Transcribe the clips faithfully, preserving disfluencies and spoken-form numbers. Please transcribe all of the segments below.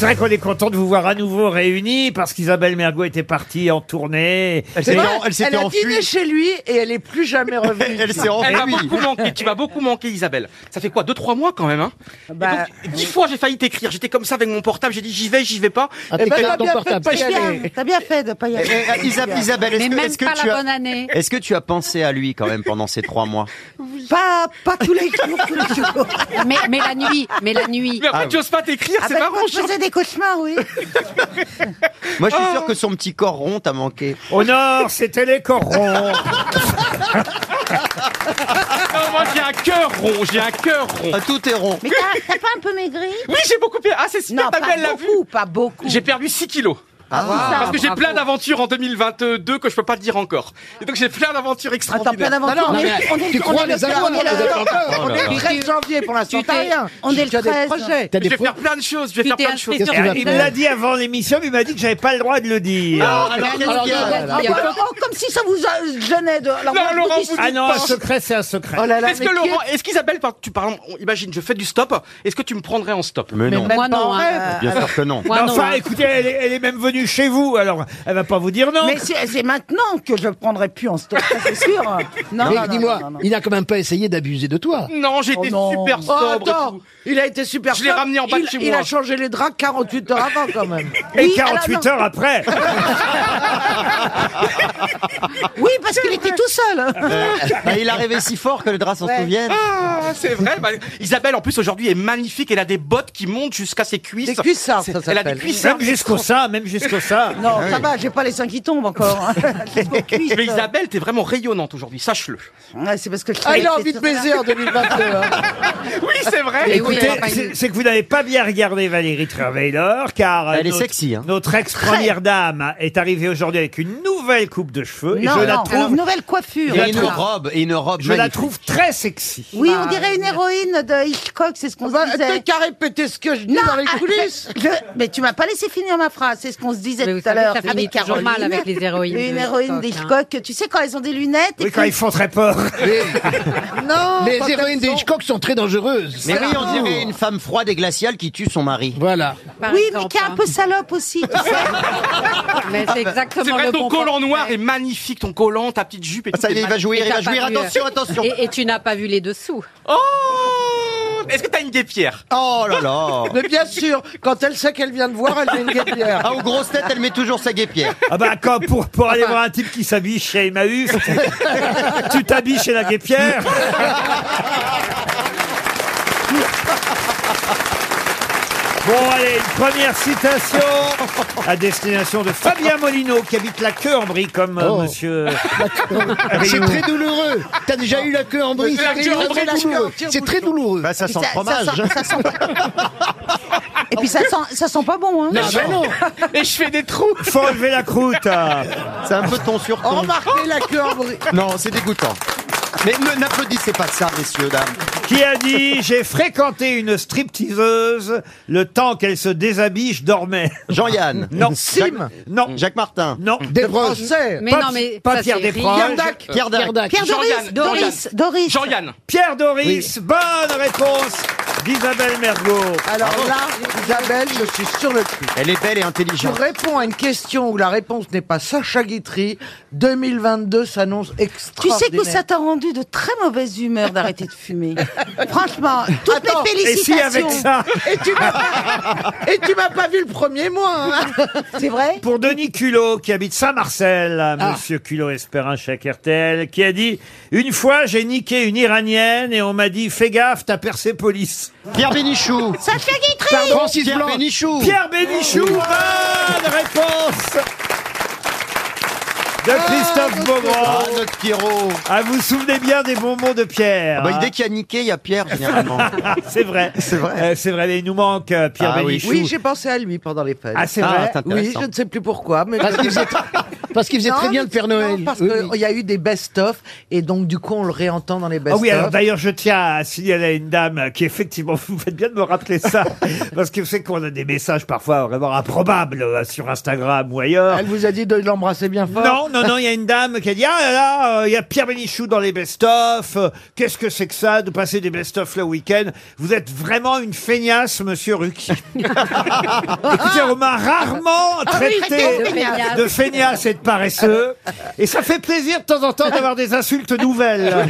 C'est vrai qu'on est content de vous voir à nouveau réunis parce qu'Isabelle Mergo était partie en tournée. Elle C'est s'était vrai, en- elle s'était elle a enfuie. dîné chez lui et elle est plus jamais revenue. Elle s'est Elle m'a enfuie. beaucoup manqué, tu m'as beaucoup manqué Isabelle. Ça fait quoi, deux, trois mois quand même, hein? Bah, Et donc, dix fois j'ai failli t'écrire, j'étais comme ça avec mon portable, j'ai dit j'y vais, j'y vais pas. Ah, eh t'es ben, calé t'as ton bien fait de portable. pas y C'est bien, aller. t'as bien fait de pas y Eh, aller. eh, Isa- Isabelle, est-ce Mais que, même est-ce que pas tu la as, bonne année. est-ce que tu as pensé à lui quand même pendant ces trois mois? Pas, pas tous les jours, tous les jours. Mais, mais la nuit, mais la nuit. Mais après Ah, tu oses pas t'écrire, Ah c'est ben, marrant. moi, je faisais des cauchemars, oui. Moi, je suis sûr que son petit corps rond t'a manqué. Au nord, c'était les corons. Non, moi j'ai un cœur rond, j'ai un cœur rond. Ah, tout est rond. Mais t'as t'as pas un peu maigri? Oui, j'ai beaucoup perdu. Ah, c'est super, Non, ta pas belle l'a vu. beaucoup, pas beaucoup. J'ai perdu six kilos. Ah, Parce que j'ai bravo. plein d'aventures en deux mille vingt-deux que je peux pas te dire encore. Et donc j'ai plein d'aventures Attends, plein extraordinaires. d'aventures. Non, non, On est- mais on est- tu on crois est les le- avoir, on est les le- avoir. On est le treize janvier pour l'instant, Tu t'as t'es- rien. on est le Tu as des treize. projets. T'as Je des vais pro- faire plein de choses, je vais Tu faire t'es plein de choses. inscrit sur Qu'est-ce que tu vas Il faire me l'a dit avant l'émission, mais il m'a dit que j'avais pas le droit de le dire. Alors, alors, qu'est-ce alors, qu'il y a alors, Ah, bah, oh, comme si ça vous a- gênait de. Alors, Non, moi, je vous Laurent, dis- vous Ah non, un pas. secret, c'est un secret. Oh là là, Est-ce mais que qui est- Laurent, est-ce qu'Isabelle, par- tu parles, on- imagine, je fais du stop, est-ce que tu me prendrais en stop? Mais non, même Moi pas non, en hein. rêve. bien sûr que non. Moi Mais non, enfin, hein. écoutez, elle est, elle est même venue chez vous, alors elle va pas vous dire non. Mais c'est c'est maintenant que je prendrai plus en stock, ça, c'est sûr. Non, Mais non, non, dis-moi, non, non. il n'a quand même pas essayé d'abuser de toi. Non, j'étais Oh non. super Oh, sobre. et attends, tout. il a été super Je l'ai sobre. ramené en bas de Il- chez Il moi. a changé les draps quarante-huit heures avant quand même. Et Oui, quarante-huit alors, non. heures après. Oui, parce qu'il était tout seul. Bah, il a rêvé si fort que le drap s'en Ouais. souvienne. Ah, c'est vrai. Bah, Isabelle, en plus, aujourd'hui, est magnifique. Elle a des bottes qui montent jusqu'à ses cuisses. Des cuissards, C'est- ça Elle a des s'appelle. cuissards. Même jusqu'au sein, même jusqu'au sein. Non, ça va, j'ai pas les seins qui tombent encore. hein. Jusqu'aux cuisses. Mais Isabelle, t'es vraiment rayonnante aujourd'hui, sache-le. Ouais, c'est parce que je Ah, il a c'est- envie de c'est- baiser en deux mille vingt-deux. hein. Oui, c'est vrai. Et oui, Écoutez, elle va pas c'est y- c'est que vous n'avez pas bien regardé Valérie Trierweiler, car Elle est notre, sexy, hein. notre ex-première dame est arrivée aujourd'hui avec une nouvelle coupe de cheveux et Non, je la non, trouve, une nouvelle coiffure. Et une Voilà. robe, et une robe je la magnifique. trouve très sexy. Oui, on dirait une héroïne de Hitchcock, c'est ce qu'on Bah, se T'as disait. qu'à répéter ce que je dis Non, dans les ah, coulisses. je- mais tu m'as pas laissé finir ma phrase, c'est ce qu'on se disait Mais vous tout à savez, l'heure. ça finit avec toujours Caroline. mal avec les héroïnes Une de héroïne Hitchcock, d'Hitchcock, tu sais quand elles ont des lunettes et Oui, quand que- ils font très peur. Non. Les quand héroïnes elles sont- d'Hitchcock sont très dangereuses. Mais oui, on dirait une femme froide et glaciale qui tue son mari. Voilà. Par Oui, mais exemple, qui est un hein. peu salope aussi, tu sais. Mais c'est exactement C'est vrai, le ton bon collant portrait. noir est magnifique, ton collant, ta petite jupe et Ah, tout. ça y est, est il va magnifique. jouir, Et il va t'as pas jouir. vu, Attention, euh, attention. Et, et tu n'as pas vu les dessous. Oh! Est-ce que t'as une guépière? Oh là là. Mais bien sûr, quand elle sait qu'elle vient de voir, elle met une guêpière. Ah, aux grosses têtes, elle met toujours sa guépière. Ah bah quand pour, pour aller voir un type qui s'habille chez Emmaüs, tu t'habilles chez la guépière. Bon allez, une première citation à destination de Fabien Molino qui habite la queue en brie comme euh, Oh. monsieur. C'est très douloureux. T'as déjà eu la queue en brie. C'est la C'est queue en très brie, la queue douloureux. en tire-bouchon. C'est très douloureux. Bah, ça Et sent le fromage. Ça, sent- ça sent- Et puis ça sent, ça sent pas bon, hein. Non, ben non. Et je fais des trous. Faut enlever la croûte. hein. C'est un peu ton sur Oh, ton. remarquez la queue en brie. Non, c'est dégoûtant. Mais ne- n'applaudissez pas ça, messieurs, dames. Qui a dit j'ai fréquenté une stripteaseuse le temps qu'elle se déshabille, je dormais. Jean-Yann. Non. Sim. Non. Jacques Martin. Non. Des Des Français. Français. Mais Pas- non, mais pas ça, Pierre c'est Desproges. rien. Pierre Dac. Pierre Dac. Pierre Dac. Pierre Doris, Jean-Yann, Doris, Doris. Jean-Yann. Pierre Doris, bonne réponse d'Isabelle Mergo. Alors là, Isabelle, je suis sur le cul. Elle est belle et Tu intelligente. réponds à une question où la réponse n'est pas Sacha Guitry. deux mille vingt-deux s'annonce Tu extraordinaire. sais que ça t'a rendu de très mauvaise humeur d'arrêter de fumer. Franchement, toutes Attends, mes Et si félicitations. avec ça, Et tu m'as pas... Et tu m'as pas vu le premier mois. Hein. C'est vrai? pour Denis Culot, qui habite Saint-Marcel, Monsieur Culot espère un chèque R T L, qui a dit « Une fois, j'ai niqué une Iranienne et on m'a dit « Fais gaffe, t'as Persépolis Pierre Bénichou. Sacha Guitry! Francis Pierre Blanc. Bénichou. ». Pierre Bénichou, bonne réponse de Christophe Beaugrand. Ah, notre Pierrot. Ah, vous vous souvenez bien des bons mots de Pierre. Ah bah, hein dès qu'il y a niqué, il y a Pierre, généralement. C'est vrai. C'est vrai. Euh, c'est vrai, mais il nous manque euh, Pierre Ah oui. Bénichou. Oui, j'ai pensé à lui pendant les fêtes. Ah, c'est Ah, vrai. c'est Oui, intéressant. je ne sais plus pourquoi, mais Parce qu'il faisait, Parce qu'il faisait Non, très bien mais le Père non, Noël. parce Oui, qu'il oui. y a eu des best-of, et donc du coup on le réentend dans les Ah best-of. oui, alors d'ailleurs, je tiens à signaler à une dame qui, effectivement, vous faites bien de me rappeler ça, parce que vous savez qu'on a des messages parfois vraiment improbables euh, sur Instagram ou ailleurs. Elle vous a dit de l'embrasser bien fort. Non, non, non, il y a une dame qui a dit « Ah là là, euh, il y a Pierre Bénichou dans les best-of, euh, qu'est-ce que c'est que ça de passer des best-of le week-end? Vous êtes vraiment une feignasse, monsieur Ruquier. » Écoutez, on m'a rarement traité de feignasse. de feignasse et de paresseux, et ça fait plaisir de temps en temps d'avoir des insultes nouvelles.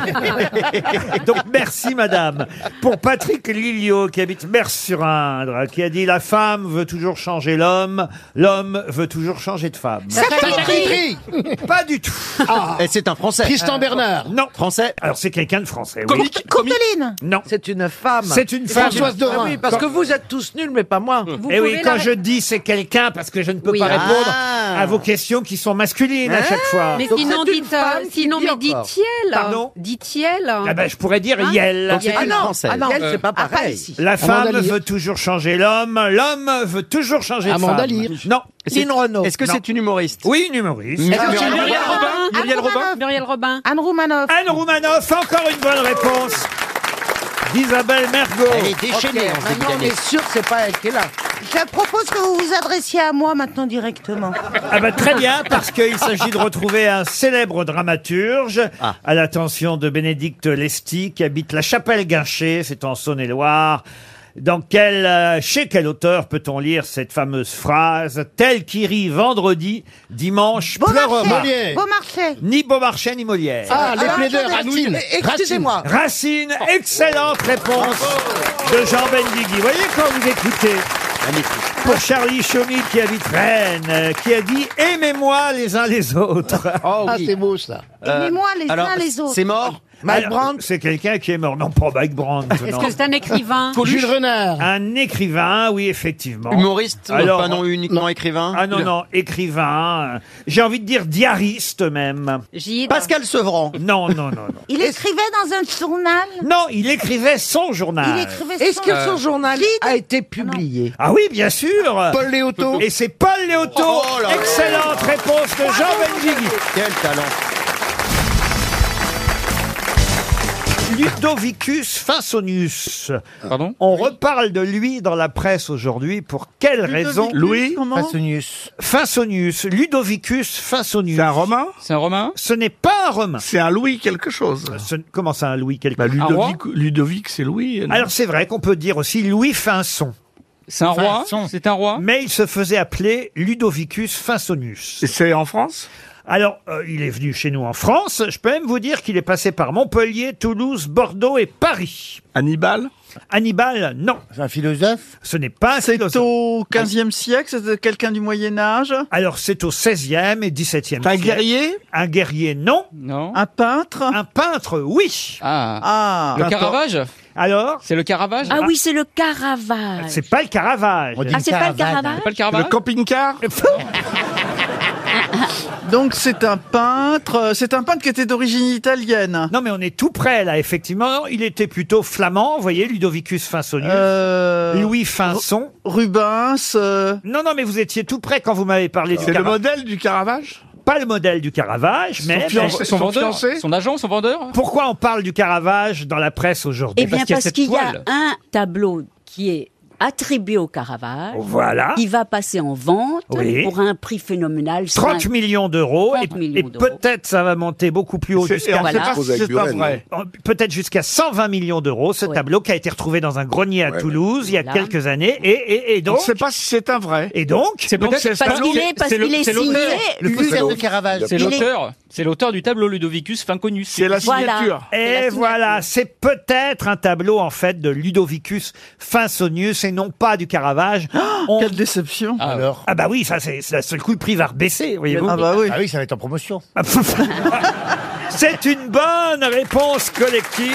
Donc merci madame. Pour Patrick Lilio, qui habite Mers-sur-Indre, qui a dit « La femme veut toujours changer l'homme, l'homme veut toujours changer de femme. » Guitry. Pas du tout. Et c'est un Français. Tristan Bernard. Non. Français. Alors c'est quelqu'un de français, oui. Comique, comique. Coqueline. Non. C'est une femme. C'est une femme. Françoise Ah Dorin. oui, parce que vous êtes tous nuls, mais pas moi. Vous Et oui, pouvez quand la- je dis c'est quelqu'un, parce que je ne peux Oui. pas répondre Ah. à vos questions qui sont masculines à chaque fois. Mais Donc sinon, c'est une dites, femme euh, qui sinon, dit mais encore. dit-il. Pardon Dit-il. Ah ben, je pourrais dire Hein Yel. Donc c'est Ah une non, Française. ah non, elle, c'est pas Ah, pas pareil. ici. La femme Amanda Lear. veut toujours changer l'homme, l'homme veut toujours changer de Amanda femme. Lear. Non. Lynn Renaud. Est-ce que Non. c'est une humoriste? Oui, une humoriste. Muriel Muriel Robin. Robin. Muriel Robin. Muriel Robin. Anne Roumanoff. Anne Roumanoff, encore une bonne réponse d'Isabelle Mergo. Elle est Ok, déchaînée en ce début maintenant on d'année. est sûr que c'est pas elle qui est là. Je propose que vous vous adressiez à moi maintenant directement. Ah bah très bien, parce qu'il s'agit de retrouver un célèbre dramaturge Ah. à l'attention de Bénédicte Lesty, qui habite la Chapelle-Guinché, c'est en Saône-et-Loire. Dans quel, euh, chez quel auteur peut-on lire cette fameuse phrase « Tel qui rit vendredi, dimanche pleurera Molière. Beaumarchais. » Ni Beaumarchais ni Molière. Ah, les Alors, plaideurs, attendez, Racine. excusez-moi. Racine, excellente réponse de Jean Benguigui. Vous voyez quand vous écoutez Magnifique. pour Charlie Chaumy qui habite Rennes, euh, qui a dit « Aimez-moi les uns les autres ». Oh Ah, oui. c'est beau ça. Aimez-moi les Alors, uns les autres. c'est mort? Mike Alors, Brandt. c'est quelqu'un qui est mort. Non, pas Mike Brandt. Est-ce non. que c'est un écrivain? Jules Renard. Un écrivain, oui, effectivement. Humoriste? Alors, pas non uniquement écrivain? Ah non, non, écrivain. euh, J'ai envie de dire diariste même. Gide. Pascal Sevran. Non, non, non, non. Il écrivait dans un journal. Non, il écrivait son journal. Il écrivait Est-ce son- que son journal Guide. a été publié? Ah oui, bien sûr. Paul Léoto. Et c'est Paul Léoto. Oh là là. Excellente réponse de Jean Benguigui. Quel talent. Ludovicus Finsonius. Pardon? On reparle de lui dans la presse aujourd'hui. Pour quelle raison? Louis? Finsonius. Ludovicus Finsonius. C'est un romain? C'est un romain? Ce n'est pas un romain. C'est un Louis quelque chose. Ce- comment ça, un Louis quelque Bah, chose? Ludovic, Ludovic c'est Louis. non? Alors c'est vrai qu'on peut dire aussi Louis Finson. C'est un roi? Fin- C'est un roi? Mais il se faisait appeler Ludovicus Finsonius. Et c'est en France? Alors, euh, il est venu chez nous en France. Je peux même vous dire qu'il est passé par Montpellier, Toulouse, Bordeaux et Paris. Hannibal? Hannibal, non. C'est un philosophe. Ce n'est pas un philosophe. Au quinzième siècle, c'est quelqu'un du Moyen-Âge. Alors, c'est au seizième et dix-septième C'est un siècle. guerrier? Un guerrier, non. Non. Un peintre. Un peintre, oui. Ah. Ah. Le Caravage? Alors, C'est le Caravage? Ah oui, c'est le Caravage. c'est pas le Caravage. On dit Ah, c'est pas le caravane. Caravage? C'est pas le Le Caravage? camping-car? Donc c'est un peintre. C'est un peintre qui était d'origine italienne. Non, mais on est tout près, là, effectivement. Non, il était plutôt flamand, vous voyez, Ludovicus Finsonius. Euh, Louis Finson. Rubens. euh, Non, non, mais vous étiez tout près quand vous m'avez parlé du C'est le Caravage. modèle du Caravage? Pas le modèle du Caravage, mais... fiancé. mais- Son, Son vendeur? fiancé? Son agent? Son vendeur? Pourquoi on parle du Caravage dans la presse aujourd'hui? Eh bien, parce qu'il y a parce cette qu'il y a toile. un tableau qui est attribué au Caravage. Voilà. Il va passer en vente Oui. pour un prix phénoménal. trente cinq- millions d'euros. trente Et, millions et d'euros. peut-être ça va monter beaucoup plus haut C'est- et jusqu'à... on ne sait Voilà. pas si c'est pas vrai. Peut-être jusqu'à cent vingt millions d'euros, ce Ouais. tableau qui a été retrouvé dans un grenier à Toulouse il y a Voilà. quelques années. Et, et, et On ne donc... sait pas si c'est un vrai. Et donc... C'est Donc, peut-être c'est Parce ça. qu'il est, parce c'est le- qu'il est c'est signé. l'auteur. Le Lu- faussaire de Caravage. C'est Il est- l'auteur. C'est l'auteur du tableau Ludovicus Finsonius. C'est la Voilà. signature. C'est la Et signature. voilà, c'est peut-être un tableau en fait de Ludovicus Finsonius et non pas du Caravage. On- Quelle déception. Ah, Alors. Ah bah oui, ça c'est c'est- seul coup le prix va rebaisser, voyez-vous. Ah bah oui. Ah oui, ça va être en promotion. C'est une bonne réponse collective.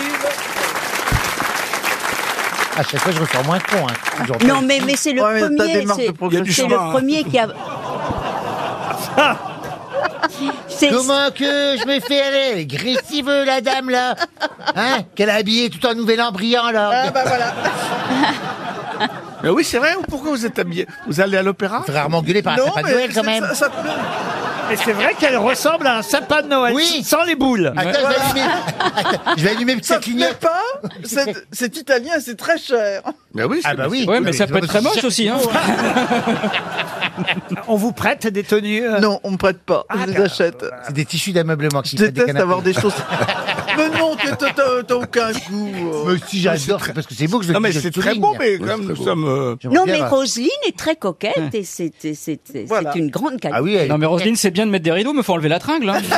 À chaque fois, je ressors moins con. Hein. J'entends. Non, mais, mais c'est le Ouais, mais t'as premier. des marques de c'est- progression. Il y a du C'est chemin, le hein. premier qui a. C'est- Comment que je me fais aller? Elle est Agressive, la dame, là. Hein? Qu'elle a habillé tout un nouvel an brillant, là. Ah bah voilà. Mais oui, c'est vrai. Pourquoi vous êtes habillé? Vous allez à l'opéra? Faudrait rarement gueuler par un Non, sapin de mais Noël, quand c'est- même. ça- ça peut- Mais c'est vrai qu'elle ressemble à un sapin de Noël, Oui. sans les boules. Attends, je vais allumer. Attends, je vais allumer Ça sa te plaît clignote. pas c'est, c'est italien, c'est très cher. Mais oui, Ah bah oui. Ouais, mais ça peut être très moche aussi. Hein. On vous prête des tenues euh, Non, on me prête pas, Ah, je les bah, achète. C'est des tissus d'ameublement qui Je fait des déteste canapés. avoir des choses. Mais non, t'as, t'as- t'as aucun goût. euh. Mais si, j'adore, c'est parce que c'est beau que je Non, mais je c'est le très souligne. beau, mais quand même, nous sommes. euh, J'aimerais Non, bien mais avoir- Roselyne est très coquette et c'est c'est- c'est- c'est Voilà. une grande qualité. Ah oui, elle- Non, mais Roselyne, c'est bien de mettre des rideaux, mais faut enlever la tringle. Hein.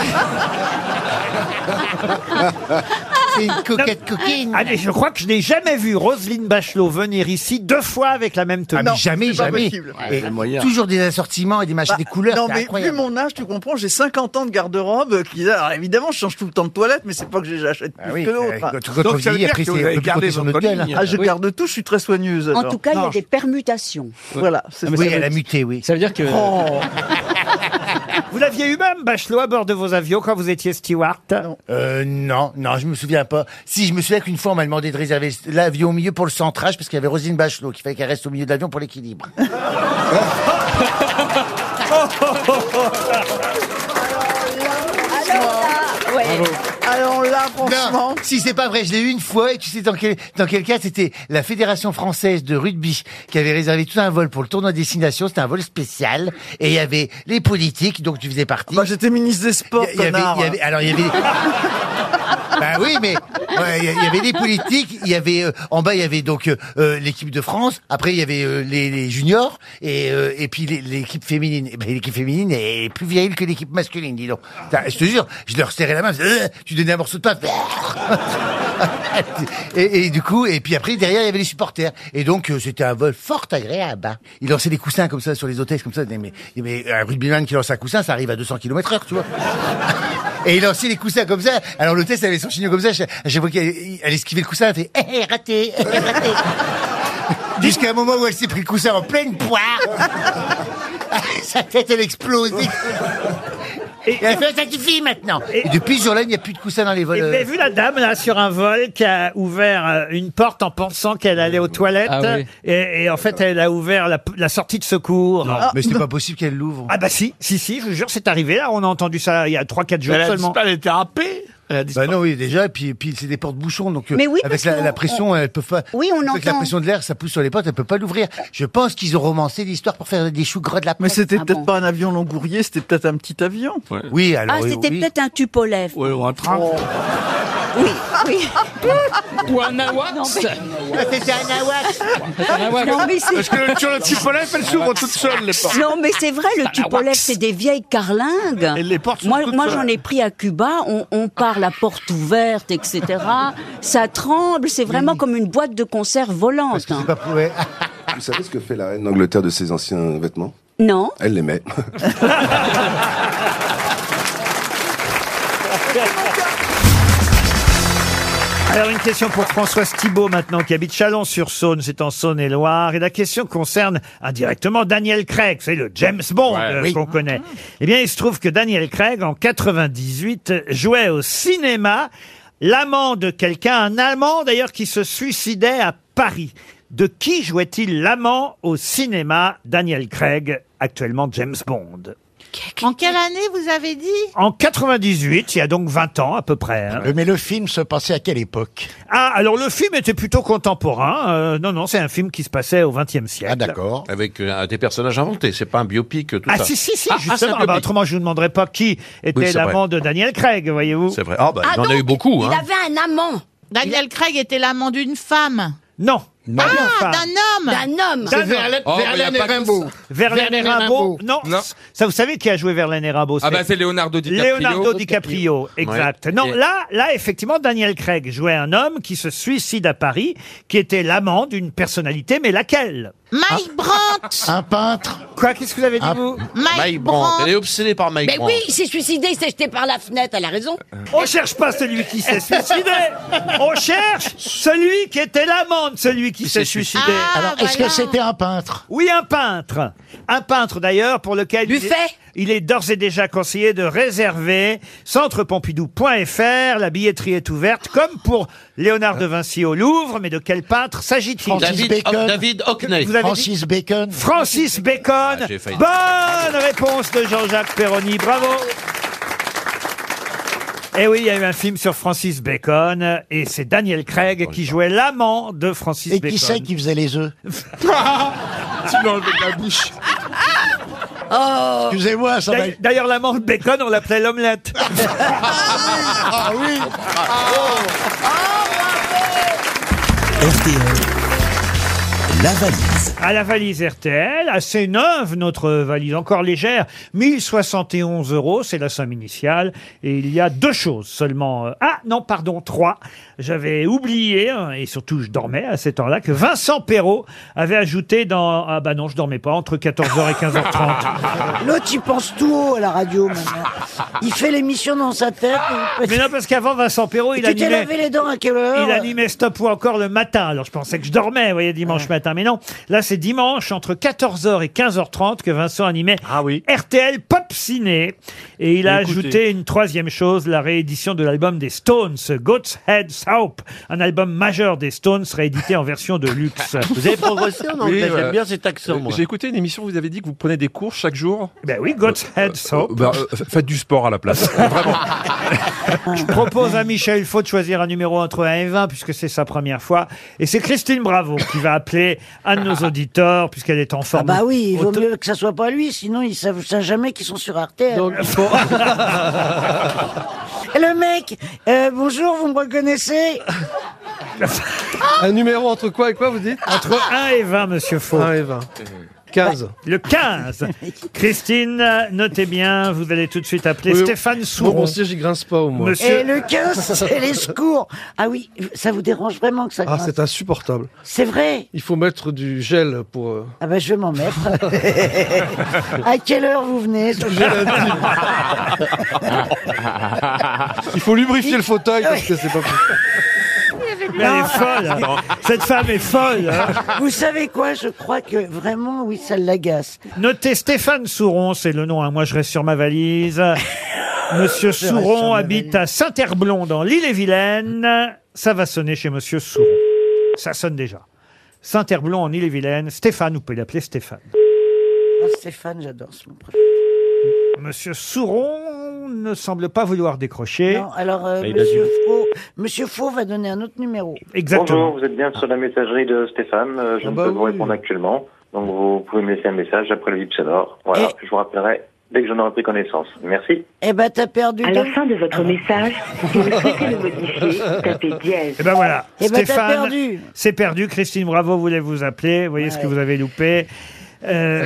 c'est une coquette coquine. Allez, je crois que je n'ai jamais vu Roselyne Bachelot venir ici deux fois avec la même tenue. Ah, mais Non, jamais, c'est pas jamais. possible. Et c'est moyen. toujours des assortiments et des machins, Bah, des couleurs. non, c'est mais incroyable. vu mon âge, tu comprends, j'ai cinquante ans de garde-robe. Qui, alors évidemment, je change tout le temps de toilette, mais c'est pas que j'achète plus Ah oui, que euh, l'autre. quand, quand Donc, on ça veut vieillit, dire après, que c'est vous avez un peu plus gardé compter sur votre notre gueule. ligne. Ah, je Oui. garde tout, je suis très soigneuse. En genre. tout cas, il y Non, a des permutations. Voilà, c'est Ah, mais Oui, ça elle veut- a muté, oui. Ça veut dire que. Oh, Vous l'aviez eu même, Bachelot, à bord de vos avions quand vous étiez steward? Non. Euh, non, non, je me souviens pas. Si, je me souviens qu'une fois, on m'a demandé de réserver l'avion au milieu pour le centrage parce qu'il y avait Roselyne Bachelot, qu'il fallait qu'elle reste au milieu de l'avion pour l'équilibre. Ouais. alors là, franchement. Non, si c'est pas vrai, je l'ai eu une fois et tu sais dans quel dans quel cas c'était la Fédération française de rugby qui avait réservé tout un vol pour le tournoi destination, c'était un vol spécial et il y avait les politiques donc tu faisais partie. Bah, j'étais ministre des Sports, Il y avait- connard. il y avait- alors il y avait bah oui, mais ouais, il y il y avait des politiques, il y avait euh, en bas il y avait donc euh, euh, l'équipe de France, après il y avait euh, les, les juniors et euh, et puis les- l'équipe féminine. Eh ben, l'équipe féminine est plus vieille que l'équipe masculine, dis donc. Putain, je te jure, je leur serrais la main, je faisais, Euh, tu donnais un morceau de pain. et, et du coup, et puis après derrière il y avait les supporters et donc euh, c'était un vol fort agréable. Hein. Ils lançaient des coussins comme ça sur les hôtesses comme ça, mais, mais un rugbyman qui lance un coussin, ça arrive à deux cents kilomètres heure, tu vois. Et il lançait les coussins comme ça. Alors l'hôtesse avait son chignon comme ça. À chaque fois qu'elle elle esquivait le coussin, elle fait eh, eh, raté, eh, raté. Jusqu'à un moment où elle s'est pris le coussin en pleine poire. Sa tête, elle explosait. Et elle fait ça suffit maintenant. Et, depuis ce jour-là, il n'y a plus de coussin dans les vols. Et vous avez vu la dame là sur un vol qui a ouvert euh, une porte en pensant qu'elle allait aux toilettes Ah oui. et, et en fait elle a ouvert la, la sortie de secours. Mais c'est pas possible qu'elle l'ouvre. Ah bah si, si, si, je vous jure, c'est arrivé là. On a entendu ça il y a trois quatre jours Elle a seulement. disparu, elle était râpée. Elle a Bah disparu. non, oui, déjà, et puis, et puis c'est des portes-bouchons, donc euh, Mais oui, avec parce la, que la on- pression, elle peut pas. Oui, on avec la entend. pression de l'air, ça pousse sur les portes, elle peut pas l'ouvrir. Je pense qu'ils ont romancé l'histoire pour faire des choux gras de la Mais presse. c'était Ah peut-être bon. pas un avion Longourier, c'était peut-être un petit avion. Oui, alors. Ah, oui, c'était oui. peut-être un Tupolev. Ouais, ou un train. Oui, oui. Ou un nawak. Ah, c'était un nawak. Un nawak. Non, mais c'est... Parce que sur le Tupolev, elle s'ouvre toute seule, les portes. Non, mais c'est vrai, le Tupolev, c'est des vieilles carlingues. Et les portes sont Moi, toutes moi seules. j'en ai pris à Cuba, on, on part la porte ouverte, et cetera. Ça tremble, c'est vraiment comme une boîte de conserve volante. Parce que c'est hein. pas prouvé. Vous savez ce que fait la reine d'Angleterre de ses anciens vêtements? Non. Elle les met. Alors une question pour Françoise Thibault maintenant qui habite Chalon-sur-Saône, c'est en Saône-et-Loire. Et la question concerne indirectement Daniel Craig, c'est le James Bond Ouais, euh, oui. qu'on connaît. Eh bien il se trouve que Daniel Craig en quatre-vingt-dix-huit jouait au cinéma l'amant de quelqu'un, un Allemand d'ailleurs qui se suicidait à Paris. De qui jouait-il l'amant au cinéma Daniel Craig, actuellement James Bond? En quelle année vous avez dit? En quatre-vingt-dix-huit, il y a donc vingt ans à peu près. hein. Mais le film se passait à quelle époque? Ah, alors le film était plutôt contemporain. Euh, non, non, c'est un film qui se passait au vingtième siècle. Ah d'accord. Avec euh, des personnages inventés, c'est pas un biopic, tout Ah ça. si, si, si, Ah, ah, c'est un justement. Ah, bah, biopic. autrement, je vous demanderais pas qui était Oui, c'est l'amant de Daniel Craig, voyez-vous. C'est vrai. Ah, bah, Ah, il en a donc, eu beaucoup, il hein. avait un amant. Daniel Craig était l'amant d'une femme. Non. Pas d'une Ah, femme. d'un homme. D'un homme. D'un homme. Verlaine Oh, mais y a et pas que Rimbaud. Verlaine et Verlaine et Rimbaud. Rimbaud. Non. Non. Ça, vous savez qui a joué Verlaine et Rimbaud? Ah bah c'est Leonardo DiCaprio. Leonardo DiCaprio, exact. Non, Et- là, là, effectivement, Daniel Craig jouait un homme qui se suicide à Paris, qui était l'amant d'une personnalité, mais laquelle? Mike Brandt. Un peintre. Quoi? Qu'est-ce que vous avez dit, vous? Mike, Mike Brandt. Brandt. Elle est obsédée par Mike Mais Brandt. oui, il s'est suicidé, il s'est jeté par la fenêtre, elle a raison. On cherche pas celui qui s'est suicidé. On cherche celui qui était l'amant de celui qui s'est suicidé. Ah, Alors, est-ce voilà. que c'était un peintre? Oui, un peintre. Un peintre, d'ailleurs, pour lequel... il- Buffet. il est d'ores et déjà conseillé de réserver centre pompidou point f r. La billetterie est ouverte, comme pour Léonard de Vinci au Louvre. Mais de quel peintre s'agit-il? David, Bacon. David Hockney. Vous avez dit Francis Bacon. Francis Bacon. Ah, j'ai failli. Bonne réponse de Jean-Jacques Perroni. Bravo. Eh oui, il y a eu un film sur Francis Bacon et c'est Daniel Craig qui jouait l'amant de Francis Et Bacon. qui c'est qui faisait les œufs? Tu l'as enlevé de la bouche. Excusez-moi, ça va. D'ailleurs- D'ailleurs, l'amant de Bacon, on l'appelait l'omelette. Ah oui. R T L, la valise. À la valise R T L, assez neuve notre valise, encore légère, mille soixante et onze euros, c'est la somme initiale. Et il y a deux choses seulement. euh, Ah non, pardon, trois. J'avais oublié, hein, et surtout je dormais à cette heure-là, que Vincent Perrault avait ajouté dans... Ah bah non, je dormais pas, entre quatorze heures et quinze heures trente. L'autre, il pense tout haut à la radio maintenant. Il fait l'émission dans sa tête. et- Mais non, parce qu'avant, Vincent Perrault, il tu t'es animait... lavé les dents à quelle heure Il animait Stop ou encore le matin. Alors je pensais que je dormais, vous voyez, dimanche matin. Mais non, là c'est dimanche entre quatorze heures et quinze heures trente que Vincent animait R T L Pop Ciné. Et il a Écoutez. ajouté une troisième chose, la réédition de l'album des Stones, Goat's Head Soup. Un album majeur des Stones réédité en version de luxe. Vous avez progressé en anglais, j'aime bien cet accent, moi. J'ai écouté une émission où vous avez dit que vous prenez des cours chaque jour. Ben oui, Goat's Head Soup. Bah, euh, faites du sport à la place. Vraiment. Je propose à Michel Faux de choisir un numéro entre un et vingt, puisque c'est sa première fois. Et c'est Christine Bravo qui va appeler un de nos auditeurs, puisqu'elle est en Ah forme. bah oui, il vaut auto- mieux que ça soit pas lui, sinon ils savent, savent jamais qu'ils sont sur R T L. Donc, il faut- Et le mec, euh, bonjour, vous me reconnaissez? un numéro entre quoi et quoi, vous dites? Entre un et vingt, monsieur Faux. un et vingt. quinze. Le quinze. Christine, notez bien, vous allez tout de suite appeler Oui, Stéphane Bon, Souron. mon siège, j'y grince pas au moins. Monsieur- Et le quinze, c'est les secours. Ah oui, ça vous dérange vraiment que ça Ah, grince? c'est insupportable. C'est vrai? Il faut mettre du gel pour... euh, Ah ben je vais m'en mettre. À quelle heure vous venez? Il faut lubrifier le fauteuil parce que c'est pas possible. Mais elle est folle. hein. Cette femme est folle. hein. Vous savez quoi? Je crois que vraiment, oui, ça l'agace. Notez Stéphane Souron, c'est le nom. hein. Moi, je reste sur ma valise. Monsieur Je reste sur Souron ma habite à Saint-Herblon, dans l'Ille-et-Vilaine. Ça va sonner chez Monsieur Souron. Ça sonne déjà. Saint-Herblon, en Ille-et-Vilaine. Stéphane, vous pouvez l'appeler Stéphane. Ah, Stéphane, j'adore ce nom. Monsieur Souron ne semble pas vouloir décrocher. Non, alors euh, Mais il a Monsieur dit- Faux, Monsieur Faux va donner un autre numéro. Exactement. Bonjour, vous êtes bien sur la messagerie de Stéphane. Euh, je Ah ne bah peux vous oui. répondre actuellement. Donc vous pouvez me laisser un message après le bip sonore. Voilà, je vous rappellerai dès que j'en aurai pris connaissance. Merci. Eh ben, t'as perdu. À la fin de votre message, si vous souhaitez le modifier, tapez dièse. Et ben voilà. Eh ben, t'as Stéphane, perdu. c'est perdu. Christine Bravo voulait vous appeler. Vous voyez ce que vous avez loupé. Euh...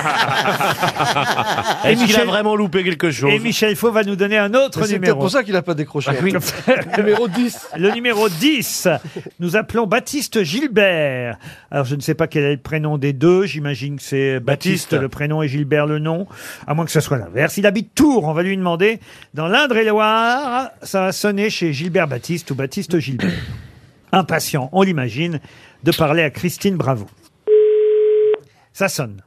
Est-ce qu'il a vraiment loupé quelque chose? Et Michel Faux va nous donner un autre Mais c'est numéro. peut-être pour ça qu'il a pas décroché. Ah oui. Numéro dix. Le numéro dix. Nous appelons Baptiste Gilbert. Alors, je ne sais pas quel est le prénom des deux. J'imagine que c'est Baptiste, Baptiste. le prénom, et Gilbert le nom. À moins que ce soit l'inverse. Il habite Tours. On va lui demander. Dans l'Indre-et-Loire, ça va sonner chez Gilbert Baptiste ou Baptiste Gilbert. Impatient, on l'imagine, de parler à Christine Bravo. Ça sonne.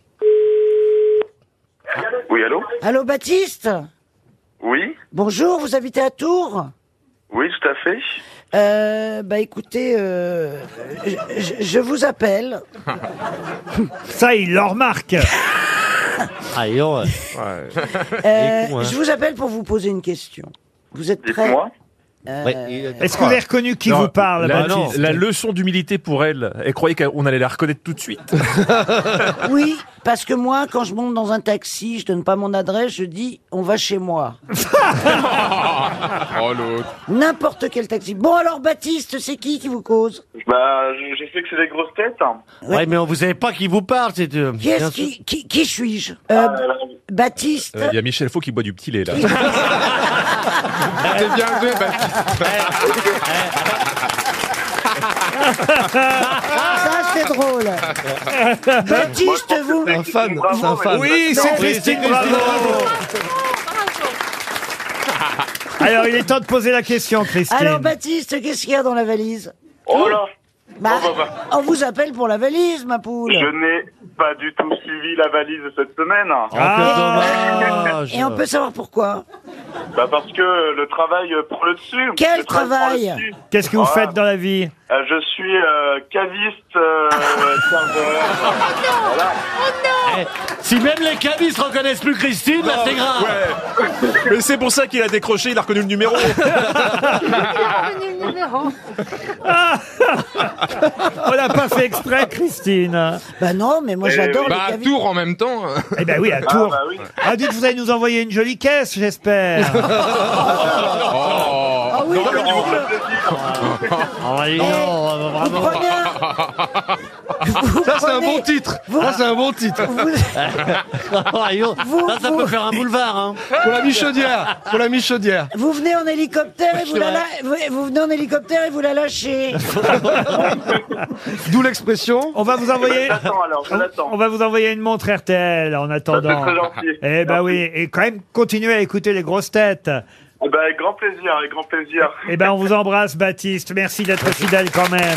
Oui, allô? Allô, Baptiste? Oui? Bonjour, vous habitez à Tours? Oui, tout à fait. Euh, bah écoutez, euh, je, je- je vous appelle. Ça, il le remarque. Ah, et on... Euh, Il est con, hein. Je vous appelle pour vous poser une question. Vous êtes prêt? Dites-moi. Euh, Est-ce que vous avez reconnu qui Non, vous parle, la, Baptiste? la leçon d'humilité pour elle, elle croyait qu'on allait la reconnaître tout de suite. Oui, parce que moi, quand je monte dans un taxi, je donne pas mon adresse, je dis on va chez moi. Oh l'autre. N'importe quel taxi. Bon alors, Baptiste, c'est qui qui vous cause? Bah, je, je sais que c'est des grosses têtes. hein. Ouais, mais on vous savez pas qui vous parle, c'est... euh, Qui est-ce bien qui, qui, qui suis-je? euh, Baptiste. Il y a Michel Faux qui boit du petit lait là. T'es bien joué, Baptiste. Ça, c'est drôle. Baptiste, vous... Un fan, c'est un fan. Oui, c'est Christine Bravo. Alors, il est temps de poser la question, Christine. Alors, Baptiste, qu'est-ce qu'il y a dans la valise? Oh là! Bah, Oh, bah, bah. on vous appelle pour la valise, ma poule. Je n'ai pas du tout suivi la valise cette semaine. Ah, Et on peut savoir pourquoi. Bah parce que le travail prend le dessus. Quel Le prend travail le dessus. Qu'est-ce que vous Voilà. faites dans la vie? Euh, Je suis euh, caviste, euh, serveur. Voilà. Eh, si même les cavistes reconnaissent plus Christine, bah c'est grave. Ouais. Mais c'est pour ça qu'il a décroché, il a reconnu le numéro. On l'a pas fait exprès, Christine. Bah non, mais moi j'adore Bah, les à cavistes. Tours en même temps. Eh ben oui, à Ah, Tours. bah oui. Ah, dites, vous allez nous envoyer une jolie caisse, j'espère. Ah oui, Non, non, mais non, Ah, Eh, non, vous vraiment. prenez un- vous Ça, c'est un prenez- bon titre. vous- Ça, c'est un bon titre. Ah, yo, Vous- ça, ça vous- peut faire un boulevard, hein. Pour la Michaudière. Pour la Michaudière. Vous venez en hélicoptère et vous C'est la, vrai. la- vous, vous venez en hélicoptère et vous la lâchez. D'où l'expression. On va vous envoyer. J'attends alors, je l'attends. On va vous envoyer une montre R T L en attendant. Ça, c'est très gentil. Eh ben Merci. oui, et quand même continuez à écouter les grosses têtes. Eh ben, avec grand plaisir, avec grand plaisir. Eh ben on vous embrasse, Baptiste. Merci d'être fidèle quand même.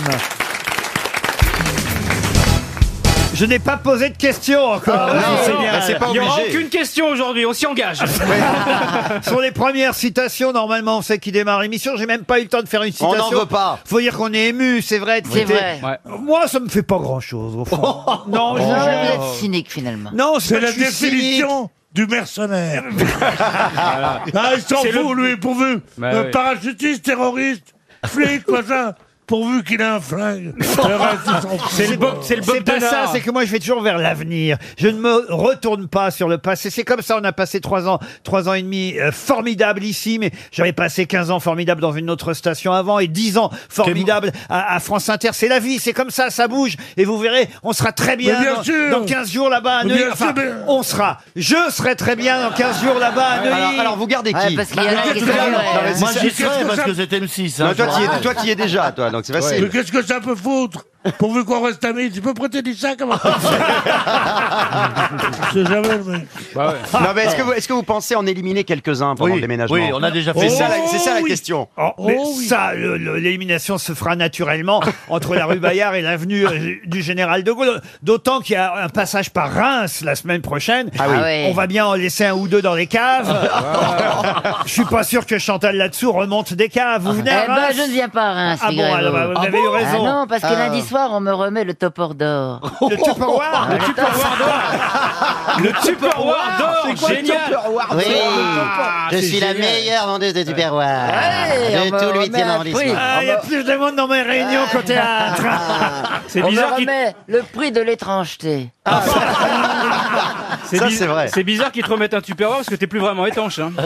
Je n'ai pas posé de questions encore. c'est bien. bah, c'est pas Il n'y aura obligé. aucune question aujourd'hui, on s'y engage. Sur les premières citations, normalement, on sait qui démarre l'émission. J'ai même pas eu le temps de faire une On citation. n'en veut pas. Faut dire qu'on est ému, c'est vrai. de C'est citer- vrai. Ouais. Moi, ça me fait pas grand-chose, au fond. non, je Non, vous jure. vous êtes cynique finalement. Non, c'est C'est pas la que je suis définition du mercenaire. Ah, il s'en C'est fout, le- lui, pourvu. Bah Euh, oui. Parachutiste, terroriste, flic, machin, pourvu qu'il ait un flingue. Le reste, il s'en fout. C'est le Bob, c'est le Bob C'est pas Denard. ça, c'est que moi je vais toujours vers l'avenir. Je ne me retourne pas sur le passé. C'est comme ça, on a passé trois ans, trois ans et demi euh, formidables ici, mais j'avais passé quinze ans formidables dans une autre station avant et dix ans formidables à, à France Inter. C'est la vie, c'est comme ça, ça bouge. Et vous verrez, on sera très bien, Mais bien dans, sûr. dans quinze jours là-bas à Mais Neuilly. bien Enfin, sûr, mais- on sera. Je serai très bien dans quinze jours là-bas à Neuilly. Alors, alors, vous gardez Ouais, qui parce qu'il y en a qui sont Non, mais vrais. c'est Moi, ça. j'y qu'est-ce serais que parce ça- que c'est M six. Non, Hein, toi, je tu y vois. es, toi, tu y es déjà, toi, donc c'est Mais facile. qu'est-ce que ça peut foutre? Pourvu qu'on reste amis, tu peux prêter du sac à moi. Je sais jamais, mais... Bah ouais. Non, mais est-ce que vous, est-ce que vous pensez en éliminer quelques-uns pendant Oui, le déménagement? oui, on a déjà fait C'est ça. ça, la- c'est ça la oui. question. Oh, mais Oh oui. ça, le- le- l'élimination se fera naturellement entre la rue Bayard et l'avenue euh, du Général de Gaulle. D'autant qu'il y a un passage par Reims la semaine prochaine. Ah oui. Ah ouais. On va bien en laisser un ou deux dans les caves. Je suis pas sûr que Chantal là-dessous remonte des caves. Vous venez à Eh ben, Reims? je ne viens pas à Reims, Ah bon, Grégo. alors, bah, vous avez eu raison. Ah non, parce que Ah. lundi soir, on me remet le topor d'or. Le Tupperware. Le Tupperware d'or. Le Tupperware d'or, génial. Ah, Oui. Je suis la meilleure vendeuse de Tupperware Ouais, on de me tout le remet huitième un arrondissement. prix. Ah, il y a plus de monde dans mes réunions qu'au théâtre. C'est On me bizarre qu'il remet le prix de l'étrangeté. c'est Ça, bi- c'est vrai. c'est bizarre qu'ils te remettent un Tupperware parce que t'es plus vraiment étanche. Hein.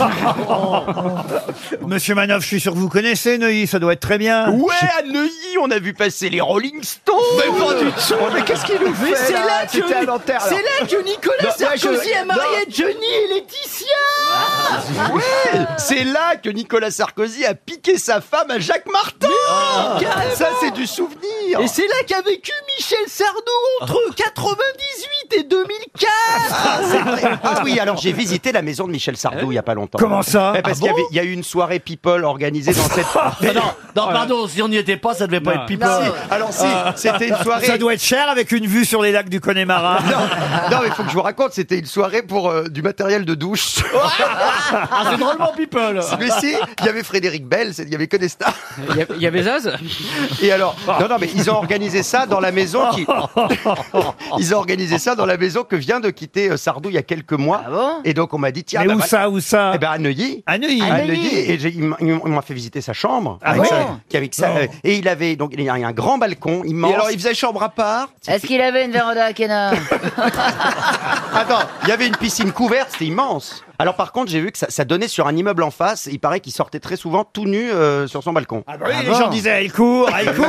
Monsieur Manoff, je suis sûr que vous connaissez Neuilly, ça doit être très bien. Ouais, à Neuilly, on a vu passer les Rolling Stones. Mais pas du tout. Mais qu'est-ce qu'il nous fait c'est là, là que- C'était à Nanterre, alors. C'est là que Nicolas Non, Sarkozy je- a marié non. Johnny et Laetitia. Ouais, c'est là que Nicolas Sarkozy a piqué sa femme à Jacques Martin. Carrément. Ça, c'est du souvenir. Et c'est là qu'a vécu Michel Sardou entre quatre-vingt-dix-huit et deux mille quatre. Ah, c'est vrai. Ah oui, alors j'ai visité la maison de Michel Sardou il y a pas longtemps. Comment ça? Eh, Parce Ah qu'il y bon avait- il y a eu une soirée people organisée dans cette. Mais non, non, pardon, si on n'y était pas, ça devait pas Non. être people. Si, alors si, c'était une soirée. Ça doit être cher avec une vue sur les lacs du Connemara. Non, non, mais il faut que je vous raconte, c'était une soirée pour euh, du matériel de douche. Ah, c'est drôlement people. Mais si, il y avait Frédéric Bell, c'est- il y avait que des stars. Il y a- il y avait Zaz. Et alors, non, non, mais ils ont organisé ça dans la maison qui. Ils ont organisé ça dans la maison que vient de quitter euh, Sardou il y a quelques mois. Ah bon? Et donc on m'a dit tiens, Mais bah, où voilà. ça, où ça? Eh ben à Neuilly. À Neuilly. À À Neuilly. Neuilly. Et j'ai- il m'a- il m'a fait visiter sa chambre. Ah avec bon? sa- qui- avec ça, Non. euh, et il avait donc il y a un grand balcon immense. Et alors, il faisait chambre à part. Est-ce qu'il avait une véranda à Kenna? Attends, il y avait une piscine couverte, c'était immense. Alors par contre, j'ai vu que ça, ça donnait sur un immeuble en face. Il paraît qu'il sortait très souvent tout nu euh, sur son balcon. Ah bah oui, les gens disaient elle court, elle court.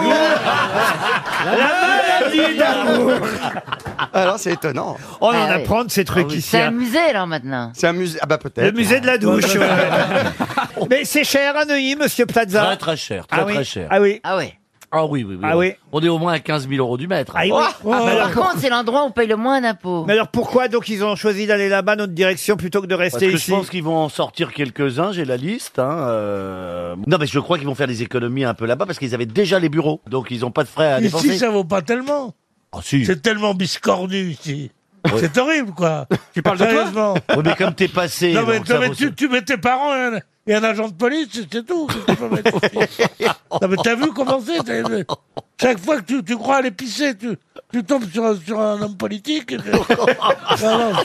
La maladie d'amour. Alors c'est étonnant. On en Ah oui. apprend de ces trucs ici. C'est un hein. musée alors maintenant. C'est un musée. Ah bah peut-être. Le musée de la douche. ouais. Mais c'est cher à Neuilly, monsieur Plaza. Très très cher, très ah oui. très cher. Ah oui. Ah ouais. Ah oui, oui, oui. Ah oui. On est au moins à quinze mille euros du mètre. Ah, oui. Oh. Ah, mais alors, Par contre, c'est l'endroit où on paye le moins d'impôts. mais alors pourquoi donc ils ont choisi d'aller là-bas, notre direction, plutôt que de Parce rester que ici? je pense qu'ils vont en sortir quelques-uns, j'ai la liste. Hein, euh... Non, mais je crois qu'ils vont faire des économies un peu là-bas parce qu'ils avaient déjà les bureaux. Donc ils n'ont pas de frais à dépenser. Ici, ça vaut pas tellement. Ah si. C'est tellement biscornu ici. Ouais. C'est horrible, quoi. Tu parles de toi Sérieusement. Oui, mais comme t'es passé... Non, mais, donc non, ça mais vaut- tu, tu mets tes parents et un, et un agent de police, c'est c'est tout. Qu'est-ce que tu peux mettre ici Non, mais t'as vu comment c'est t'as- Chaque fois que tu, tu crois aller pisser, tu, tu tombes sur, un- sur un homme politique. et tu- Non, non.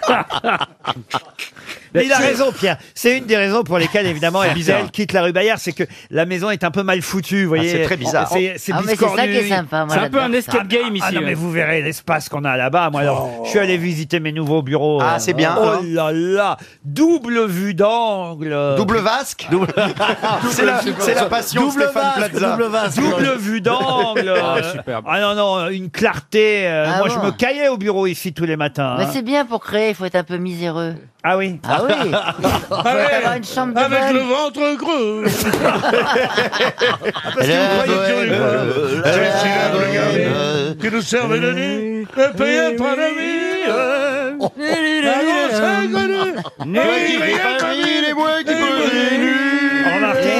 Mais il a raison, Pierre. C'est une des raisons pour lesquelles, évidemment, C'est R T L bizarre. quitte la rue Bayard, c'est que la maison est un peu mal foutue, vous voyez. c'est très bizarre. C'est c'est Ah, mais c'est biscornu. ça qui est sympa, moi, C'est un peu un j'adore escape ça. game ici. Ah non, mais ouais. vous verrez l'espace qu'on a là-bas. Moi, alors, je suis allé visiter mes nouveaux bureaux. Ah, euh, c'est bien. Oh là là, double vue d'angle. Double vasque C'est la, c'est la passion de Double Stéphane vasque, Plaza. double vasque. Double vue d'angle. Ah, Euh, superbe. Ah non, non, une clarté. euh, Ah moi, je bon me caillais au bureau ici tous les matins. Mais hein. c'est bien pour créer, il faut être un peu miséreux. Ah oui. Ah oui. Faut avoir une chambre de Avec le bonne. ventre creux. Parce que vous croyez Euh, euh, c'est là, regardez, qui nous servait de nuit, ne payait pas de vie. euh. La grosse inconnue. Oui, rien connu. les moins qui peuvent nu. Remarquez.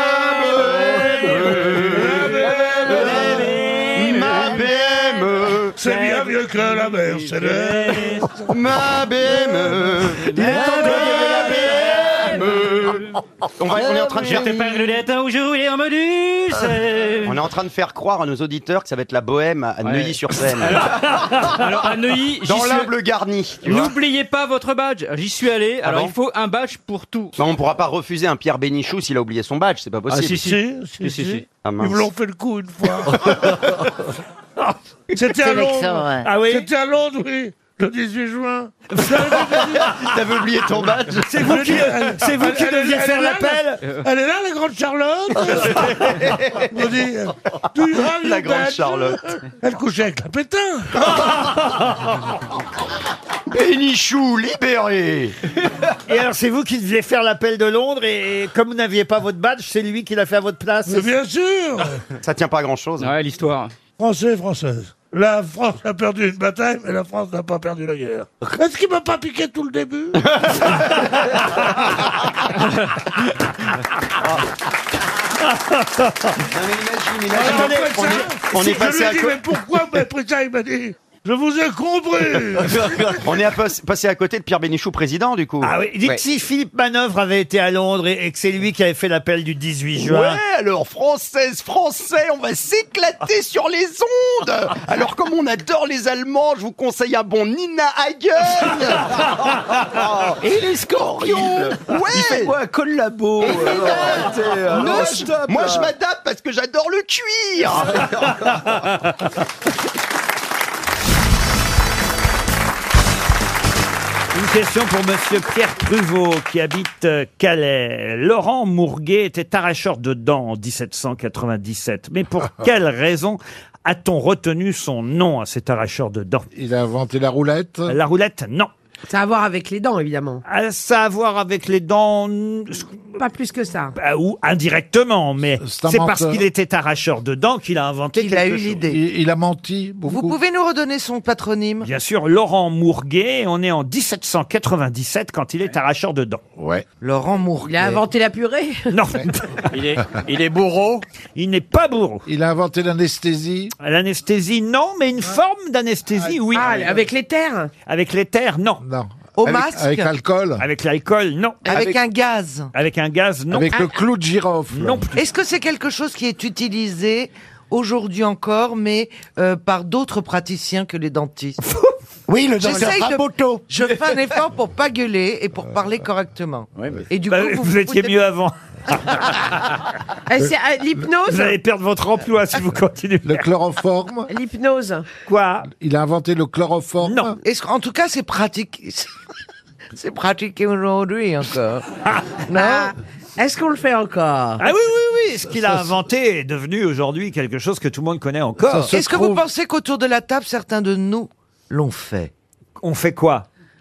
Ma B M, C'est bien mieux que la Mercedes. ma B M, il est temps de la B M. On, va, on est en train de Je faire, te parle d'un où je roulais en modus. on est en train de faire croire à nos auditeurs que ça va être la bohème à Ouais. Neuilly-sur-Seine. Alors à Neuilly, j'y Dans suis- l'humble garni. tu vois. N'oubliez pas votre badge. J'y suis allé. Ah Alors bon il faut un badge pour tout. Non, on pourra pas refuser un Pierre Bénichou s'il a oublié son badge, c'est pas possible. Ah, si, si. Si, si, Si, si, si. si. Ah, mince. Ils me l'ont fait le coup une fois. C'était à C'est vexant, Londres. ouais. Ah oui. C'était à Londres, oui. Le dix-huit juin. T'avais oublié ton badge. C'est vous qui, c'est vous qui Elle- elle- deviez elle faire est là, l'appel. Elle est là, la grande Charlotte. On dit, do you have La your grande badge Charlotte. Elle couchait avec la pétain. Bénichou, libéré. Et alors, c'est vous qui deviez faire l'appel de Londres et, et comme vous n'aviez pas votre badge, c'est lui qui l'a fait à votre place. Mais bien sûr. Ça tient pas à grand chose. Ouais, l'histoire. Français, française. La France a perdu une bataille, mais la France n'a pas perdu la guerre. Est-ce qu'il m'a pas piqué tout le début? Attendez, on est, on est passé je lui à ai dit, co- mais pourquoi vous m'avez pris ça? Il m'a dit, je vous ai compris. on est à pas- passé à côté de Pierre Bénichou président du coup. Ah oui, dites Ouais. si Philippe Manœuvre avait été à Londres et, et que c'est lui qui avait fait l'appel du dix-huit juin. Ouais, alors française, français, on va s'éclater sur les ondes. Alors comme on adore les Allemands, je vous conseille un bon Nina Hagen. Et les Scorpions. Ouais. Il fait quoi, un collabo euh, Non, je- moi je m'adapte parce que j'adore le cuir. Une question pour Monsieur Pierre Pruvot qui habite euh, Calais. Laurent Mourguet était arracheur de dents en dix-sept cent quatre-vingt-dix-sept. Mais pour quelle raison a-t-on retenu son nom à cet arracheur de dents? Il a inventé la roulette. La roulette, non. Ça a à voir avec les dents, évidemment. Ah, ça a à voir avec les dents, Pas plus que ça. bah, ou indirectement, mais C'est un c'est parce menteur. qu'il était arracheur de dents qu'il a inventé Il a quelque eu chose. l'idée. Il, il a menti beaucoup. Vous pouvez nous redonner son patronyme? Bien sûr, Laurent Mourguet, on est en dix-sept cent quatre-vingt-dix-sept quand il est arracheur de dents. Ouais. Laurent Mourguet. Il a inventé la purée. Non, Il est, il est bourreau. il n'est pas bourreau. Il a inventé l'anesthésie. L'anesthésie, non, mais une forme d'anesthésie, oui. Ah, avec les terres. Avec l'éther, non. Non. Au avec, masque? Avec l'alcool. Avec l'alcool, non. Avec, Avec- un gaz. Avec un gaz, non. Avec le clou de girofle. Non plus. Est-ce que c'est quelque chose qui est utilisé aujourd'hui encore, mais euh, par d'autres praticiens que les dentistes? Oui, le docteur J'essaye de- Rapoto. Je fais un effort pour pas gueuler et pour parler correctement. Et du Bah, coup, vous, vous, étiez foutez- mieux avant. Eh, c'est euh, l'hypnose. Vous allez perdre votre emploi si vous continuez. Le chloroforme. L'hypnose. Quoi? Il a inventé le chloroforme. Non. Est-ce qu'en tout cas, c'est pratique. C'est pratiqué aujourd'hui encore. Non? Ah, est-ce qu'on le fait encore? Ah oui, oui, oui. Ce qu'il a inventé est devenu aujourd'hui quelque chose que tout le monde connaît encore. Ça se Est-ce que vous trouve- pensez qu'autour de la table, certains de nous l'ont fait? On fait quoi?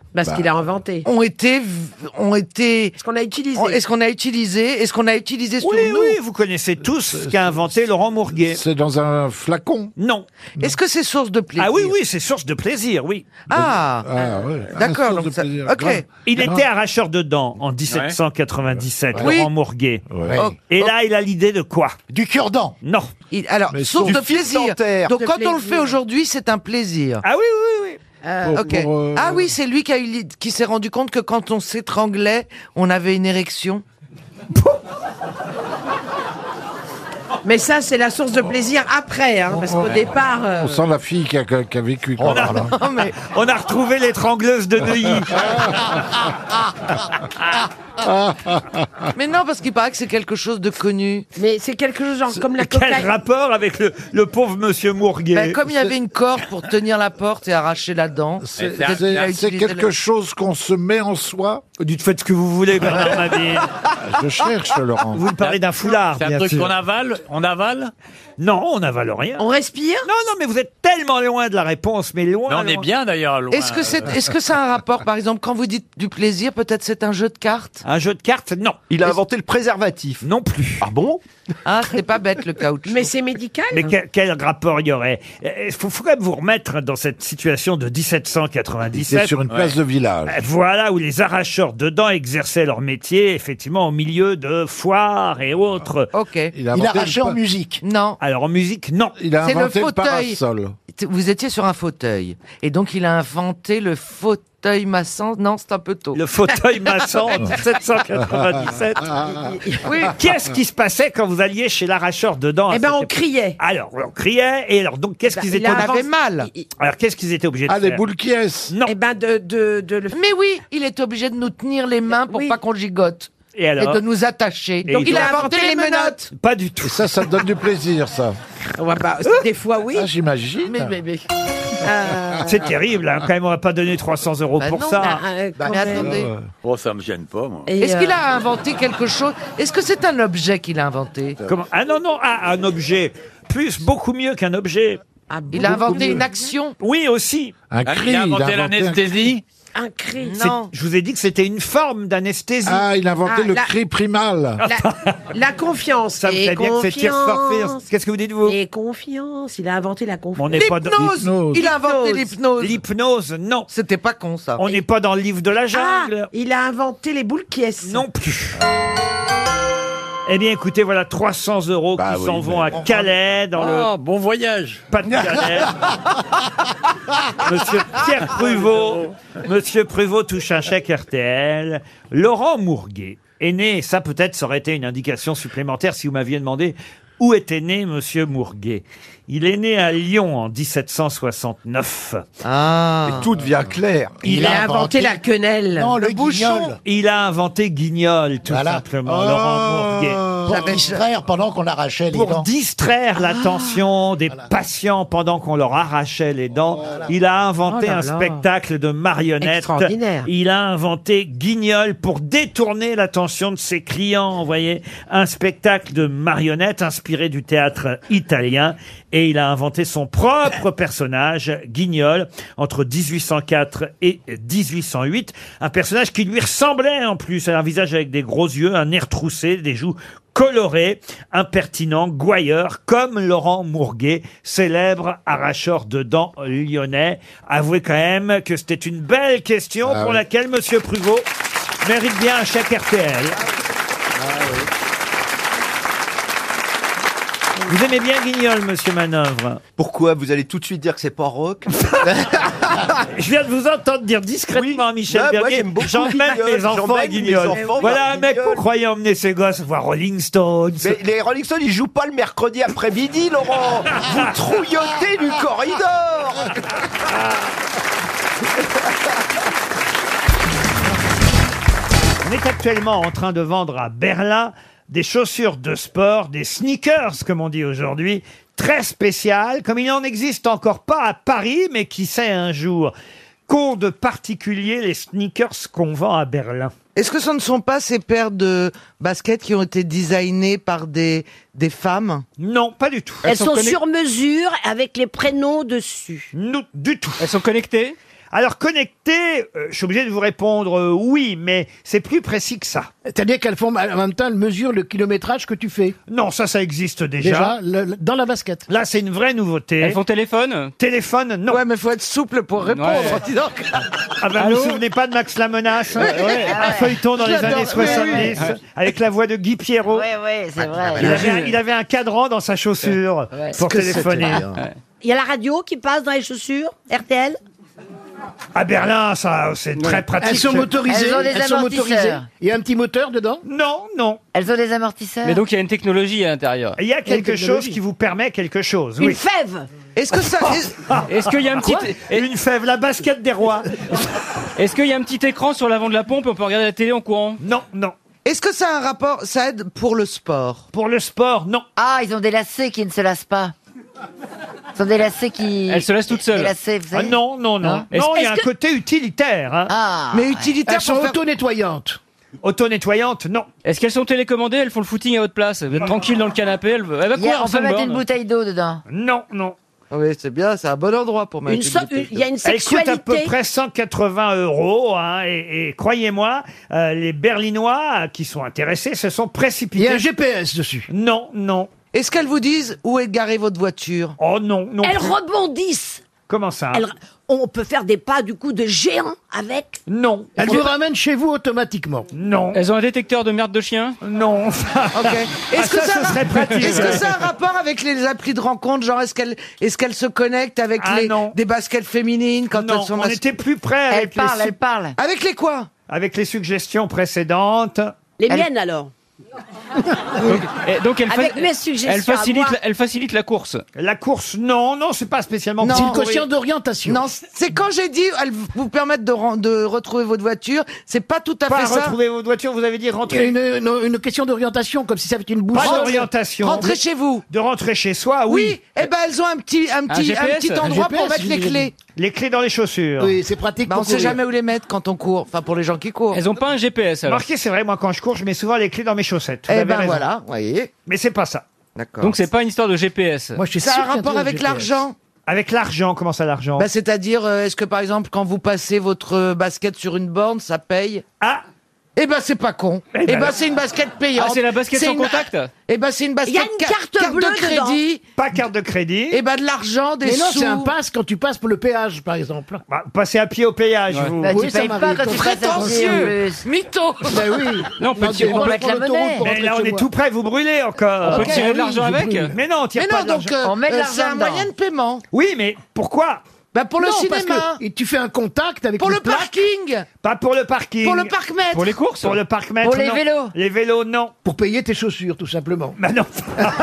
Parce Bah. qu'il a inventé. ont été, ont été, Est-ce qu'on a utilisé ont- est-ce qu'on a utilisé, est-ce qu'on a utilisé sur Oui, nous oui, vous connaissez tous ce qu'a inventé Laurent Mourguet. C'est dans un flacon. Non. Est-ce que c'est source de plaisir? Ah oui, oui, c'est source de plaisir, oui. Ah, Ah, ouais. d'accord. Ah, source donc de ça- plaisir. ok. Grave. Il Grave. était arracheur de dents en dix-sept cent quatre-vingt-dix-sept, Oui. Laurent Mourguet. Ouais. Oh, Et oh, là, il a l'idée de quoi? Du cure-dent. Non. il- alors, Mais source source de du fil plaisir. dentaire. Donc De quand on le plaisir. fait aujourd'hui, c'est un plaisir. Ah oui, oui, oui. Euh, Pour- Ok. pour, euh, Ah oui, c'est lui qui a eu l'id- qui s'est rendu compte que quand on s'étranglait, on avait une érection. Mais ça, c'est la source de plaisir après, hein, parce qu'au départ. euh, On sent la fille qui a, qui a vécu. Quoi, a- voilà. Non, mais On a retrouvé l'étrangleuse de Neuilly. mais non, parce qu'il paraît que c'est quelque chose de connu. Mais c'est quelque chose genre comme la Quel cocaïne. rapport avec le, le pauvre monsieur Mourguet? Ben, comme il y avait une corde pour tenir la porte et arracher la dent, C'est peut-être qu'il a c'est- c'est utilisé quelque le- chose qu'on se met en soi. Dites, faites ce que vous voulez, Bernard Mabille. Je cherche, Laurent. Vous me parlez d'un foulard, C'est un bien truc sûr. qu'on avale On avale Non, on n'avale rien. On respire. Non, non, mais vous êtes tellement loin de la réponse, mais loin. Mais on est loin. bien d'ailleurs. loin. Est-ce que c'est, est-ce que ça a un rapport, par exemple, quand vous dites du plaisir, peut-être c'est un jeu de cartes? Un jeu de cartes? Non. Il a inventé le préservatif. Non plus. Ah bon? Ah, c'est pas bête le caoutchouc. Mais c'est médical. Mais quel, quel rapport il y aurait? Il faut, faut quand même vous remettre dans cette situation de dix-sept cent quatre-vingt-dix-sept. C'est sur une place de village. Euh, Voilà où les arracheurs de dents exerçaient leur métier, effectivement, au milieu de foires et autres. Ok. Il a Il inventé a arraché le en pa- musique. Non. Alors en musique, non. Il a C'est le inventé le, fauteuil. parasol. Vous étiez sur un fauteuil. Et donc, il a inventé le fauteuil massant. Non, c'est un peu tôt. Le fauteuil maçon en dix-sept cent quatre-vingt-dix-sept. Oui. Qu'est-ce qui se passait quand vous alliez chez l'arracheur de dents? à Eh ben, cette on époque criait. Alors, on criait, et alors, donc, qu'est-ce Bah, qu'ils il étaient a On obligés avait avance- mal. il- il- Alors, qu'est-ce qu'ils étaient obligés de Ah, des faire? boules qui est. Non. Eh ben, de, de, de le. Mais oui, il est obligé de nous tenir les mains pour Oui. pas qu'on gigote. Et Et alors? de nous attacher. Et Donc, il il a a inventé les menottes. Pas du tout. Et ça, ça te donne du plaisir, ça. Ouais, bah, des fois, oui. Ah, j'imagine. Mais, mais, mais. Euh, C'est terrible, hein. Quand même, on va pas donner trois cents euros Bah pour non, ça. bah, euh, quand Mais même. attendez. Oh, ça me gêne pas, moi. Et, Est-ce qu'il euh, a inventé quelque chose? Est-ce que c'est un objet qu'il a inventé? Comment? Ah non, non, ah, un objet. Plus, beaucoup mieux qu'un objet. ah, bon, Il a inventé mieux. une action? Oui, aussi. Un Ah, cri. il a inventé un- l'anesthésie un cri. C'est- Non. Je vous ai dit que c'était une forme d'anesthésie. Ah, il a inventé Ah, le la- cri primal. La, la confiance. Ça me Et fait bien que c'est tire confiance. Qu'est-ce que vous dites, vous? Et confiance. Il a inventé la confiance. On n'est pas dans L'hypnose. L'hypnose. Il a inventé L'hypnose. l'hypnose. l'hypnose, non. C'était pas con, ça. On n'est pas dans le livre de la Ah, jungle. il a inventé les boules qui est. Non plus. Eh bien, écoutez, voilà trois cents euros Bah qui oui, s'en vont à Calais, dans Oh, bon voyage. le pas de Calais. Monsieur Pierre Pruvot, Monsieur Pruvot touche un chèque R T L. Laurent Mourguet est né, et ça peut-être, ça aurait été une indication supplémentaire si vous m'aviez demandé où était né Monsieur Mourguet. Il est né à Lyon en dix-sept cent soixante-neuf. Ah. Tout devient clair. Il, a inventé, la quenelle. Non, le, bouchon. Il a inventé Guignol, tout Voilà. simplement, Laurent Mourguet. Pour distraire pendant qu'on arrachait les Pour dents. distraire l'attention des patients pendant qu'on leur arrachait les dents, il a inventé Oh là un là. spectacle de marionnettes. Extraordinaire. Il a inventé Guignol pour détourner l'attention de ses clients. Vous voyez, un spectacle de marionnettes inspiré du théâtre italien. Et il a inventé son propre personnage, Guignol, entre dix-huit cent quatre et dix-huit cent huit. Un personnage qui lui ressemblait en plus. Un visage avec des gros yeux, un nez retroussé, des joues coloré, impertinent, gouailleur, comme Laurent Mourguet, célèbre arracheur de dents lyonnais. Avouez quand même que c'était une belle question Ah pour oui. laquelle Monsieur Pruvot mérite bien un chèque R T L. Vous aimez bien Guignol, Monsieur Manœuvre? Pourquoi? Vous allez tout de suite dire que c'est pas rock? Je viens de vous entendre dire discrètement à Michel Ouais, moi, Bernier, j'aime beaucoup j'emmène Guignol, mes enfants à j'emmène mes Guignol. enfants Voilà voir un mec Guignol. qu'on croyait emmener ses gosses voir Rolling Stones. Mais les Rolling Stones, ils jouent pas le mercredi après-midi, Laurent. Vous trouillotez du corridor. On est actuellement en train de vendre à Berlin des chaussures de sport, des sneakers, comme on dit aujourd'hui, très spéciales, comme il n'en existe encore pas à Paris, mais qui sait un jour. Qu'ont de particulier les sneakers qu'on vend à Berlin? Est-ce que ce ne sont pas ces paires de baskets qui ont été designées par des, des femmes? Non, pas du tout. Elles sont sur mesure avec les prénoms dessus. Non, du tout. Elles sont connectées? Alors connectées, euh, je suis obligé de vous répondre euh, oui, mais c'est plus précis que ça. C'est-à-dire qu'elles font en même temps, elles mesurent le kilométrage que tu fais. Non, ça, ça existe déjà. Déjà, le- le- dans la basket. Là, c'est une vraie nouveauté. Elles font téléphone Téléphone, non. Ouais, mais faut être souple pour répondre. Ouais. dis donc. Ah ben, vous Allô vous souvenez pas de Max la menace Ouais. Un feuilleton dans les J'adore. années soixante-dix, Oui, oui. avec la voix de Guy Pierrot. Oui, oui, c'est vrai. Il avait, un, il avait un cadran dans sa chaussure Ouais. pour Que téléphoner. c'était bien. Il y a la radio qui passe dans les chaussures, R T L. À Berlin, ça, c'est très pratique. Elles sont motorisées. Elles ont des sont amortisseurs. motorisées. Il y a un petit moteur dedans. Non, non. Elles ont des amortisseurs. Mais donc il y a une technologie à l'intérieur. Il y a quelque chose technologie. qui vous permet quelque chose. Une Oui. fève. Est-ce que ça. est- Est-ce qu'il y a un petit, Une fève, la basket des rois. est-ce qu'il y a un petit écran sur l'avant de la pompe et on peut regarder la télé en courant? Non, non. Est-ce que ça a un rapport. Ça aide pour le sport? Pour le sport, non. Ah, ils ont des lacets qui ne se lassent pas. Ils ont des lacets qui. Elles se lassent toutes seules. Des lacets, vous Ah savez. non, non, non. Hein Non, il y a un Est-ce que- côté utilitaire. Hein. Ah. Mais ouais. utilitaire Elles sont pour faire- auto-nettoyantes. Auto-nettoyante, non. Est-ce qu'elles sont télécommandées? Elles font le footing à votre place. Vous êtes tranquille dans le canapé. Elle, elle va Il y a- courir on en peut mettre une sunboard. bouteille d'eau dedans. Non, non. Oui, c'est bien, c'est un bon endroit pour mettre Une une so- bouteille une- Il y a une Elle coûte à peu sexualité. près cent quatre-vingts euros. Hein, et et croyez-moi, euh, les Berlinois euh, qui sont intéressés se sont Il y précipités. a un G P S dessus. Non, non. Est-ce qu'elles vous disent où est garée votre voiture? Oh non, non. Elles plus. rebondissent. Comment ça Elles- On peut faire des pas du coup de géant avec. Non. Elles vous ramènent chez vous automatiquement. Non. Elles ont un détecteur de merde de chien? Non. Ok. Ah, Est-ce que ça, ça, ce va- serait pratique. Est-ce que ça a un rapport avec les applis de rencontre? Genre, est-ce qu'elles est-ce qu'elles se connectent avec Ah, les, non. des baskets féminines quand Non, elles sont on mas- était plus près Elle avec, les, parle, su- elle parle. Avec les quoi? avec les suggestions précédentes. Les Elle- miennes alors. Donc, et donc elle, fa- Avec mes suggestions elle facilite, à moi. la, elle facilite la course. La course, non, non, c'est pas spécialement Non. C'est une pour courir. question d'orientation. Non, c'est quand j'ai dit elles vous permettent de, ren- de retrouver votre voiture, c'est pas tout à Pas fait ça. retrouver votre voiture, vous avez dit Il y a rentrer. une, une, une question d'orientation, comme si ça avait une Pas boussole. d'orientation. Rentrez chez vous. De rentrer chez soi, Oui, oui. eh ben elles ont un petit un petit G P S, un petit un endroit G P S, pour mettre les j'ai clés. Les clés dans les chaussures. Oui, c'est pratique Bah, on pour sait courir. jamais où les mettre quand on court. Enfin, pour les gens qui courent. Elles ont pas un G P S alors. Remarquez, c'est vrai, moi quand je cours, je mets souvent les clés dans mes chaussettes. Vous Eh avez ben raison. voilà, voyez. Mais c'est pas ça. D'accord. Donc c'est pas une histoire de G P S. Moi, je suis Ça a sûr un qu'il y rapport truc avec G P S. l'argent. Avec l'argent, comment ça l'argent Bah, c'est-à-dire, euh, est-ce que par exemple, quand vous passez votre euh, basket sur une borne, ça paye? Ah, Eh ben, c'est pas con. Eh Eh ben, ben, c'est une basket payante. Ah, c'est la basket C'est sans une- contact? Eh ben, c'est une basket. Il y a une ca- carte bleue de crédit. pas carte de crédit. Eh ben, de l'argent, des Mais non, sous. c'est un pass quand tu passes pour le péage, par exemple. Bah, passez à pied au péage, Ouais. vous. Bah, Oui, tu ça payes pas m'arrive. quand tu passes à pied en Prétentieux. plus. Mytho. Ben oui. Non, on peut Non, tirer- c'est on pas peut- avec la l'autoroute monnaie. pour Mais rentrer là, on chez est moi. tout près, vous brûlez encore. On peut Ok, tirer de oui, l'argent je avec? brûle. Mais non, on tire Mais pas non, d'argent. donc, euh, On met de euh, l'argent c'est un dedans. moyen de paiement. Oui, mais pourquoi Bah, pour le Non, parce cinéma. que et tu fais un contact avec Pour une le plaque. parking. Pas pour le parking. Pour le parc-mètre. Pour les courses? Pour le parc-mètre, Pour les non. vélos. Les vélos, non. Pour payer tes chaussures, tout simplement. Bah non.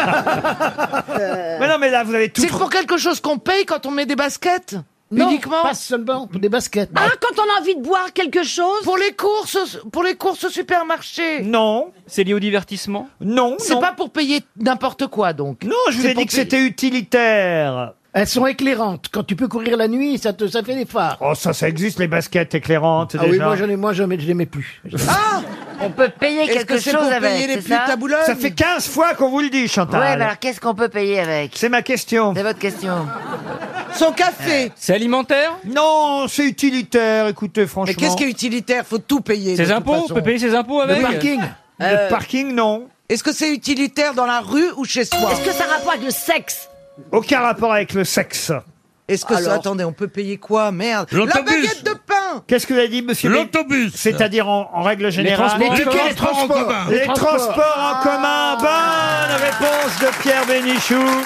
Mais non, mais là, vous avez tout. C'est pour quelque chose qu'on paye quand on met des baskets. Non, Uniquement. pas seulement pour des baskets. Ah, quand on a envie de boire quelque chose. Pour les courses, pour les courses au supermarché. Non, C'est lié au divertissement? non, C'est non. pas pour payer n'importe quoi, donc. Non, je vous C'est ai pour dit que payer- c'était utilitaire. Elles sont éclairantes. Quand tu peux courir la nuit, ça te ça fait des phares. Oh, ça, ça existe, les baskets éclairantes, Ah oui, déjà. moi j'en ai, moi j'en ai- je les mets plus. Ah, On peut payer est-ce quelque que c'est chose pour avec, payer les c'est putes ça? à Boulogne? Ça fait quinze fois qu'on vous le dit, Chantal. Ouais, mais alors qu'est-ce qu'on peut payer avec? C'est ma question. C'est votre question. Son café. C'est alimentaire? Non, c'est utilitaire, écoutez, franchement. Mais qu'est-ce qui est utilitaire? Faut tout payer. de Ses toute impôts? On façon. peut payer ses impôts avec? Le parking Euh, Le parking, non. Est-ce que c'est utilitaire dans la rue ou chez soi? Est-ce que ça a rapport avec le sexe? Aucun rapport avec le sexe. Est-ce que ça... Alors Attendez, on peut payer quoi? Merde. La L'autobus. baguette de pain. Qu'est-ce que vous avez dit, monsieur Bé- L'autobus. C'est-à-dire en, en règle générale transports. Les tickets, les transports en transports. commun. Les transports en commun. Bonne réponse de Pierre Bénichou.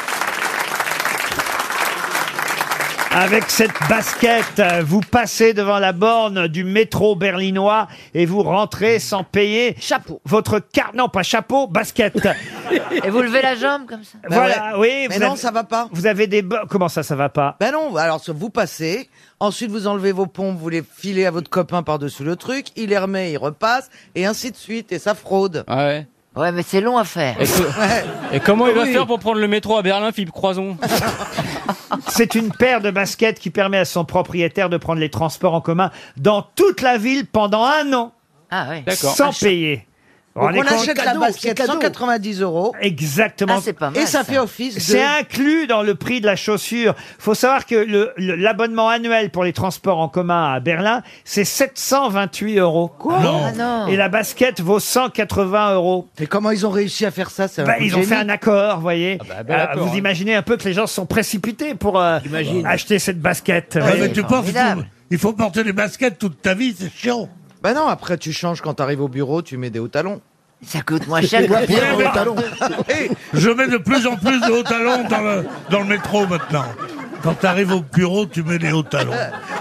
Avec cette basket, vous passez devant la borne du métro berlinois et vous rentrez sans payer Chapeau. votre carte. Non, pas chapeau, basket. Et vous levez la jambe comme ça? Voilà, oui. Mais vous non, avez- ça va pas. Vous avez des... bo- Comment ça, ça va pas? Ben non, alors vous passez, ensuite vous enlevez vos pompes, vous les filez à votre copain par-dessus le truc, il les remet, il repasse, et ainsi de suite, et ça fraude. Ah ouais. Ouais, mais c'est long à faire. Et, que- Ouais. et comment il va Oui. faire pour prendre le métro à Berlin, Philippe Croison? C'est une paire de baskets qui permet à son propriétaire de prendre les transports en commun dans toute la ville pendant un an, Ah oui. D'accord. sans payer. Vous vous Donc on rendez compte achète la cadeau, c'est basket cadeau. cent quatre-vingt-dix euros. Exactement. Ah, c'est pas mal. Et ça, ça. fait office de... C'est inclus dans le prix de la chaussure. Faut savoir que le- le- l'abonnement annuel pour les transports en commun à Berlin, c'est sept cent vingt-huit euros. Quoi Ah non. Et la basket vaut cent quatre-vingts euros. Mais comment ils ont réussi à faire ça? C'est un Bah, coup de ils ont génie. fait un accord, vous voyez. bah, bel Euh, accord, vous hein. imaginez un peu que les gens se sont précipités pour euh, acheter cette basket. Ouais, vous voyez. mais tu penses qu'il Formidable. faut, il faut porter des baskets toute ta vie, c'est chiant. Bah non, après tu changes quand t'arrives au bureau, tu mets des hauts talons. Ça coûte moins cher que Ouais, pierre mais- au talon. Je mets de plus en plus de hauts talons dans le, dans le métro maintenant. Quand tu arrives au bureau, tu mets les hauts talons.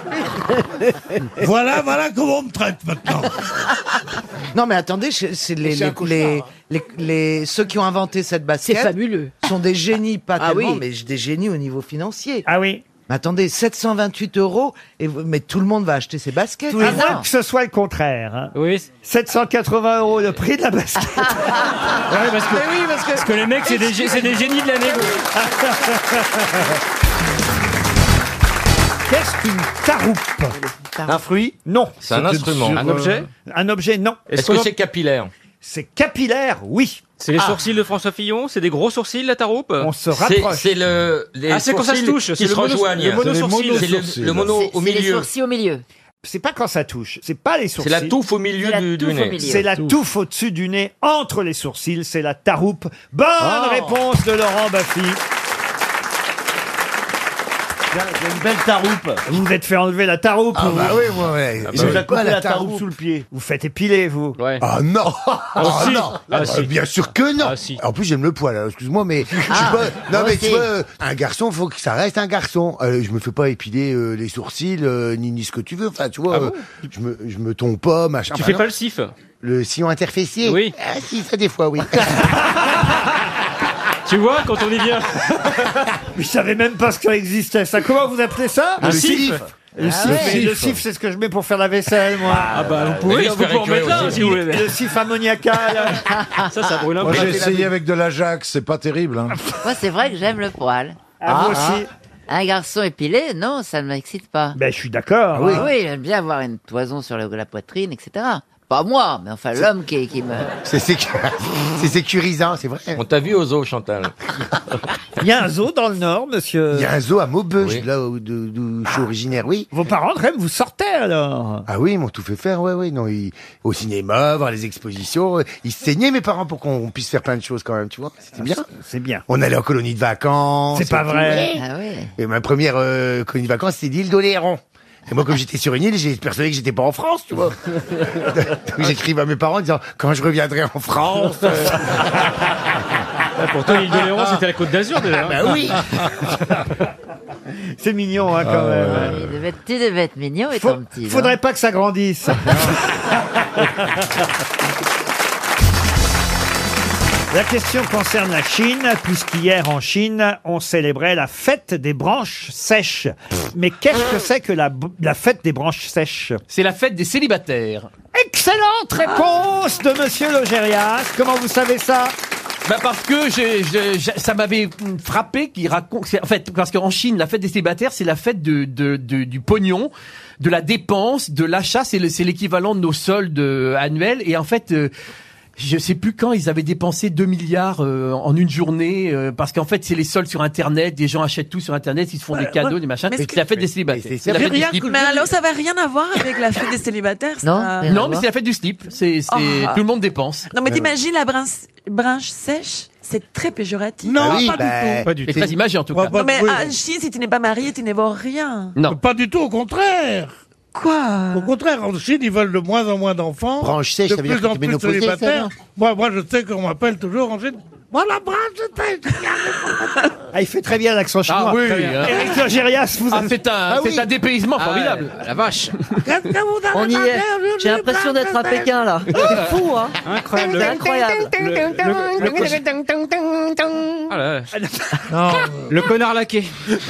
Voilà, voilà comment on me traite maintenant. Non mais attendez, c'est c'est les, C'est un les, cauchemar. les, les, les- ceux qui ont inventé cette basket. C'est fabuleux. Sont des génies, pas Ah tellement, oui. mais des génies au niveau financier. Ah oui. Mais attendez, sept cent vingt-huit euros, et vous- mais tout le monde va acheter ces baskets. Tous les mois que ce soit le contraire. hein. Oui. sept cent quatre-vingts euros le prix de la basket. Ouais, parce que, Mais oui, parce que... parce que les mecs, c'est des, gé- c'est des génies de la négo. Qu'est-ce qu'une taroupe? Un fruit? Non. C'est un instrument. Un objet Un objet, non. Est-ce que c'est capillaire? C'est capillaire, oui. C'est les sourcils de François Fillon? C'est des gros sourcils, la taroupe? On se C'est rapproche. c'est le, les Ah, c'est quand ça se sourcils touche, qui c'est se le mono- rejoignent. le monosourcil. C'est le, le mono C'est au c'est les milieu. sourcils au milieu. C'est pas quand ça touche. C'est pas les C'est sourcils. la touffe au milieu C'est la du, du touffe au nez. milieu. C'est la touffe au-dessus du nez, entre les sourcils. C'est la taroupe. Bonne Oh. réponse de Laurent Baffy. J'ai une belle taroupe. Vous vous êtes fait enlever la taroupe. Ah vous. bah oui, moi, ouais. J'ai C'est déjà quoi, coupé la la taroupe taroupe sous le pied. Vous faites épiler, vous. Ouais. Ah non Ah si. non Ah, Ah, si. Bien sûr que non Ah, si. En plus j'aime le poil, alors, excuse-moi, mais je suis Ah, pas... Non moi mais tu aussi. vois, un garçon, faut que ça reste un garçon. Euh, je me fais pas épiler euh, les sourcils, euh, ni, ni ce que tu veux, enfin tu vois, Ah bon euh, je me je me tombe pas, machin. Tu Enfin, fais non. pas le sif? Le sillon interfessier? Oui. Ah si, ça des fois, oui. Tu vois, quand on y vient. Je savais même pas ce que ça existait. Ça, comment vous appelez ça? Un Le sif. Le Ah sif, ouais. mais le sif, c'est ce que je mets pour faire la vaisselle, moi. Ah bah, vous pouvez, Mais vous il se fait pouvez en mettre récurer là, aussi. si vous voulez. Le sif ammoniacal. Ça, ça brûle un Moi, peu. j'ai essayé avec de l'Ajax, c'est pas terrible. Hein. Moi, c'est vrai que j'aime le poil. Ah, vous aussi. Un garçon épilé, non, ça ne m'excite pas. Ben, je suis d'accord. Oui, hein. oui, j'aime bien avoir une toison sur le- la poitrine, et cetera. Pas moi, mais enfin l'homme qui, qui me... C'est sécu- c'est sécurisant, c'est vrai. On t'a vu au zoo, Chantal. Il y a un zoo dans le Nord, monsieur. Il y a un zoo à Maubeuge, Oui. là où d'où d'où je suis originaire, oui. Vos parents, quand même, vous sortez alors. Ah oui, ils m'ont tout fait faire, ouais, ouais. Non, ils- au cinéma, voir les expositions. Ils se saignaient, mes parents, pour qu'on puisse faire plein de choses quand même, tu vois. C'était bien. C'est bien. On allait en colonie de vacances. C'est pas et tout. vrai. Ah oui. Et ma première euh, colonie de vacances, c'était l'île d'Oléron. Et moi, comme j'étais sur une île, j'ai persuadé que j'étais pas en France, tu vois. Donc j'écrivais à mes parents en disant, quand je reviendrai en France... euh, Ah, pourtant, l'île de Léron, c'était la Côte d'Azur déjà. bah oui. C'est mignon, hein, quand même. Ah, il devait être, tu devais être mignon Faut- étant petit. non faudrait pas que ça grandisse. La question concerne la Chine, puisqu'hier en Chine, on célébrait la fête des branches sèches. Mais qu'est-ce que c'est que la, b- la fête des branches sèches? C'est la fête des célibataires. Excellente réponse de Monsieur Logérias. Comment vous savez ça? Bah parce que j'ai- j'ai- j'ai- ça m'avait frappé qu'il raconte. c'est- En fait, parce qu'en Chine, la fête des célibataires, c'est la fête de, de, de- du pognon, de la dépense, de l'achat. C'est le- c'est l'équivalent de nos soldes euh, annuels. Et en fait. euh, je sais plus quand ils avaient dépensé deux milliards euh, en une journée euh, parce qu'en fait c'est les soldes sur internet, des gens achètent tout sur internet, ils se font des cadeaux, des machins. Mais C'est la fête des célibataires. C'est la fête du slip. Mais alors, ça va rien à voir avec la fête des célibataires ça Non, mais c'est la fête du slip. C'est c'est Ah. tout le monde dépense. Non, mais t'imagines la branche, branche sèche, c'est très péjoratif. Non, Ah oui, pas du bah, tout. pas du tout. C'est très imagé, en tout cas. Non, mais Oui. en Chine, si tu n'es pas marié, tu ne vaux rien. Non. Pas du tout, au contraire. Quoi? Au contraire, en Chine, ils veulent de moins en moins d'enfants. Branche sèche, de ça veut dire plus que en t'es plus ménopausé, ça, célibataires. non Moi, moi, je sais qu'on m'appelle toujours en Chine. Moi, la branche sèche. Ah, il fait très bien l'accent chinois. Ah oui, Très bien. hein. Éric Logérias, vous Ah, c'est un, Ah c'est oui. un dépaysement Ah formidable. ouais, la vache. On y est. J'ai l'impression d'être à Pékin, là. C'est fou, hein. Incroyable. C'est incroyable. Ah là. Non, le connard laqué.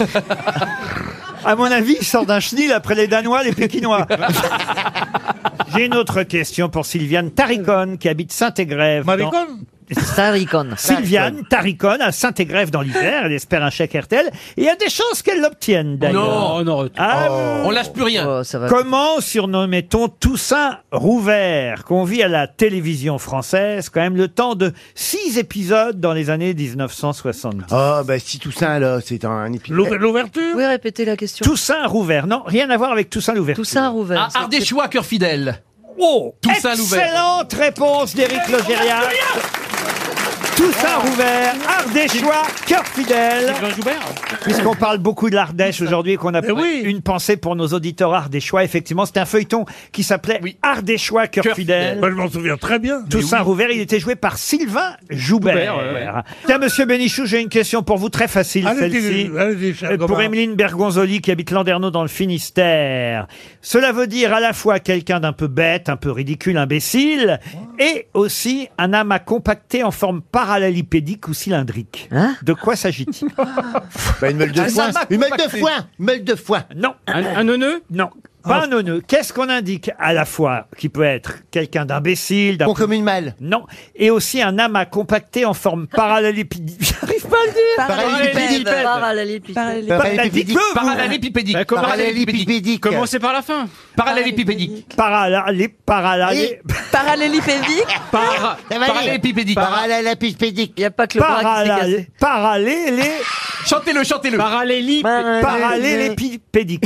À mon avis, il sort d'un chenil après les Danois, les Pékinois. J'ai une autre question pour Sylviane Taricone, qui habite Saint-Égrève. Maricone dans- Taricone. Sylviane Taricone à Saint-Égrève dans l'hiver. Elle espère un chèque R T L. Et il y a des chances qu'elle l'obtienne d'ailleurs. Non, non, Ah, on lâche plus rien. Oh, ça va. Comment surnommait-on Toussaint Rouvert, qu'on vit à la télévision française, quand même le temps de six épisodes dans les années dix-neuf cent soixante-dix. Oh, bah si Toussaint, là, c'est un épisode. L'ouver- L'ouverture Vous pouvez répéter la question? Toussaint Rouvert, non, rien à voir avec Toussaint Louverture. Toussaint Rouvert. Ah, Ardéchois, cœur fidèle. Oh, Toussaint Louverture. excellente réponse d'Éric Logérias. Toussaint Rouvert, Ardéchois, cœur fidèle. Puisqu'on parle beaucoup de l'Ardèche aujourd'hui et qu'on a oui. une pensée pour nos auditeurs ardéchois, effectivement, c'était un feuilleton qui s'appelait Ardéchois, cœur Cœur fidèle. fidèle. Moi, je m'en souviens très bien. Toussaint Rouvert, il était joué par Sylvain Joubert. Joubert, ouais, ouais. Tiens, monsieur Bénichou, j'ai une question pour vous très facile, Allez-y, celle-ci. allez-y, cher Euh, Pour Gomard. Emeline Bergonzoli qui habite Landerneau dans le Finistère. Cela veut dire à la fois quelqu'un d'un peu bête, un peu ridicule, imbécile, et aussi un amas compacté en forme parallélipédique ou cylindrique. Hein De quoi s'agit-il? Bah, une meule de Un foin. amas Une meule de compacté. foin. Une meule de foin. Non. Un, un neuneu Non. Pas un neuneu. Qu'est-ce qu'on indique à la fois qui peut être quelqu'un d'imbécile, d'un Bon peu- comme une malle. Non. Et aussi un amas compacté en forme parallélipédique. J'arrive pas à le dire. Parallélipédique. Parallélipédique. Parallélipédique. Parallélépipédique. Bah, comment- Parallélipédique. Commencez par la fin. Parallélépipédique. Parallélé, parallélé, Parallélipédique. Par- Parallélépipédique. Parallélipédique. Il n'y a pas que le bras qui s'est cassé. parallélé, parallélé, Chantez-le, chantez-le. Parallélipe. parallélépipédique.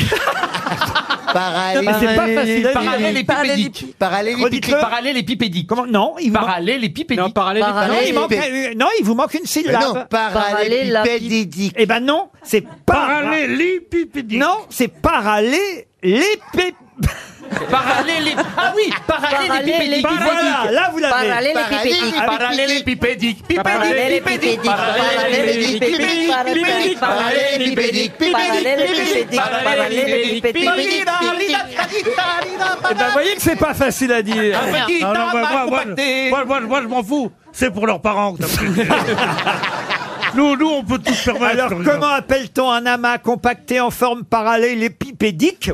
C'est pas facile à dire. Parallélépipédique. Parallélipédique. Redites-le. Parallélépipédique. Comment? Non, il vous manque, Parallélépipédique. Non, parallélipédique. non, il manque, Parallélépé- non, il vous manque une Mais syllabe. non, parallélipédique. Eh ben non, c'est Parallélipédique. Non, c'est parallélépé. Parallélé. Ah oui, parallélépipédique. Voilà, là vous l'avez. Parallélépipédique. Parallélépipédique. Parallélépipédique. Parallélépipédique. Parallélépipédique. Parallélépipédique. Parallélépipédique. Parallélépipédique. Eh ben, voyez que c'est pas facile à dire. Un petit Non, non, moi, amas moi, moi, compacté. moi, moi, moi, je m'en fous. C'est pour leurs parents que t'as pris. Nous, nous, on peut tout se permettre. Alors, comment appelle-t-on un amas compacté en forme parallélépipédique?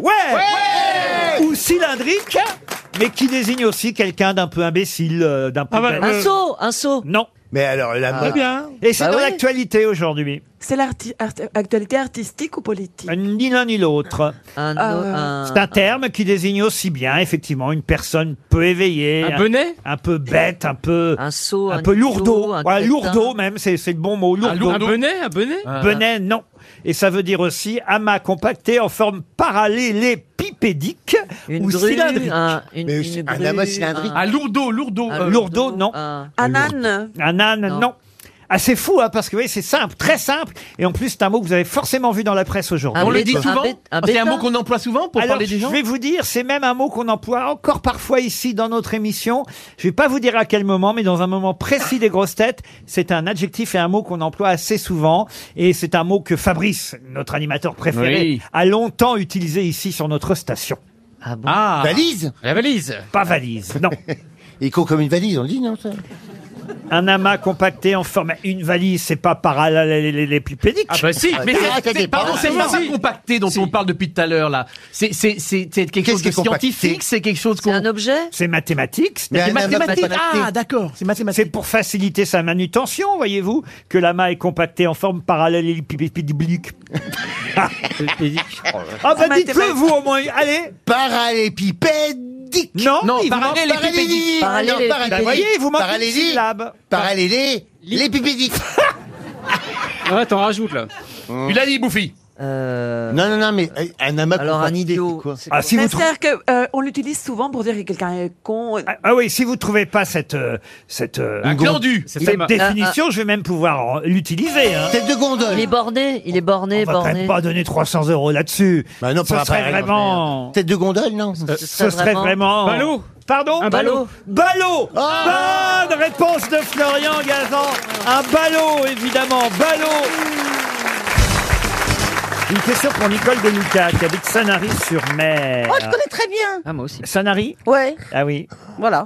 Ouais, Ou cylindrique, mais qui désigne aussi quelqu'un d'un peu imbécile, euh, d'un peu Ah bah, bête. Un seau, un seau. Non. Mais alors, la Très bien. Et c'est Bah dans oui. l'actualité aujourd'hui. C'est l'actualité artistique ou politique? Euh, Ni l'un ni l'autre. Un, Ah, un- C'est un terme qui désigne aussi bien, effectivement, une personne peu éveillée. Un bonnet. Un peu bête, un peu... un seau, un un peu idiot, lourdeau. un Ouais, crétin. lourdeau même, c'est c'est le bon mot. Un, Lourdeau. un bonnet, un bonnet. Benet, non. Et ça veut dire aussi amas compacté en forme parallélépipédique Une ou grue, cylindrique. un, une, Mais une un grue, amas cylindrique. Un lourdeau, lourdeau. un euh, lourdeau, non. un- Un âne. Un âne, Non. non. Ah, c'est fou, hein, parce que oui, c'est simple, très simple. Et en plus, c'est un mot que vous avez forcément vu dans la presse aujourd'hui. Un On le dit bêta- souvent. un bêta- un C'est un bêta. mot qu'on emploie souvent pour Alors, parler des je gens. vais vous dire, c'est même un mot qu'on emploie encore parfois ici dans notre émission. Je vais pas vous dire à quel moment, mais dans un moment précis des grosses têtes, c'est un adjectif et un mot qu'on emploie assez souvent. Et c'est un mot que Fabrice, notre animateur préféré, Oui. a longtemps utilisé ici sur notre station. Ah bon? Ah. Valise. La valise. Pas valise, non. Il est con comme une valise, on le dit, non ça Un amas compacté en forme. Une valise, c'est pas parallélépipédique. Ah bah si. Mais Ah, c'est- ça c'est, dépend. pardon, c'est Si, pas si. compacté dont on parle depuis tout à l'heure là. C'est c'est c'est c'est quelque Qu'est-ce chose qui de est compacté scientifique, c'est quelque chose C'est qu'on. un objet? C'est mathématique. c'est- Mais un amas mathématique. compacté. Ah d'accord, c'est C'est mathématique. pour faciliter sa manutention, voyez-vous, que l'amas est compacté en forme parallélépipédique. Ah bah dites-le vous au moins. Allez. Parallélépipédique. Non, Non, il vous manque- parallélépipédique. Parallélépipédique. Parallélépipédique. Bah, voyez, il vous manque une Parallélie. syllabe. Parallélépipédique. Ouais, t'en rajoutes là. Tu l'as dit, Bouffi. Euh, Non, non, non, mais euh, un amas alors un compacté, idiot. c'est quoi c'est Ah, quoi si vous Mais trouvez. c'est-à-dire que euh, on l'utilise souvent pour dire que quelqu'un est con. Ah, ah oui, si vous trouvez pas cette euh, cette euh, Un glandu. cette C'est ma- définition, je vais même pouvoir euh, l'utiliser. Hein. Tête de gondole. Il est borné, il est borné, On va quand borné. même pas donner trois cents euros là-dessus. Bah non, Ce pas serait pareil. vraiment. Tête de gondole, non Ce Ce serait vraiment. Ballot. Pardon Un ballot. Ballot. Ah. Bonne réponse de Florian Gazan. Un ballot, évidemment. Ballot. Une question pour Nicole Deluca, qui habite Sanary-sur-Mer. Oh, je connais très bien. Ah, moi aussi. Sanary? Ouais, Ah oui. voilà.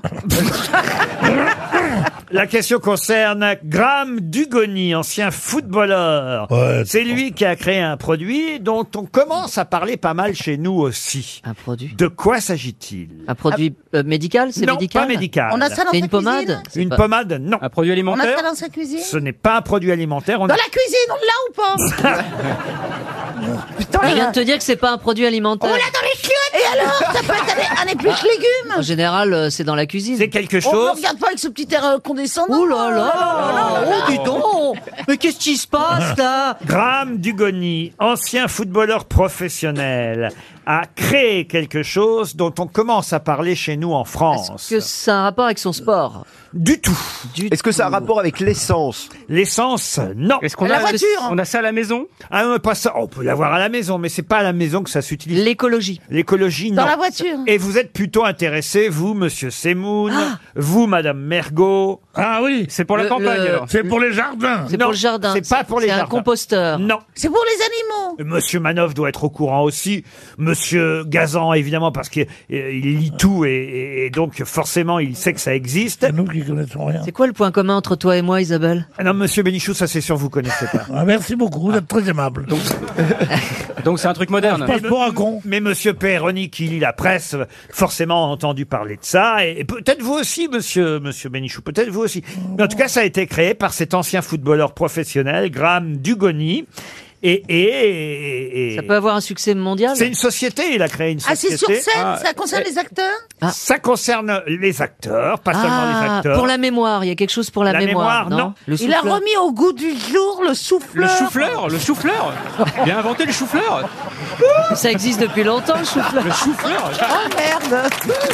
La question concerne Graham Dugoni, ancien footballeur. C'est lui qui a créé un produit dont on commence à parler pas mal chez nous aussi. Un produit. De quoi s'agit-il? Un produit euh, médical, c'est Non, médical. pas médical. On a ça dans C'est sa une pommade. cuisine C'est Une pas- pommade, non. Un produit On a alimentaire ça dans sa cuisine Ce n'est pas un produit alimentaire. On Dans a- la cuisine, on l'a ou pas Putain, Je viens de te dire que c'est pas un produit alimentaire. on l'a dans les chiottes. Et alors, ça peut être un, un épluche légumes. En général, euh, c'est dans la cuisine. C'est quelque On ne chose. regarde pas avec ce petit air euh, condescendant. Oh là là, oh dis donc. Mais qu'est-ce qui se passe là? Graham Dugoni, ancien footballeur professionnel, a créé quelque chose dont on commence à parler chez nous en France. Est-ce que ça a un rapport avec son sport? Du tout. Est-ce que ça a un rapport avec l'essence? L'essence, non. Est-ce qu'on La a, voiture. on a ça à la maison? Ah non, pas ça. On peut l'avoir à la maison, mais c'est pas à la maison que ça s'utilise. L'écologie. L'écologie, non. Dans la voiture. Et vous êtes plutôt intéressé, vous, monsieur Semoun, Ah. vous, madame Mergot. Ah oui, C'est pour la Le- campagne le- alors. c'est pour les jardins. C'est Non, pour le jardin. c'est pas pour les C'est un jardins. composteur. Non. C'est pour les animaux. Monsieur Manoff doit être au courant aussi. Monsieur Gazan, évidemment, parce qu'il euh, il lit tout et, et- et donc forcément il sait que ça existe. C'est nous qui connaissons rien. C'est quoi le point commun entre toi et moi, Isabelle? Ah non, monsieur Bénichou, ça c'est sûr, vous connaissez pas. Ah, merci beaucoup, vous êtes très aimable. Donc, Donc c'est un truc moderne. passe pour un con. Mais monsieur Perroni, qui lit la presse, forcément a entendu parler de ça. Et, et peut-être vous aussi, monsieur, monsieur Bénichou, peut-être vous aussi. Mais en tout cas, ça a été créé par cet ancien footballeur professionnel, Graham Dugoni. Et, et, et- et- Ça peut avoir un succès mondial? c'est une société, il a créé une Ah, c'est société. sur scène, Ah, ça concerne les acteurs Ça concerne les acteurs, pas seulement les Ah, acteurs. pour la mémoire, il y a quelque chose pour la, La mémoire, non. Le Il a souffleur. remis au goût du jour le Le souffleur. chou-fleur, le chou-fleur. Bien inventé le chou-fleur. Ça existe depuis longtemps, le souffleur. Le chou-fleur. Oh merde.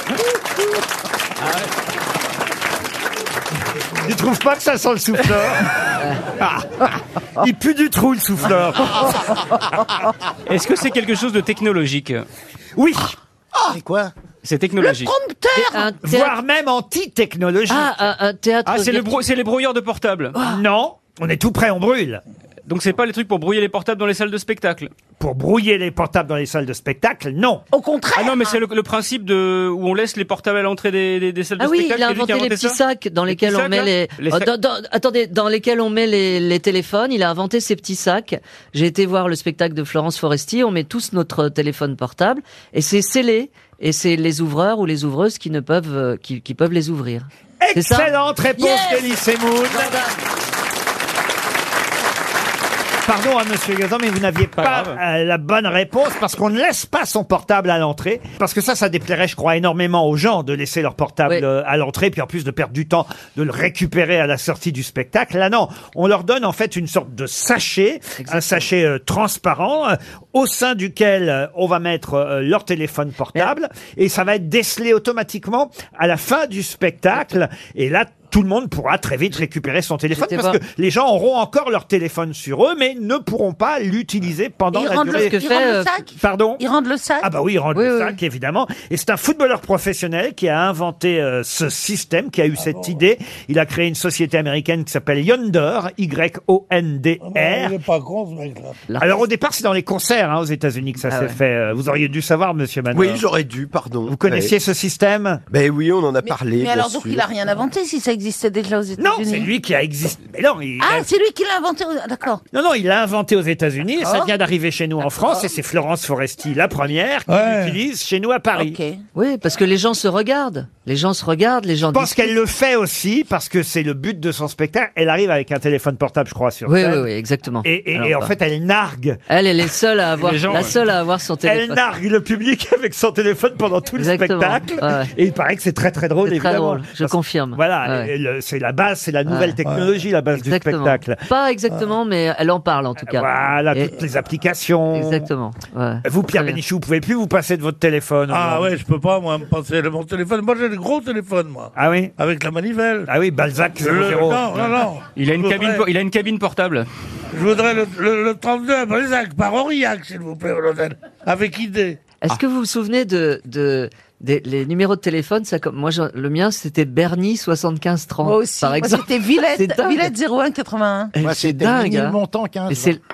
Tu trouves pas que ça sent le souffleur? Ah. Il pue du trou, le souffleur. Est-ce que c'est quelque chose de technologique? Oui. C'est quoi? C'est technologique. Prompteur. Un théâtre- Voire même anti-technologique. Ah, un, un théâtre. Ah, c'est, le virtuel. brou- c'est les brouilleurs de portables. Non, on est tout prêt, on brûle. Donc c'est pas les trucs pour brouiller les portables dans les salles de spectacle. Pour brouiller les portables dans les salles de spectacle, non. Au contraire. Ah non, mais c'est le, le principe de où on laisse les portables à l'entrée des, des, des salles de Ah oui, spectacle. il a C'est lui qui inventé les petits ça sacs dans Les lesquels petits on met sacs, les. là Les Oh, sacs- dans- dans- attendez, dans lesquels on met les, les téléphones. Il a inventé ces petits sacs. J'ai été voir le spectacle de Florence Foresti. On met tous notre téléphone portable et c'est scellé. Et c'est les ouvreurs ou les ouvreuses qui ne peuvent, euh, qui, qui peuvent les ouvrir. C'est ça Excellente réponse Yes d'Elie Semoun. Pardon à monsieur Gazan, mais vous n'aviez pas, grave. euh, la bonne réponse parce qu'on ne laisse pas son portable à l'entrée. Parce que ça, ça déplairait, je crois, énormément aux gens de laisser leur portable Oui. euh, à l'entrée, puis en plus de perdre du temps de le récupérer à la sortie du spectacle. Là, non, on leur donne en fait une sorte de sachet, un sachet euh, transparent, euh, au sein duquel euh, on va mettre euh, leur téléphone portable, et ça va être décelé automatiquement à la fin du spectacle. Et là, tout le monde pourra très vite récupérer son téléphone J'étais parce voir- que les gens auront encore leur téléphone sur eux, mais ne pourront pas l'utiliser pendant Ils la rendent durée. le, que ils fait, rendent le euh, sac. Pardon Ils rendent le sac. Ah bah oui, ils rendent Oui, le oui, sac, évidemment. Et c'est un footballeur professionnel qui a inventé euh, ce système, qui a eu cette idée. Il a créé une société américaine qui s'appelle Yonder, Y O N D Il R. est pas con, ce mec-là. Alors au départ, c'est dans les concerts hein, aux États-Unis que ça Ah s'est ouais. fait. Euh, Vous auriez dû savoir, monsieur Manon. Oui, j'aurais dû, pardon. Vous connaissiez ce système? Ben oui, on en a Mais, parlé. mais bien alors donc sûr. il a rien inventé si ça existait déjà aux États-Unis. Non, c'est lui qui a existé. Mais non, il Ah, a- c'est lui qui l'a inventé. au- D'accord. non, non, il l'a inventé aux États-Unis et ça D'accord. vient d'arriver chez nous en France et c'est Florence Foresti, la première, qui Ouais. l'utilise chez nous à Paris. Ok. Oui, parce que les gens se regardent. Les gens se regardent, les gens Je pense discutent. qu'elle le fait aussi parce que c'est le but de son spectacle. Elle arrive avec un téléphone portable, je crois, sur Oui, scène. oui, oui, exactement. Et, et- Alors, et en bah, fait, elle nargue. elle, elle est seule à avoir, Les gens, la ouais. seule à avoir son Elle téléphone. nargue le public avec son téléphone pendant tout Exactement. le spectacle. Ouais, ouais. Et il paraît que c'est très très drôle, C'est très évidemment. drôle, je Parce- confirme. Voilà, Ouais, ouais. et le- c'est la base, c'est la nouvelle Ouais. technologie, la base Exactement. du spectacle. Pas exactement, mais elle en parle en tout cas. Voilà, Et- toutes les applications. Exactement. Ouais. Vous, Pierre Très bien. Bénichou, vous pouvez plus vous passer de votre téléphone. Ah aujourd'hui. ouais, je peux pas, moi, me passer de mon téléphone. Moi, j'ai des gros téléphones, moi. Ah oui Avec la manivelle. Ah oui, Balzac zéro Le- zéro. non, non, non. Il a une Je cabine, voudrais- il a une cabine portable. Je voudrais le, le, le trente-deux à Balzac, par Aurillac, s'il vous plaît, au l'hôtel. Avec idée. Est-ce que vous vous souvenez de, de, des les numéros de téléphone ça, comme, moi, je- le mien, c'était Bernie soixante-quinze trente. Moi aussi. Par Moi, exemple. c'était Villette, C'est dingue. Villette zéro un quatre-vingt-un. Et Moi, c'est c'était dingue. Mini hein. Montant quinze. Et c'est,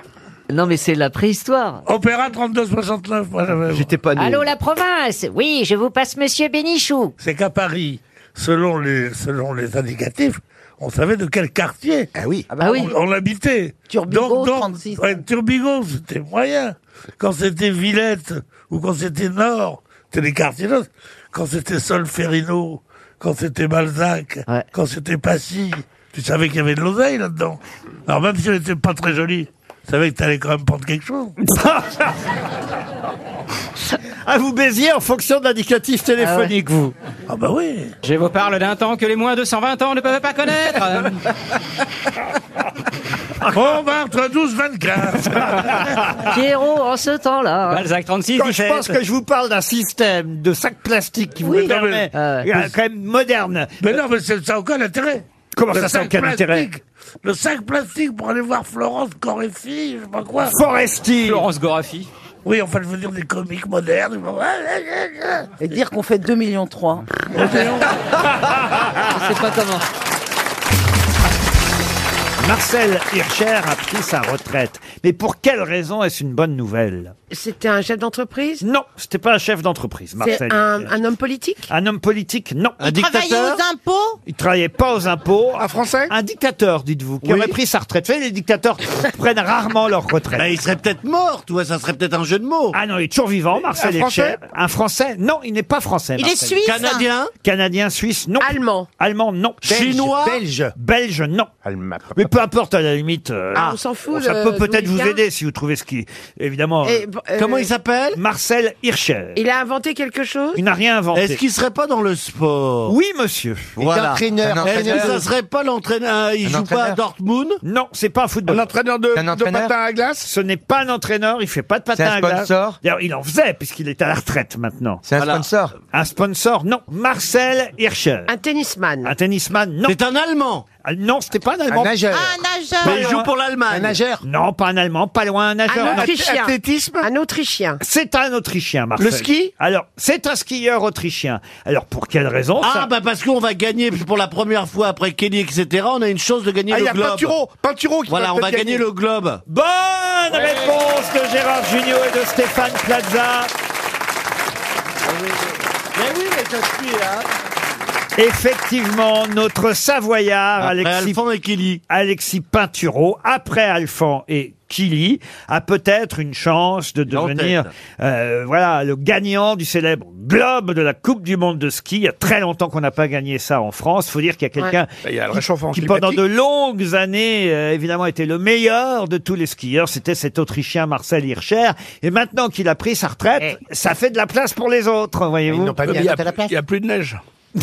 Non, mais c'est la préhistoire. Opéra trente-deux soixante-neuf, moi j'avais. J'étais pas né. Allô, la province? Oui, je vous passe Monsieur Bénichou. C'est qu'à Paris, selon les, selon les indicatifs, on savait de quel quartier Ah oui. Ah bah oui. on, on habitait. Turbigo, donc, donc, trente-six. ouais, Turbigo, c'était moyen. Quand c'était Villette ou quand c'était Nord, c'était les quartiers nord. Quand c'était Solferino, quand c'était Balzac, Ouais. quand c'était Passy, tu savais qu'il y avait de l'oseille là-dedans. Alors même si elle n'était pas très jolie, tu savais que t'allais quand même prendre quelque chose. Ah, vous baisiez en fonction de l'indicatif téléphonique, vous. Ah bah oui. Je vous parle d'un temps que les moins de cent vingt ans ne peuvent pas connaître. Bon, bah, entre douze vingt-quatre. Pierrot, en ce temps-là. Balzac trente-six, Quand je dix-sept. pense que je vous parle d'un système de sac plastique qui vous Oui, permet, non, mais- euh, quand même moderne. Mais non, mais c'est- ça n'a aucun intérêt. Comment Le ça, ça n'a sac aucun intérêt? plastique, Le sac plastique pour aller voir Florence Coréfi, je sais pas quoi. Foresti. Florence Gorafi. Oui, enfin, je veux dire des comiques modernes. ils vont- Et dire qu'on fait deux millions trois. Je sais pas comment. Marcel Hirscher a pris sa retraite. Mais pour quelle raison est-ce une bonne nouvelle? C'était un chef d'entreprise? Non, c'était pas un chef d'entreprise, C'est Marcel un, Hirscher. un homme politique? Un homme politique, non. Il travaillait aux impôts? Il travaillait pas aux impôts. Un Français? Un dictateur, dites-vous, qui Oui. aurait pris sa retraite. Vous savez, les dictateurs prennent rarement leur retraite. Bah, il serait peut-être mort, tu vois, ça serait peut-être un jeu de mots. Ah non, il est toujours vivant, Marcel Un Français Hirscher. Un Français? Non, il n'est pas français. Il est Marcel. suisse? Canadien? Canadien, suisse, non. Allemand? Allemand, non. Chinois? Belge. Belge, non. Allemand. Mais peu importe, à la limite. euh, Ah, on s'en fout, bon, ça le- peut peut-être d'où il vous vient. aider si vous trouvez ce qui, évidemment. Et, euh, euh, Comment il s'appelle? Marcel Hirscher. Il a inventé quelque chose? Il n'a rien inventé. Est-ce qu'il serait pas dans le sport? Oui, monsieur. Voilà. Entraîneur. Un Est-ce entraîneur. que ça serait pas l'entraîneur? Il Un joue pas à entraîneur. Dortmund? Non, c'est pas un football. Un entraîneur de, Un de entraîneur patin à glace? Ce n'est pas un entraîneur, il fait pas de C'est patin un à glace. sponsor D'ailleurs, il en faisait puisqu'il est à la retraite maintenant. C'est un Voilà. sponsor. Un sponsor, non. Marcel Hirscher. Un tennisman? Un tennisman, non. C'est un Allemand. Ah, non, c'était pas un Allemand. Un nageur. Ah, un nageur. Mais il joue loin. pour Un l'Allemagne. nageur. Non, pas un Allemand, pas loin, un nageur. Un non. Autrichien? Athlétisme? Un Autrichien? C'est un Autrichien, Marcel. Le ski? Alors, c'est un skieur autrichien. Alors, pour quelle raison Ah, ça bah parce qu'on va gagner pour la première fois après Kelly, et cetera. On a une chance de gagner Ah, il y le a globe. Pinturo. Pinturo qui Voilà, va on va peut-être gagner le globe. Bonne réponse de Gérard Junior et de Stéphane Plaza. Mais oui, mais ça suit, hein. Effectivement, notre Savoyard, Après Alexis, Alphand et Kelly. Alexis Pinturo, après Alphand et Killy, a peut-être une chance de en devenir, tête. euh, voilà, le gagnant du célèbre globe de la Coupe du Monde de ski. Il y a très longtemps qu'on n'a pas gagné ça en France. Faut dire qu'il y a quelqu'un Il y a le réchauffement qui, climatique. pendant de longues années, euh, évidemment, était le meilleur de tous les skieurs. C'était cet Autrichien Marcel Hirscher. Et maintenant qu'il a pris sa retraite, ça fait de la place pour les autres, voyez-vous. Ils n'ont pas mis Il y à a, la place. il y a plus de neige. Il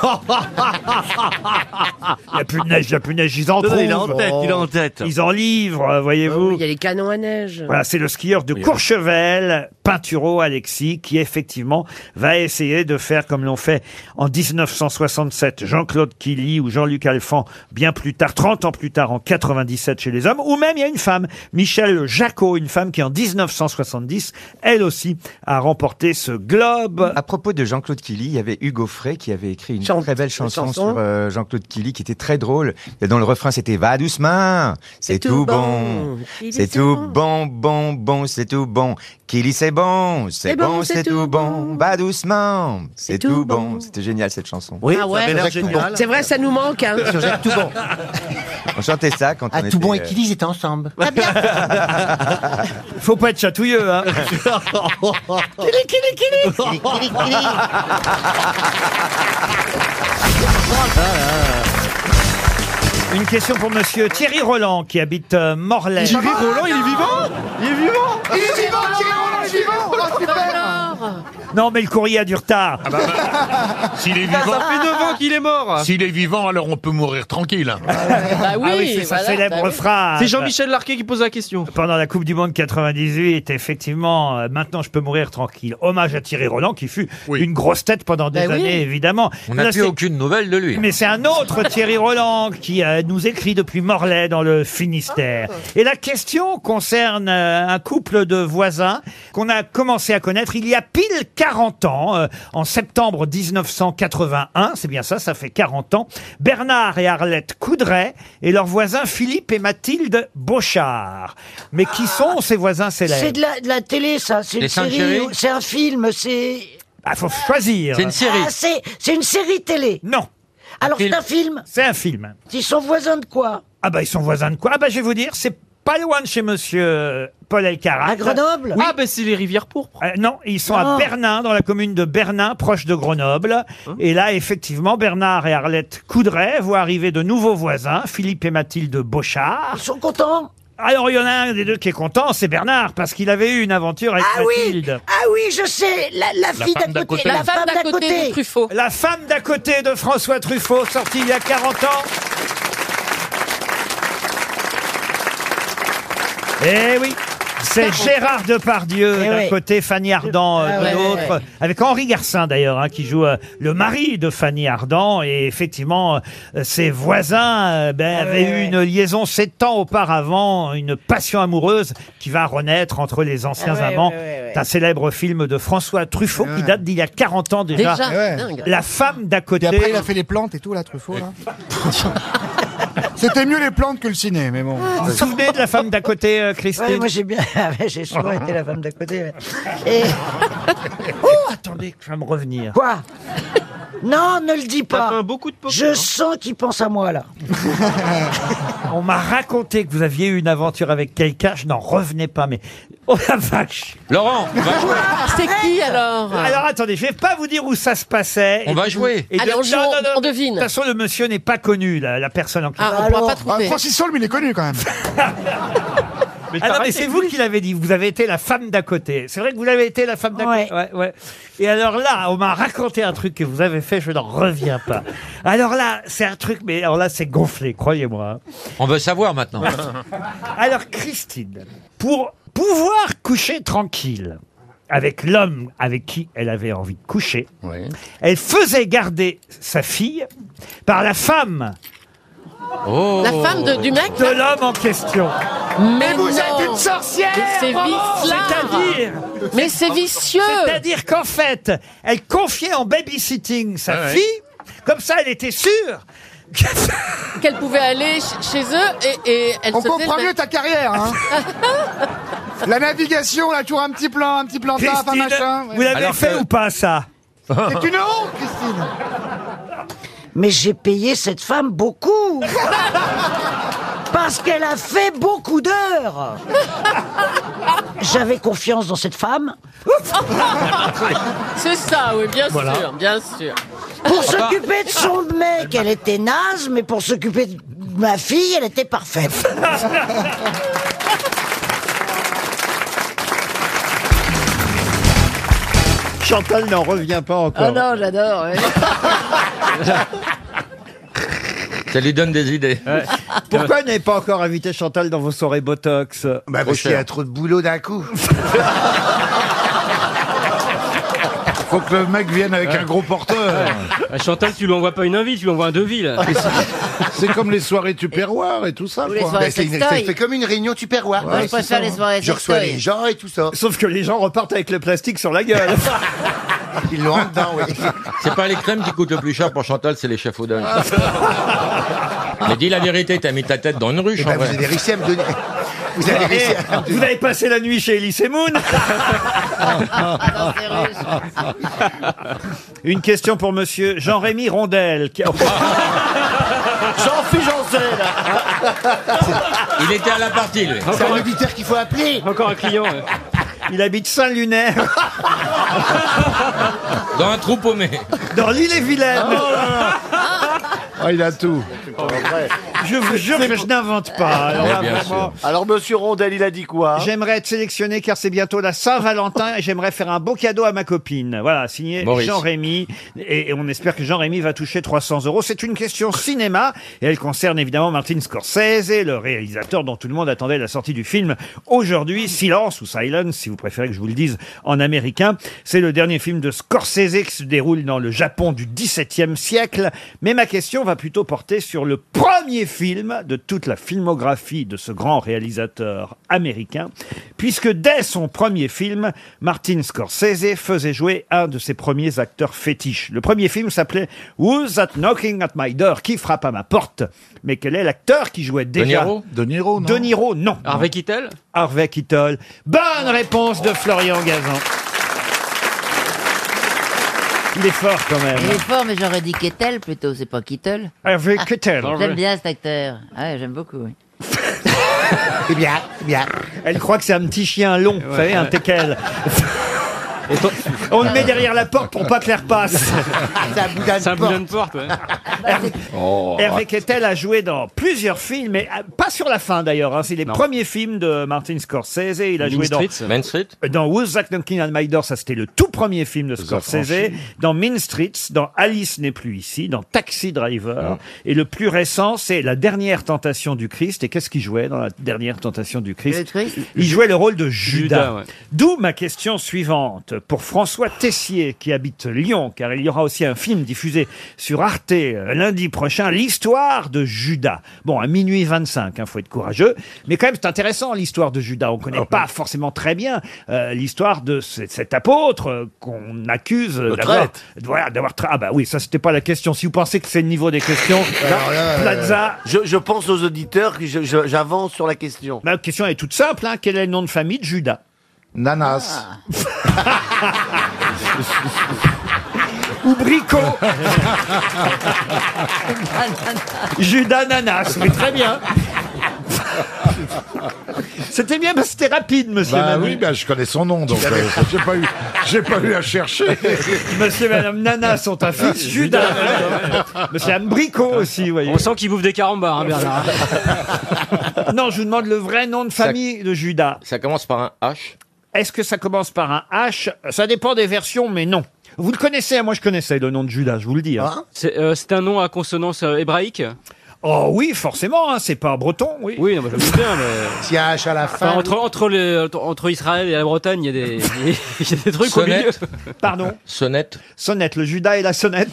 n'y a plus de neige, il n'y a plus de neige, ils en Non, trouvent. il est en tête, il est en tête. Ils en livrent, euh, Ah voyez-vous. oui, il y a les canons à neige. Voilà, c'est le skieur de Courchevel, Pinturo Alexis, qui effectivement va essayer de faire comme l'ont fait en dix-neuf cent soixante-sept Jean-Claude Killy ou Jean-Luc Alphand, bien plus tard, trente ans plus tard, en quatre-vingt-dix-sept chez les hommes, ou même il y a une femme, Michel Jacot, une femme qui en dix-neuf cent soixante-dix, elle aussi, a remporté ce globe. À propos de Jean-Claude Killy, il y avait Hugo Frey qui avait écrit une Chante- très belle une chanson, chanson. sur euh, Jean-Claude Killy qui était très drôle. Et dont le refrain c'était Va doucement, c'est tout bon. Killy, C'est tout bon, bon, bon, c'est tout bon. Killy c'est bon, c'est bon, c'est tout bon. Va doucement, c'est tout bon. C'était génial cette chanson. Oui, Ah ouais. ça avait l'air Jacques génial. C'est vrai, ça nous manque. Hein. Sur Jacques Toubon. On chantait ça quand Ah, on Toubon et était, euh, Killy, ils étaient ensemble. Faut pas être chatouilleux, hein. Killy, Killy, Killy. Killy, Killy, Killy. Une question pour monsieur Thierry Roland, qui habite euh, Morlaix. Thierry Roland, il est vivant Il est vivant Il est vivant, Thierry Roland, il est vivant. Oh, super. Non, mais le courrier a du retard. Ah bah, bah, S'il est vivant... Ça fait neuf ans qu'il est mort. S'il est vivant, alors on peut mourir tranquille. Bah oui, Ah oui, c'est sa voilà, célèbre bah oui. phrase. C'est Jean-Michel Larquet qui pose la question. Pendant la Coupe du Monde quatre-vingt-dix-huit, effectivement, euh, maintenant je peux mourir tranquille. Hommage à Thierry Roland, qui fut Oui. une grosse tête pendant des Ben oui. années, évidemment. On Là, n'a plus c'est- aucune nouvelle de lui. Mais c'est un autre Thierry Roland qui euh, nous écrit depuis Morlaix dans le Finistère. Et la question concerne euh, un couple de voisins qu'on a commencé à connaître il y a pile pile quarante ans, euh, en septembre dix-neuf cent quatre-vingt-un, c'est bien ça, ça fait quarante ans, Bernard et Arlette Coudray et leurs voisins Philippe et Mathilde Beauchard. Mais qui sont ces voisins célèbres? C'est de la, de la télé, ça. C'est Les une Saintes série. Chéries C'est un film. C'est. Ah, faut choisir. Ah, c'est, c'est une série télé. Non. Alors c'est un film. C'est un film. Ils sont voisins de quoi? Ah bah ils sont voisins de quoi? Ah bah je vais vous dire, c'est pas loin de chez monsieur Paul Elkarat. À Grenoble? Oui. Ah ben c'est les rivières pourpres. Euh, non, ils sont Non. à Bernin, dans la commune de Bernin, proche de Grenoble. Et là, effectivement, Bernard et Arlette Coudray voient arriver de nouveaux voisins, Philippe et Mathilde Beauchard. Ils sont contents? Alors, il y en a un des deux qui est content, c'est Bernard, parce qu'il avait eu une aventure avec Ah oui, Mathilde. ah oui, je sais, la, la fille d'à côté, la, femme d'à côté. de Truffaut. La femme d'à côté de François Truffaut, sortie il y a quarante ans. Eh oui, c'est Gérard Depardieu Eh d'un oui. côté, Fanny Ardant euh, Ah de ouais, l'autre, ouais, ouais. avec Henri Garcin d'ailleurs, hein, qui joue euh, le mari de Fanny Ardant. Et effectivement, euh, ses voisins euh, ben, Ah avaient ouais, eu ouais. une liaison sept ans auparavant, une passion amoureuse qui va renaître entre les anciens Ah ouais, amants. ouais, ouais, ouais. C'est un célèbre film de François Truffaut qui date d'il y a quarante ans déjà. Déjà, Ouais. dingue. La femme d'à côté. Et après, il a fait les plantes et tout, là, Truffaut, là. C'était mieux les plantes que le ciné, mais bon. Vous vous souvenez de la femme d'à côté, euh, Christine? Ouais, moi j'ai bien, j'ai souvent été la femme d'à côté. ouais. Et Oh, attendez, je vais me revenir. quoi? Non, ne le dis pas. fait beaucoup de poker, Je hein. sens qu'il pense à moi là. On m'a raconté que vous aviez eu une aventure avec quelqu'un, je n'en revenais pas, mais... Oh la vache! Laurent, on va jouer. C'est qui alors? Alors attendez, je vais pas vous dire où ça se passait. On Et va de- jouer. et de- Allez, on joue, non, non, non. on devine. De toute façon, le monsieur n'est pas connu, la, la personne en question. Ah, on Alors, pourra pas Ah, trouver. Francis Saul, mais il est connu quand même. Ah non, mais c'est vous qui l'avez dit, vous avez été la femme d'à côté. C'est vrai que vous l'avez été la femme d'à Ouais. côté. Ouais, ouais. Et alors là, on m'a raconté un truc que vous avez fait, je n'en reviens pas. Alors là, c'est un truc, mais alors là, c'est gonflé, croyez-moi. On veut savoir maintenant. Alors Christine, pour pouvoir coucher tranquille avec l'homme avec qui elle avait envie de coucher, Oui. elle faisait garder sa fille par la femme Oh. La femme de, du mec de l'homme en question. Mais vous non. êtes une sorcière, Mais c'est maman. vicelard. C'est-à-dire Mais c'est vicieux. C'est-à-dire qu'en fait, elle confiait en babysitting sa Ah ouais. fille, comme ça elle était sûre Qu'elle pouvait aller ch- chez eux et, et elle On se comprend faisait- mieux ta carrière, hein. La navigation, là, toujours un petit plan, un petit plan taf, un Christine, machin. vous l'avez Alors fait que- ou pas ça? C'est une honte, Christine. mais j'ai payé cette femme beaucoup. Parce qu'elle a fait beaucoup d'heures. J'avais confiance dans cette femme. C'est ça, oui, bien Voilà. sûr, bien sûr. Pour s'occuper de son mec, elle était naze, mais pour s'occuper de ma fille, elle était parfaite. Chantal n'en revient pas encore. Oh non, j'adore. ouais. Ça lui donne des idées. Pourquoi vous n'avez pas encore invité Chantal dans vos soirées Botox? Bah, parce qu'il y a trop de boulot d'un coup. Faut que le mec vienne avec un gros porteur. Ah, Chantal, tu lui envoies pas une invite, tu lui envoies un devis, là. C'est comme les soirées tupperware et tout ça, Ou les quoi. soirées Bah, c'est une- sextoy. ça fait comme une réunion tupperware. Moi, je préfère les soirées Je reçois sextoy. les gens et tout ça. Sauf que les gens repartent avec le plastique sur la gueule. Ils l'ont dedans, oui. C'est pas les crèmes qui coûtent le plus cher pour Chantal, c'est l'échafaudage. Mais dis la vérité, t'as mis ta tête dans une ruche, Eh ben, en vous vrai. avez réussi à me donner. Vous avez réussi à me Vous donner. avez passé la nuit chez Elise Moon. Une question pour monsieur Jean-Rémy Rondel. qui- Jean-Philippe Janssen. Il était à la partie, lui. C'est un auditeur qu'il faut appeler. Encore un client. ouais. Il habite Saint-Lunaire, Dans un trou paumé. dans l'île-et-Vilaine. Ah, il a tout. Je vous jure que je n'invente pas. Alors là, Mais bien vraiment, Alors, monsieur Rondel, il a dit quoi? j'aimerais être sélectionné car c'est bientôt la Saint-Valentin et j'aimerais faire un beau cadeau à ma copine. Voilà, signé Maurice. Jean-Rémy. Et, et on espère que Jean-Rémy va toucher trois cents euros. C'est une question cinéma et elle concerne évidemment Martin Scorsese, le réalisateur dont tout le monde attendait la sortie du film aujourd'hui. Silence ou Silence, si vous préférez que je vous le dise en américain. C'est le dernier film de Scorsese qui se déroule dans le Japon du dix-septième siècle. Mais ma question va plutôt porter sur le premier De Niro De Niro, non. De Niro, non. Harvey Keitel? Harvey Keitel. Bonne réponse de Florian Gazan. Il est fort quand même. Il est fort, mais j'aurais dit Kettel plutôt, c'est pas Kittel. Harvey Keitel. J'aime bien cet acteur. Ah ouais, j'aime beaucoup, oui. C'est bien, c'est bien. Elle croit que c'est un petit chien long, vous savez, un teckel. On le met derrière la porte pour pas que l'air passe. C'est un boudin de, boudin de porte. Ouais. Hervé, oh, Hervé Keitel a joué dans plusieurs films, mais pas sur la fin d'ailleurs. Hein. C'est les non. premiers films de Martin Scorsese. Il a Main joué Street, dans Main Street. Dans Who's That Knocking at My Door, ça c'était le tout premier film de Scorsese. Dans Mean Streets, dans Alice n'est plus ici, dans Taxi Driver. Oh. Et le plus récent, c'est La Dernière Tentation du Christ. Et qu'est-ce qu'il jouait dans La Dernière Tentation du Christ? Christ. Il jouait le rôle de Judas. Judas ouais. D'où ma question suivante. Pour François Tessier, qui habite Lyon, car il y aura aussi un film diffusé sur Arte euh, lundi prochain, l'histoire de Judas. Bon, à minuit vingt-cinq, il hein, faut être courageux, mais quand même c'est intéressant l'histoire de Judas. On ne connaît pas forcément très bien euh, l'histoire de c- cet apôtre euh, qu'on accuse euh, d'avoir... Voilà, d'avoir tra- ah bah oui, ça c'était pas la question. Si vous pensez que c'est le niveau des questions, Alors là, Plaza... Je, je pense aux auditeurs, que je- je- j'avance sur la question. La question est toute simple, hein. Quel est le nom de famille de Judas? Nanas. Ou Brico. Judas Nanas, oui, très bien. C'était bien parce que c'était rapide, monsieur. Bah Manu. oui, bah, je connais son nom, donc euh, j'ai pas eu, j'ai pas eu à chercher. Monsieur et madame Nana sont un fils, Judas. Monsieur Ambrico aussi, vous voyez. On sent qu'il bouffe des carambars, hein, Bernard. Non, je vous demande le vrai nom de famille ça, de Judas. Ça commence par un H. Est-ce que ça commence par un H? Ça dépend des versions, mais non. Vous le connaissez, moi je connaissais le nom de Judas, je vous le dis. Hein. Ah. C'est euh, un nom à consonance euh, hébraïque? Oh oui, forcément, hein, c'est pas breton, oui. Oui, non, bah, je me dis bien, mais... S'il y a un H à la fin... Enfin, entre, entre, les, entre Israël et la Bretagne, il y a des, il y a des trucs Sonnette. au milieu. Pardon? Sonnette. Sonnette, le Judas et la sonnette.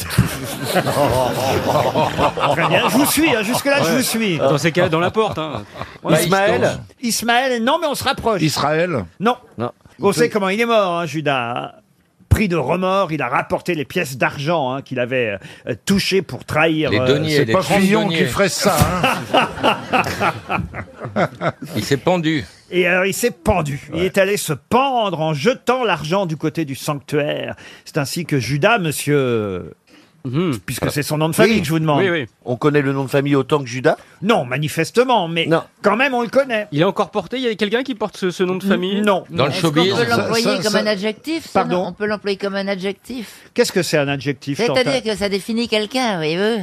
Très bien, je vous suis, hein, jusque-là, ouais. Je vous suis. Dans ces cas, dans la porte. Hein. Ouais, Ismaël Ismaël, non, mais on se rapproche. Israël? Non. Non. On sait comment il est mort, hein, Judas. Pris de remords, il a rapporté les pièces d'argent hein, qu'il avait euh, touchées pour trahir. Les deniers, C'est les pas Fillon qui ferait ça. Hein. Il s'est pendu. Et alors il s'est pendu. Ouais. Il est allé se pendre en jetant l'argent du côté du sanctuaire. C'est ainsi que Judas, monsieur... Mmh. Puisque voilà. C'est son nom de famille oui. que je vous demande. Oui, oui. On connaît le nom de famille autant que Judas? Non, manifestement, mais non. Quand même on le connaît. Il est encore porté? Il y a quelqu'un qui porte ce, ce nom de famille? Non. Dans le showbiz. On peut l'employer ça, ça, comme ça... un adjectif? Pardon? On peut l'employer comme un adjectif. Qu'est-ce que c'est un adjectif? C'est-à-dire que ça définit quelqu'un, voyez-vous.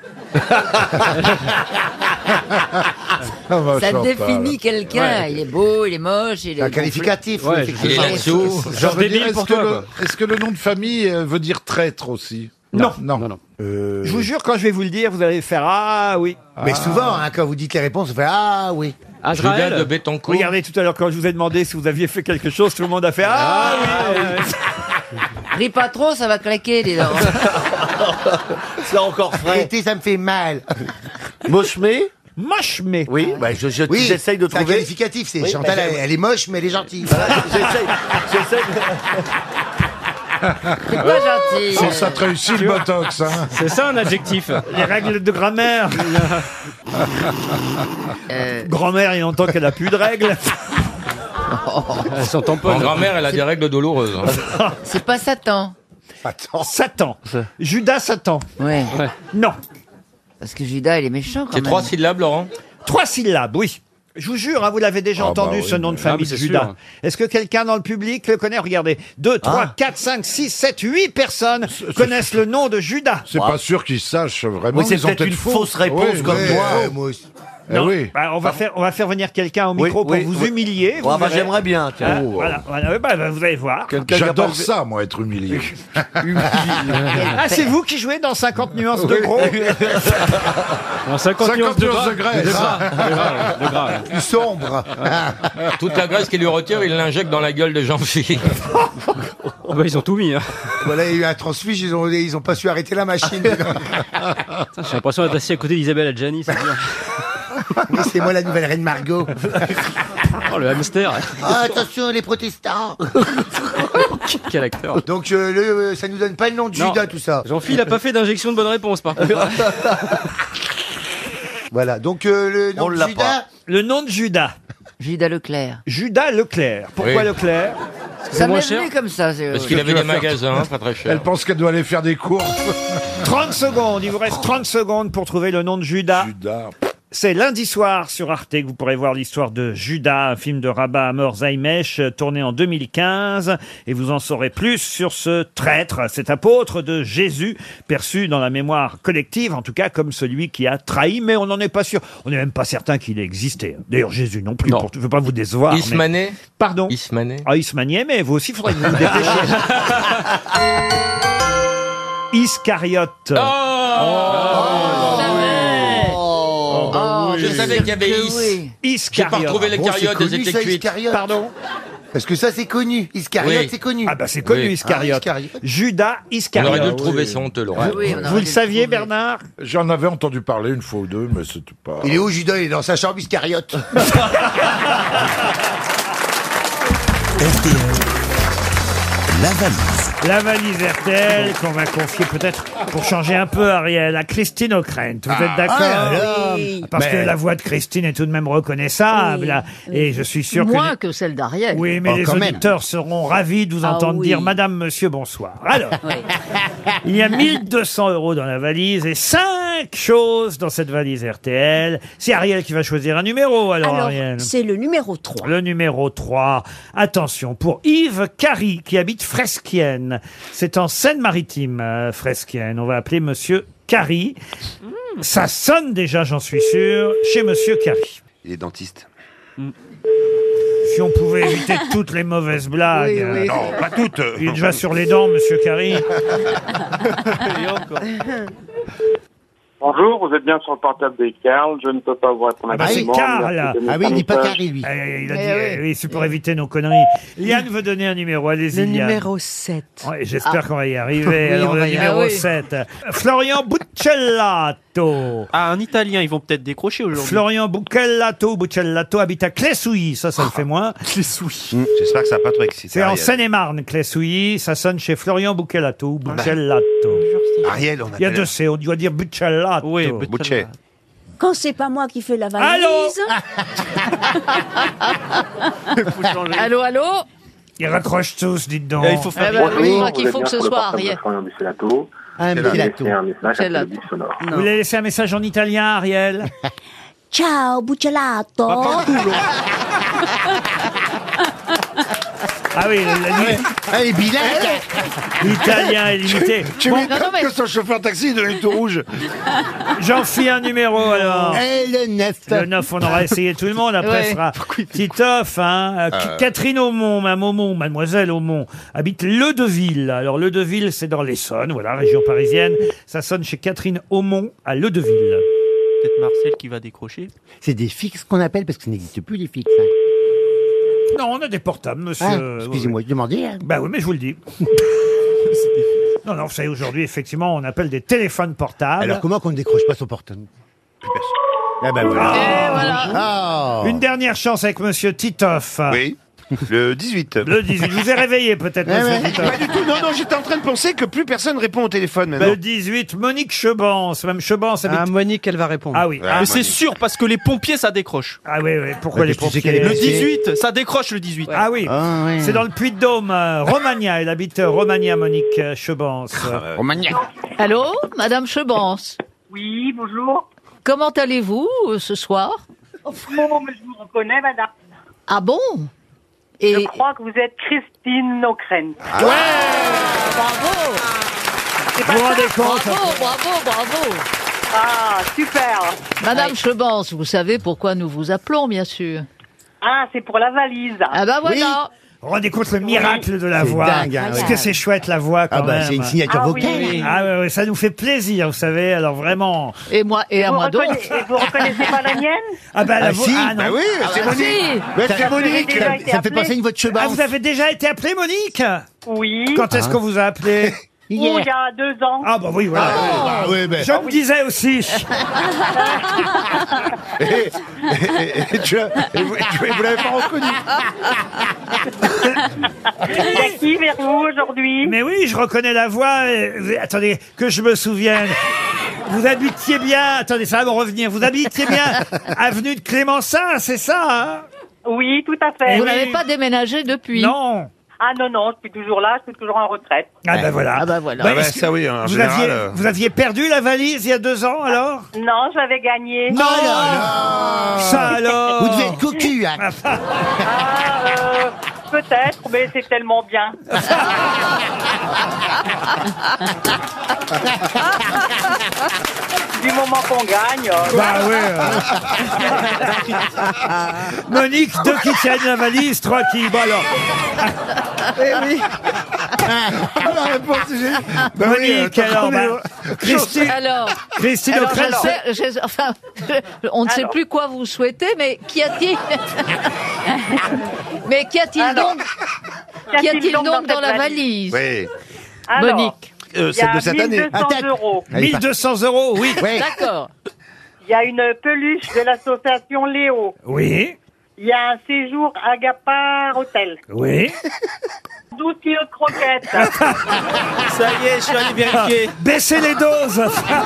Ah, ça définit quelqu'un. Ouais. Il est beau, il est moche, il est... Un qualificatif. Ouais, il est là-dessous. Genre débile pour toi. Est-ce que le nom de famille veut dire traître aussi? Non. Non. non, non. Euh... Je vous jure, quand je vais vous le dire, vous allez faire ah oui. Mais ah. souvent, hein, quand vous dites les réponses, on fait ah oui. Judas de Bétoncourt. Regardez tout à l'heure quand je vous ai demandé si vous aviez fait quelque chose, tout le monde a fait ah, ah oui. oui. Ris pas trop, ça va claquer, dis donc. C'est encore frais. Arrêtez, ça me fait mal. Mochemé? Moche-mais. Oui, bah je, je, oui, j'essaye de trouver. C'est un qualificatif, c'est oui, Chantal, bah, elle, elle est moche, mais elle est gentille. Voilà, j'essaye, j'essaye. C'est pas gentil. Oh, ça te réussit le botox, hein. C'est ça un adjectif. Les règles de grammaire. euh... Grand-mère, il entend qu'elle a plus de règles. Elle s'entend pas. En grand-mère, elle a des règles douloureuses. Hein. C'est pas Satan. Satan. Satan. Judas Satan. Ouais. ouais. Non. Parce que Judas, il est méchant quand C'est même. trois syllabes, Laurent? Trois syllabes, oui. Je vous jure, hein, vous l'avez déjà ah entendu, bah oui, ce nom de famille ah, de Judas. sûr. Est-ce que quelqu'un dans le public le connaît? Regardez. Deux, trois, ah. quatre, cinq, six, sept, huit personnes connaissent le nom de Judas. C'est wow. pas sûr qu'ils sachent vraiment. Oui, c'est ils ont peut-être une faux. fausse réponse oui, comme oui, toi. Ouais, moi aussi. Non, oui. bah, on, va faire, on va faire venir quelqu'un au micro Oui, pour oui, vous oui. humilier. Oh, vous bah, verrez. j'aimerais bien, tiens. Ah, Oh. voilà, voilà, bah, bah, vous allez voir. Quelqu'un qui a pas J'adore levé- ça, moi, être humilié. Ah, c'est vous qui jouez dans cinquante nuances de Oui. gros En cinquante nuances de gras. de graisse. De gras, de gras, de gras. Plus sombre. Toute la graisse qu'il lui retire, il l'injecte dans la gueule de Jean-Philippe. Oh bah, ils ont tout mis. Hein. Voilà, il y a eu un transfuge, ils ont, ils ont pas su arrêter la machine. Putain, j'ai l'impression d'être assis à côté d'Isabelle Adjani, c'est bien. Oui, c'est moi la nouvelle reine Margot. Oh, le hamster. Ah, attention, les protestants. Quel acteur. Donc, euh, le, euh, ça nous donne pas le nom de Non. Judas, tout ça. Jean-Philippe, il a pas fait d'injection de bonne réponse, par contre. Voilà, donc euh, le nom On de l'a Judas. pas. Le nom de Judas. Judas Leclerc. Judas Leclerc. Pourquoi Oui. Leclerc? Ça moins m'est cher. venu comme ça. c'est- Parce qu'il avait des magasins, pas très Elle chers. pense qu'elle doit aller faire des courses. trente secondes, il vous reste trente secondes pour trouver le nom de Judas. Judas. C'est lundi soir sur Arte que vous pourrez voir l'histoire de Judas, un film de Rabat Amor Zaimesh, tourné en deux mille quinze. Et vous en saurez plus sur ce traître, cet apôtre de Jésus, perçu dans la mémoire collective, en tout cas comme celui qui a trahi. Mais on n'en est pas sûr. On n'est même pas certain qu'il ait existé. D'ailleurs, Jésus non plus. Non. Pour, je ne veux pas vous décevoir. mais- Ismané Pardon. Ismané Ah, il se maniait, mais vous aussi, il faudrait que vous vous dépêchiez. Iscariote. Oh, Je savais qu'il y avait que Is. oui. J'ai Iscariote. pas retrouvé les Bon, c'est cariotes, elles connu, étaient ça, cuites. Iscariote. Pardon. Parce que ça, c'est connu. Iscariote, Oui. c'est connu. Ah bah c'est connu, Oui. Iscariote. Ah, Iscariote. Judas On Iscariote. aurait dû le trouver, c'est honteux, Laurent. Oui, oui, on Vous aurait le dû saviez, trouver. Bernard? J'en avais entendu parler une fois ou deux, mais c'était pas... Il est où, Judas? Il est dans sa chambre, Iscariote. R T L, la valise. La valise R T L qu'on va confier peut-être pour changer un peu, Ariel, à Christine O'Krent. Vous êtes d'accord? ah là là. Oui. Parce Mais- que la voix de Christine est tout de même reconnaissable. Oui. Et je suis sûr que... Moins les- que celle d'Ariel. Oui, mais Oh, les quand même. auditeurs seront ravis de vous Ah entendre oui. dire Madame, Monsieur, bonsoir. Alors, Oui. il y a mille deux cents euros dans la valise et cinq choses dans cette valise R T L. C'est Ariel qui va choisir un numéro, alors, Alors, Ariel. c'est le numéro trois. Le numéro trois. Attention, pour Yves Carry, qui habite Fresquienne. C'est en Seine-Maritime, euh, Fresquienne. On va appeler Monsieur Carry. Ça sonne déjà, j'en suis sûr, chez Monsieur Carry. Il est dentiste. Si on pouvait éviter toutes les mauvaises blagues. Oui, oui. euh, Non, pas toutes. Il est déjà sur les dents, Monsieur Carry. Bonjour, vous êtes bien sur le portable de Karl, je ne peux pas vous répondre Ah bah, c'est actuellement. Karl. Merci de Ah oui, il dit pas message. Carré, lui. Eh, il a Eh dit, oui. eh oui, c'est pour éviter nos conneries. Liane veut donner un numéro, allez-y. Le Liane. numéro sept. Ouais, J'espère Ah. qu'on va y arriver. Oui, Alors, on le va y numéro arriver. sept. Florian Buccellato. Ah, un Italien, ils vont peut-être décrocher aujourd'hui. Florian Buccellato, Buccellato habite à Clessouilly. Ça, ça le fait moins. Clessouilly. Hum, J'espère que ça va pas trop exciter. C'est en Ariel. Seine-et-Marne, Clessouilly. Ça sonne chez Florian Buccellato. Buccellato. Ariel, on a Il y a deux C, on doit dire Buccellato. Oui, Boucher. Quand c'est pas moi qui fais la valise. Allô, allô. Ils raccrochent tous, dites donc. Eh, il faut faire- Eh ben, oui, je crois vous qu'il êtes faut bien que ce sur le soit portable de Ariel. Florian Buccellato. Un Je vais Buccellato. laisser un message après le Buccellato. bip sonore. Vous voulez laisser un message en italien, Ariel? Ciao, buccellato. Ah oui, le- le- Ah, les bilingues. l'italien est limité. Tu Bon, m'étonnes non, mais- que son chauffeur taxi donne tout rouge. j'en fie un numéro alors. Et le neuf. Le neuf, on aura essayé tout le monde. Après, Ouais. ce sera Titoff. Hein. Euh, K- Catherine Aumont, Mme Aumont, Mademoiselle Aumont, habite Le Deville. Alors, Le Deville, c'est dans l'Essonne, voilà, région parisienne. Ça sonne chez Catherine Aumont à Le Deville. Peut-être Marcel qui va décrocher. C'est des fixes qu'on appelle parce que ça n'existe plus, les fixes. hein. Non, on a des portables, monsieur. Ah, excusez-moi, je demandais. Hein. Bah oui, mais je vous le dis. Non, non, vous savez, aujourd'hui, effectivement, on appelle des téléphones portables. Alors, comment qu'on ne décroche pas son portable? Plus personne. Ah bah voilà. Et voilà. Ah. Une dernière chance avec monsieur Titoff. Oui. Le dix-huit. Le dix-huit. Je vous ai réveillé, peut-être, Ouais, monsieur ouais. Titoff. Pas du tout. Non, non, j'étais en train de penser que plus personne répond au téléphone maintenant. Le dix-huit, Monique Chebance. Même Chebance habite... Ah, Monique, elle va répondre. Ah oui. Ah, Mais c'est Monique. sûr, parce que les pompiers, ça décroche. Ah oui, oui. Pourquoi Ouais, les parce que tu sais pompiers qu'elle est Le blessée. dix-huit, ça décroche le dix-huit. Ah oui. Ah, ouais. C'est dans le Puy-de-Dôme. euh, Romagna. Elle habite euh, Romagna, Monique euh, Chebance. Romagnac. Allô, Madame Chebance. Oui, bonjour. Comment allez-vous euh, ce soir? Oh, mais je vous reconnais, madame. Ah bon? Et Je crois que vous êtes Christine O'Krent. bravo. Vous vous rendez compte? Bravo, bravo, bravo. Ah, super. Madame Chebance, vous savez pourquoi nous vous appelons, bien sûr. Ah, c'est pour la valise. Ah bah voilà. Rendez compte le miracle de la C'est voix. dingue, hein, Parce ouais. que c'est chouette la voix quand Ah bah même. c'est une signature Ah vocale. oui. Ah ouais, ouais, ça nous fait plaisir, vous savez. Alors vraiment. Et moi, et à Vous, moi donc. reconna- et vous reconnaissez pas la mienne? Ah bah la Ah vo- si, ah, non. bah oui, c'est bah Monique. si. Mais c'est Vous avez Monique. déjà Ça été me fait appelé penser à une voix de Ah, cheval. vous avez déjà été appelé Monique? Oui. Quand est-ce Ah. qu'on vous a appelé? Oh, il y a deux ans. Ah bah oui, voilà. Ah oui, ben. Je me disais aussi. Et, et- et- et tu l'as- et vous, et vous l'avez pas reconnu. Il y a qui vers vous aujourd'hui? Mais oui, je reconnais la voix. euh, Attendez, que je me souvienne. Vous habitiez bien, attendez, ça va me revenir. Vous habitiez bien avenue de Clémenceau, c'est ça, hein? Oui, tout à fait. Vous oui. n'avez pas déménagé depuis. Non. Ah non, non, je suis toujours là, je suis toujours en retraite. Ah ben voilà. Ah bah voilà. Bah, Ah bah, est-ce que ça oui, en vous, général, aviez, euh. vous aviez perdu la valise il y a deux ans alors? Non, j'avais gagné. Non. Ça alors. Vous devez être cocu, hein. Ah, euh, peut-être, mais c'est tellement bien. Du moment qu'on gagne. euh, Bah ouais. euh. Monique, deux qui tiennent la valise, trois qui. Bon alors. La réponse, j'ai. Bah oui, Monique, euh, alors. attendez, bah, Christine. Alors, Christine alors, O'Krent, je c'est- sais- je- enfin, je- on ne sait Alors. plus quoi vous souhaitez, mais qu'y a-t-il Mais qu'y a-t-il Alors. donc Qu'y a-t-il donc dans cette la valise, Oui. Alors, Monique? Euh, il y celle a de cette année. mille deux cents euros. mille deux cents euros, oui. D'accord. Il y a une peluche de l'association Léo. Oui. Il y a un séjour à Agapar Hôtel. Oui. douze kilos de croquettes. Ça y est, je suis allé vérifier. Baissez les doses.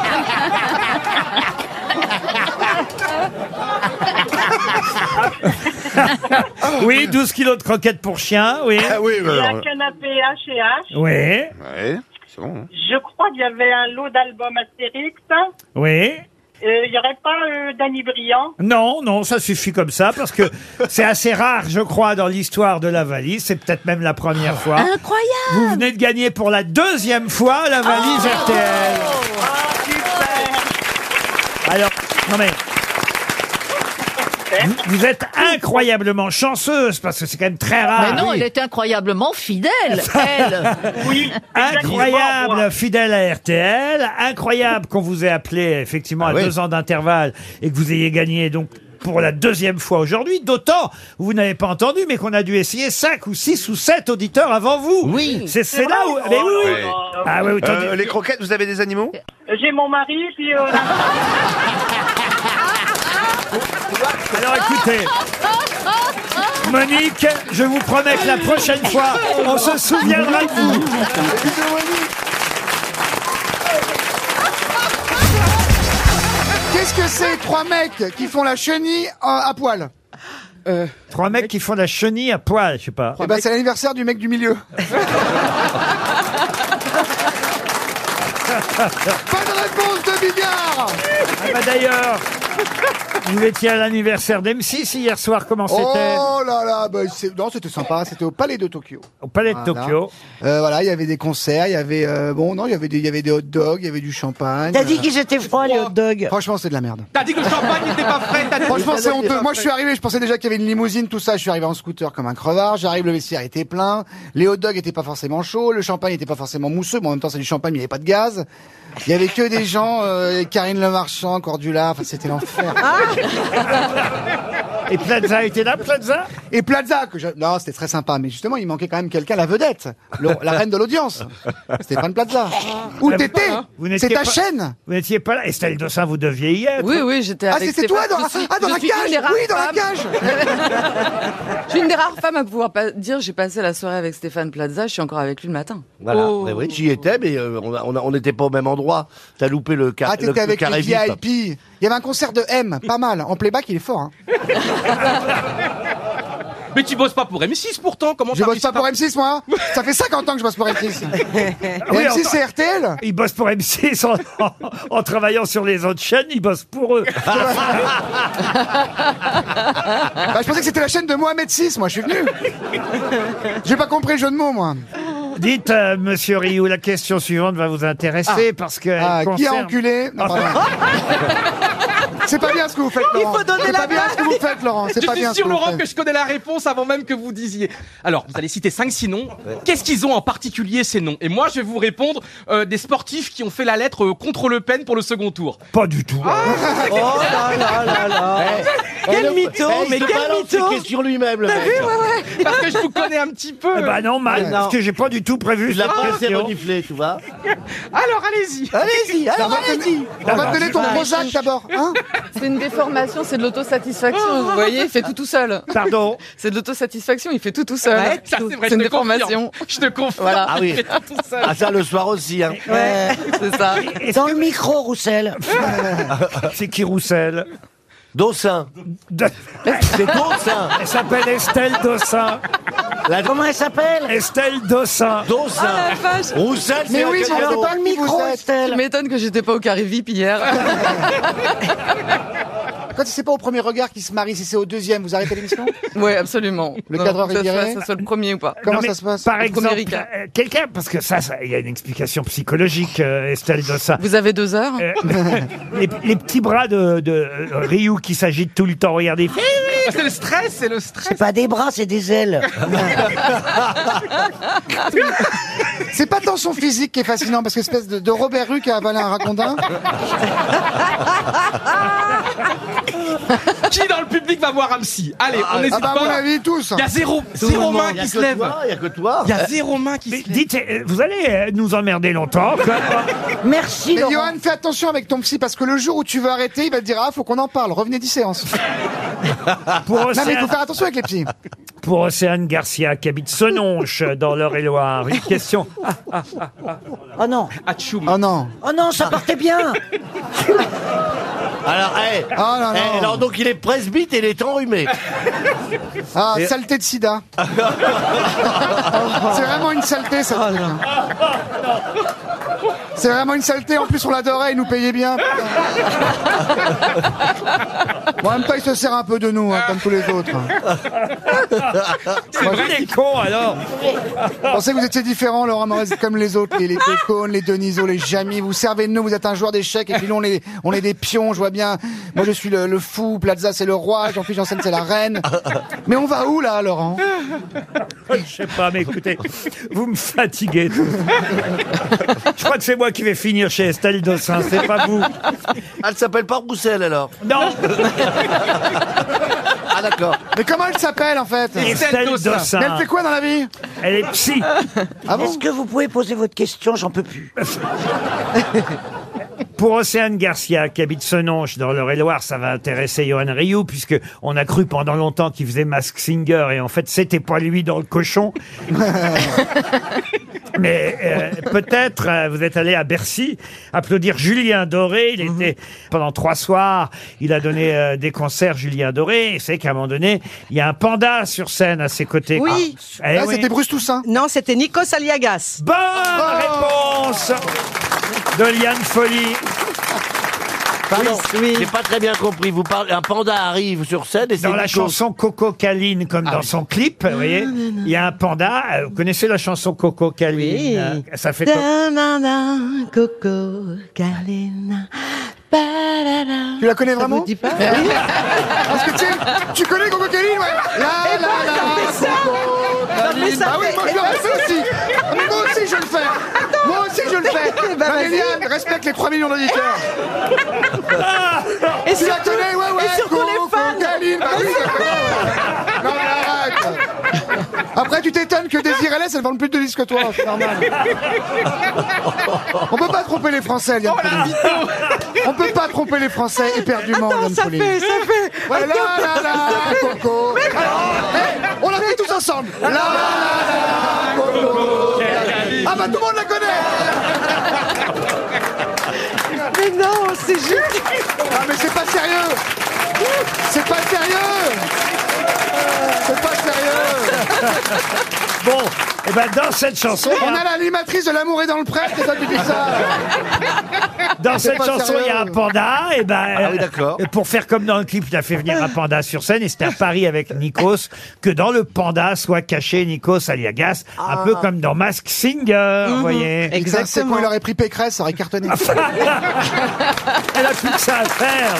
Oui, douze kilos de croquettes pour chien, oui. Ah oui, Il y a alors. un canapé H et H. Oui, Ouais, c'est bon. hein. Je crois qu'il y avait un lot d'albums Astérix. oui. Euh, Il n'y aurait pas euh, Danny Briand. Non, non, ça suffit comme ça, parce que c'est assez rare, je crois, dans l'histoire de la valise. C'est peut-être même la première fois. Incroyable. Vous venez de gagner pour la deuxième fois la valise R T L. Ah, super. Alors, non mais... Vous, vous êtes incroyablement chanceuse, parce que c'est quand même très rare. Mais non, Oui. elle est incroyablement fidèle, elle. Oui. Incroyable, Exactement. fidèle à R T L. Incroyable qu'on vous ait appelé, effectivement, à oui. deux ans d'intervalle et que vous ayez gagné, donc, pour la deuxième fois aujourd'hui. D'autant, vous n'avez pas entendu, mais qu'on a dû essayer cinq ou six ou sept auditeurs avant vous. Oui. C'est c'est là où... Mais oui, oui. Ouais. Ah oui, attendez. Euh, les croquettes, vous avez des animaux? J'ai mon mari, puis... euh, Alors écoutez, Monique, je vous promets que la prochaine fois, on se souviendra de vous. Qu'est-ce que c'est trois mecs qui font la chenille à, à poil? Trois mecs qui font la chenille à poil, je sais pas. Eh ben, c'est l'anniversaire du mec du milieu. Pas de réponse de Bigard. Ah bah d'ailleurs, vous étiez à l'anniversaire d'M six hier soir, comment c'était? Oh là là, bah, c'est- non, c'était sympa, c'était au Palais de Tokyo. Au Palais de Voilà. Tokyo. Euh, voilà, il y avait des concerts, il y avait euh, bon non, il y avait des il y avait des hot dogs, il y avait du champagne. T'as dit qu'ils étaient froids, les hot dogs. Franchement, c'est de la merde. T'as dit que le champagne n'était pas frais, t'as dit. Franchement, c'est honteux. Moi, je suis arrivé, je pensais déjà qu'il y avait une limousine, tout ça. Je suis arrivé en scooter comme un crevard. J'arrive, le vestiaire était plein. Les hot dogs étaient pas forcément chauds. Le champagne était pas forcément mousseux. Mais en même temps, c'est du champagne, mais il n'y avait pas de gaz. Il y avait que des gens, euh, Karine Le Marchand, Cordula. Enfin, c'était l'enfer. Et Plaza était là, Plaza? Et Plaza, que je... non, c'était très sympa. Mais justement, il manquait quand même quelqu'un, la vedette. Le- la reine de l'audience. Stéphane Plaza. Où Ah, t'étais? Vous n'étiez C'est ta pas- chaîne. Vous n'étiez pas là. Estelle Dossin, vous deviez y être. Oui, oui, j'étais Ah, avec c'était toi Stéphane. dans, Je suis- ah, dans je la suis une des cage. rares Oui, dans la femmes- cage. Je suis une des rares femmes à pouvoir pas dire j'ai passé la soirée avec Stéphane Plaza, je suis encore avec lui le matin. Voilà. Oh. Mais oui, j'y étais, mais euh, on a- on a- on n'était pas au même endroit. T'as loupé le car Ah, le- t'étais le avec les carré V I V I P. P. Il y avait un concert de M, pas mal. En playback, il est fort. Hein. Mais tu bosses pas pour M six pourtant, comment Je t'as bosse réussi pas pour à- M six, moi. Ça fait cinquante ans que je bosse pour M six. Et Oui, M six, enfin- c'est R T L. Ils bossent pour M six en, en, en travaillant sur les autres chaînes, ils bossent pour eux. Bah, je pensais que c'était la chaîne de Mohamed six, moi, je suis venu. J'ai pas compris le jeu de mots, moi. Dites, euh, monsieur Rioux, la question suivante va vous intéresser Ah. parce que. Ah, elle qui a concerne- enculé Non, pardon. C'est pas bien ce que vous faites, Laurent. Il faut donner C'est la pas bien ce que vous faites, Laurent. C'est Je pas suis bien ce sûr, que vous Laurent, faites. que je connais la réponse avant même que vous disiez. Alors, vous allez citer cinq six noms. Qu'est-ce qu'ils ont en particulier, ces noms? Et moi, je vais vous répondre euh, des sportifs qui ont fait la lettre euh, contre Le Pen pour le second tour. Pas du tout. Ah, Oh là là là là. Quel Eh, mytho, eh, il mais se quel balance mytho. ses questions lui-même, le T'as mec. vu, ouais, ouais. Parce que je vous connais un petit peu. Eh bah non, mal, Ouais, parce non. que j'ai pas du tout prévu Il l'a cette pas assez question. reniflé, tu vois. Alors, allez-y. Allez-y, On alors va te allez-y. donner- on va te donner ton Prozac d'abord. Hein C'est une déformation, c'est de l'autosatisfaction. Vous voyez, il fait tout tout seul. Pardon. C'est de l'autosatisfaction, il fait tout tout seul. Ouais, ça, c'est vrai, c'est une je te confirme. déformation. Je te confirme. Voilà. Ah oui. Il fait tout seul. Ah ça, le soir aussi, hein. Ouais, c'est ça. Dans le micro, Roussel. C'est qui Roussel? Dossin. De- C'est Dossin. Elle s'appelle Estelle Dossin. La... Comment elle s'appelle? Estelle Dossin. Dossin. Ah la vache. Roussel, c'est Mais un oui, mais cadeau. c'est pas Dans le micro, Vous êtes- Tu Estelle. m'étonnes que j'étais pas au Carré V I P hier. Quand c'est pas au premier regard qu'il se marie, si c'est au deuxième, vous arrêtez l'émission? Ouais, absolument. Le Non, cadreur que est ça viré. soit- ça soit le premier ou pas. Comment Non, mais ça se passe? Par Le premier exemple, Ricard. euh, quelqu'un, parce que ça, ça, il y a une explication psychologique, euh, Estelle Dossin. Vous avez deux heures Euh, les, les petits bras de, de euh, Rioux qui s'agitent tout le temps, regardez. Ah, c'est le stress, c'est le stress. C'est pas des bras, c'est des ailes. C'est pas tant son physique qui est fascinant, parce que espèce de, de Robert Hue qui a avalé un racondin. Qui dans le public va voir un psy? Allez, on Ah n'hésite bah à mon pas. avis, tous. Il y a zéro, Tout zéro le monde. main Il y a qui se que lève. toi, Il y a que toi. Il y a zéro main qui Mais se lève. dites, euh, vous allez euh, nous emmerder longtemps. quoi. Merci, Mais Laurent. Johan, fais attention avec ton psy, parce que le jour où tu veux arrêter, il va te dire, ah, faut qu'on en parle, revenez dix séances. Pour Non, mais il Océane, faut faire attention avec les psys. pour Océane Garcia, qui habite Senonches, dans l'Eure-et-Loire, une question. Ah, Oh non. Atchoum. Oh non. Oh non, ça partait bien. Alors, hey, Oh non, non. hey, alors donc il est presbyte et il est enrhumé. Ah, Et- saleté de sida. C'est vraiment une saleté, ça. C'est vraiment une saleté. En plus, on l'adorait, il nous payait bien. Bon, en même temps, il se sert un peu de nous, hein, comme tous les autres. C'est vrai, les cons, alors. Je pensais que vous étiez différents, Laurent Morez, comme les autres, les, les Décaunes, les Denisot, les Jamy. Vous servez de nous, vous êtes un joueur d'échecs, et puis nous, on est, on est des pions, je vois bien. Moi, je suis le, le fou, Plaza, c'est le roi, Jean-Philippe Janssen, c'est la reine. Mais on va où, là, Laurent? Je sais pas, mais écoutez, vous me fatiguez. tous. Je crois que c'est moi qui vais finir chez Estelle Dossin, c'est pas vous. Elle s'appelle pas Roussel alors. Non, Ah d'accord. Mais comment elle s'appelle, en fait? Estelle Mais Dossin. elle fait quoi dans la vie? Elle est psy. Ah bon? Est-ce que vous pouvez poser votre question? J'en peux plus. Pour Océane Garcia, qui habite Senonches, dans l'Eure-et-Loire, ça va intéresser Johan Rioux, puisque on a cru pendant longtemps qu'il faisait Mask Singer, et en fait, c'était pas lui dans le cochon. Mais euh, peut-être euh, vous êtes allé à Bercy applaudir Julien Doré. Il était pendant trois soirs. Il a donné euh, des concerts, Julien Doré. Et c'est qu'à un moment donné, il y a un panda sur scène à ses côtés. Oui. Ah, eh Ah, oui. c'était Bruce Toussaint. Non, c'était Nikos Aliagas. Bonne réponse de Liane Folly. Pardon, oui. j'ai pas très bien compris. Vous parlez, un panda arrive sur scène et c'est Dans la Nikos. chanson Coco Caline, comme dans son clip, vous voyez, il y a un panda. Euh, Vous connaissez la chanson Coco Caline? Oui. euh, Ça fait comme... Da-na-na, Coco, Galena. Ba-da-da. Tu la connais vraiment? Ça vous dit pas? Parce que tu, tu connais Coco Caline, ouais. La la la, Coco mais Caline. ça Bah oui, fait- moi je le refais aussi. Mais moi aussi je le fais. Moi aussi je le fais. Bah, Non, mais vas-y. Liane, respecte les trois millions d'auditeurs. Et Tu la surtout, connais, ouais, ouais. et surtout les Coco fans. Caline. Bah oui, je la connais, ouais. Non mais arrête. Après tu t'étonnes que Désiré Less, elle vend plus de disques que toi, c'est normal. On peut pas tromper les Français, Liane Folly. On peut pas tromper les Français éperdument, Attends, Liane ça Folly. fait, ça fait. Ouais, la la la, Coco. Alors, hey, on l'a fait tous ensemble. La la la, Coco. Ah bah tout le monde la connaît. Mais non, c'est juste. Ah mais c'est pas sérieux. C'est pas sérieux. C'est pas sérieux. Bon, eh Eh ben, dans cette chanson, il y On a- a l'animatrice de L'amour est dans le prêtre, et toi tu dis ça. Dans C'est cette pas chanson, il y a un sérieux. panda. Et ben, Ah oui, d'accord. euh, pour faire comme dans le clip, il a fait venir un panda sur scène. Et c'était à Paris avec Nikos que dans le panda soit caché Nikos Aliagas, un peu comme dans Mask Singer, vous voyez. Putain, c'est quoi, il aurait pris Pécresse, ça aurait cartonné. Elle a plus que ça à faire.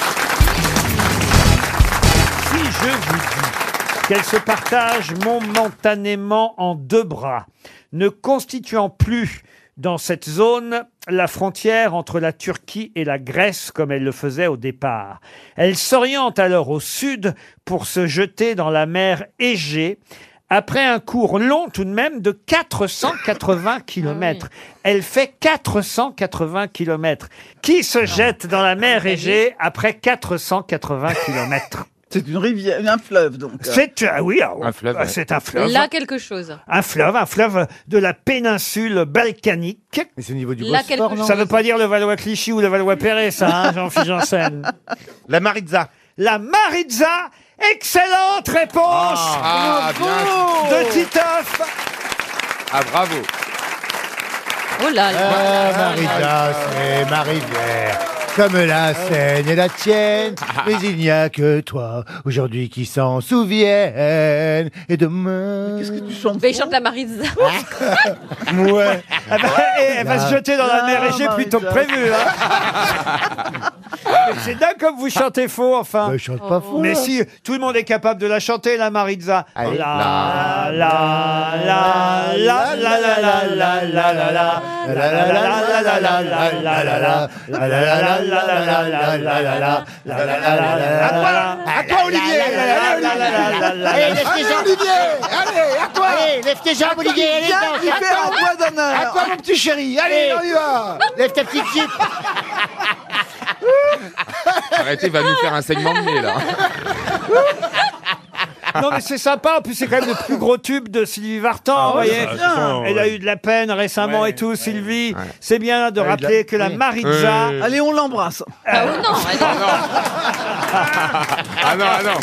Si je vous dis qu'elle se partage momentanément en deux bras, ne constituant plus dans cette zone la frontière entre la Turquie et la Grèce comme elle le faisait au départ. Elle s'oriente alors au sud pour se jeter dans la mer Égée. Après un cours long tout de même de quatre cent quatre-vingts kilomètres. Elle fait quatre cent quatre-vingts kilomètres. Qui se jette dans la mer Égée après quatre cent quatre-vingts kilomètres? C'est une rivière, un fleuve donc. C'est ah oui, ah, Un fleuve, ah, ouais. c'est un fleuve. Là, quelque chose. Un fleuve, un fleuve de la péninsule balkanique. Mais c'est au niveau du Là, quelque Bosphore, non? Ça veut pas dire le Valois-Clichy ou le Valois-Perret, ça, hein, Jean-Philippe Janssen. La Maritza. La Maritza, excellente réponse Ah, bien. de Titoff. Ah, bravo. Oh là là. Ah, Maritza, c'est ma rivière. Comme la Seine et la tienne, mais il n'y a que toi aujourd'hui qui s'en souviennent. Et demain. Qu'est-ce que tu chantes? Mais il chante la Maritza. Ouais. Ah bah, et elle va Là. se jeter dans la mer Ah, Égée plutôt que Maritza. prévu. Hein. Mais c'est dingue comme vous chantez faux, enfin. Bah, je chante pas fou. Mais là. si, tout le monde est capable de la chanter, la Maritza. La Allez. la la la la la la la la la la la. La la la la la la la la la la la. La la la la la la la la la la la. La la la la la la. À toi, Olivier. Allez, lève tes jambes. Olivier, allez, à toi. Allez, lève tes jambes, Olivier. Allez, Viens, danse. il fait un doigt À d'honneur. toi, mon petit chéri. Allez, on y va. Lève ta petite jupe. Arrêtez, va nous faire un saignement de nez, là. Non mais c'est sympa, en plus c'est quand même le plus gros tube de Sylvie Vartan, vous voyez. Elle a eu de la peine récemment et tout, Sylvie. C'est bien de rappeler que la Maritza... Oui. Allez, on l'embrasse. Ah oh non, elle- Ah non, ah non.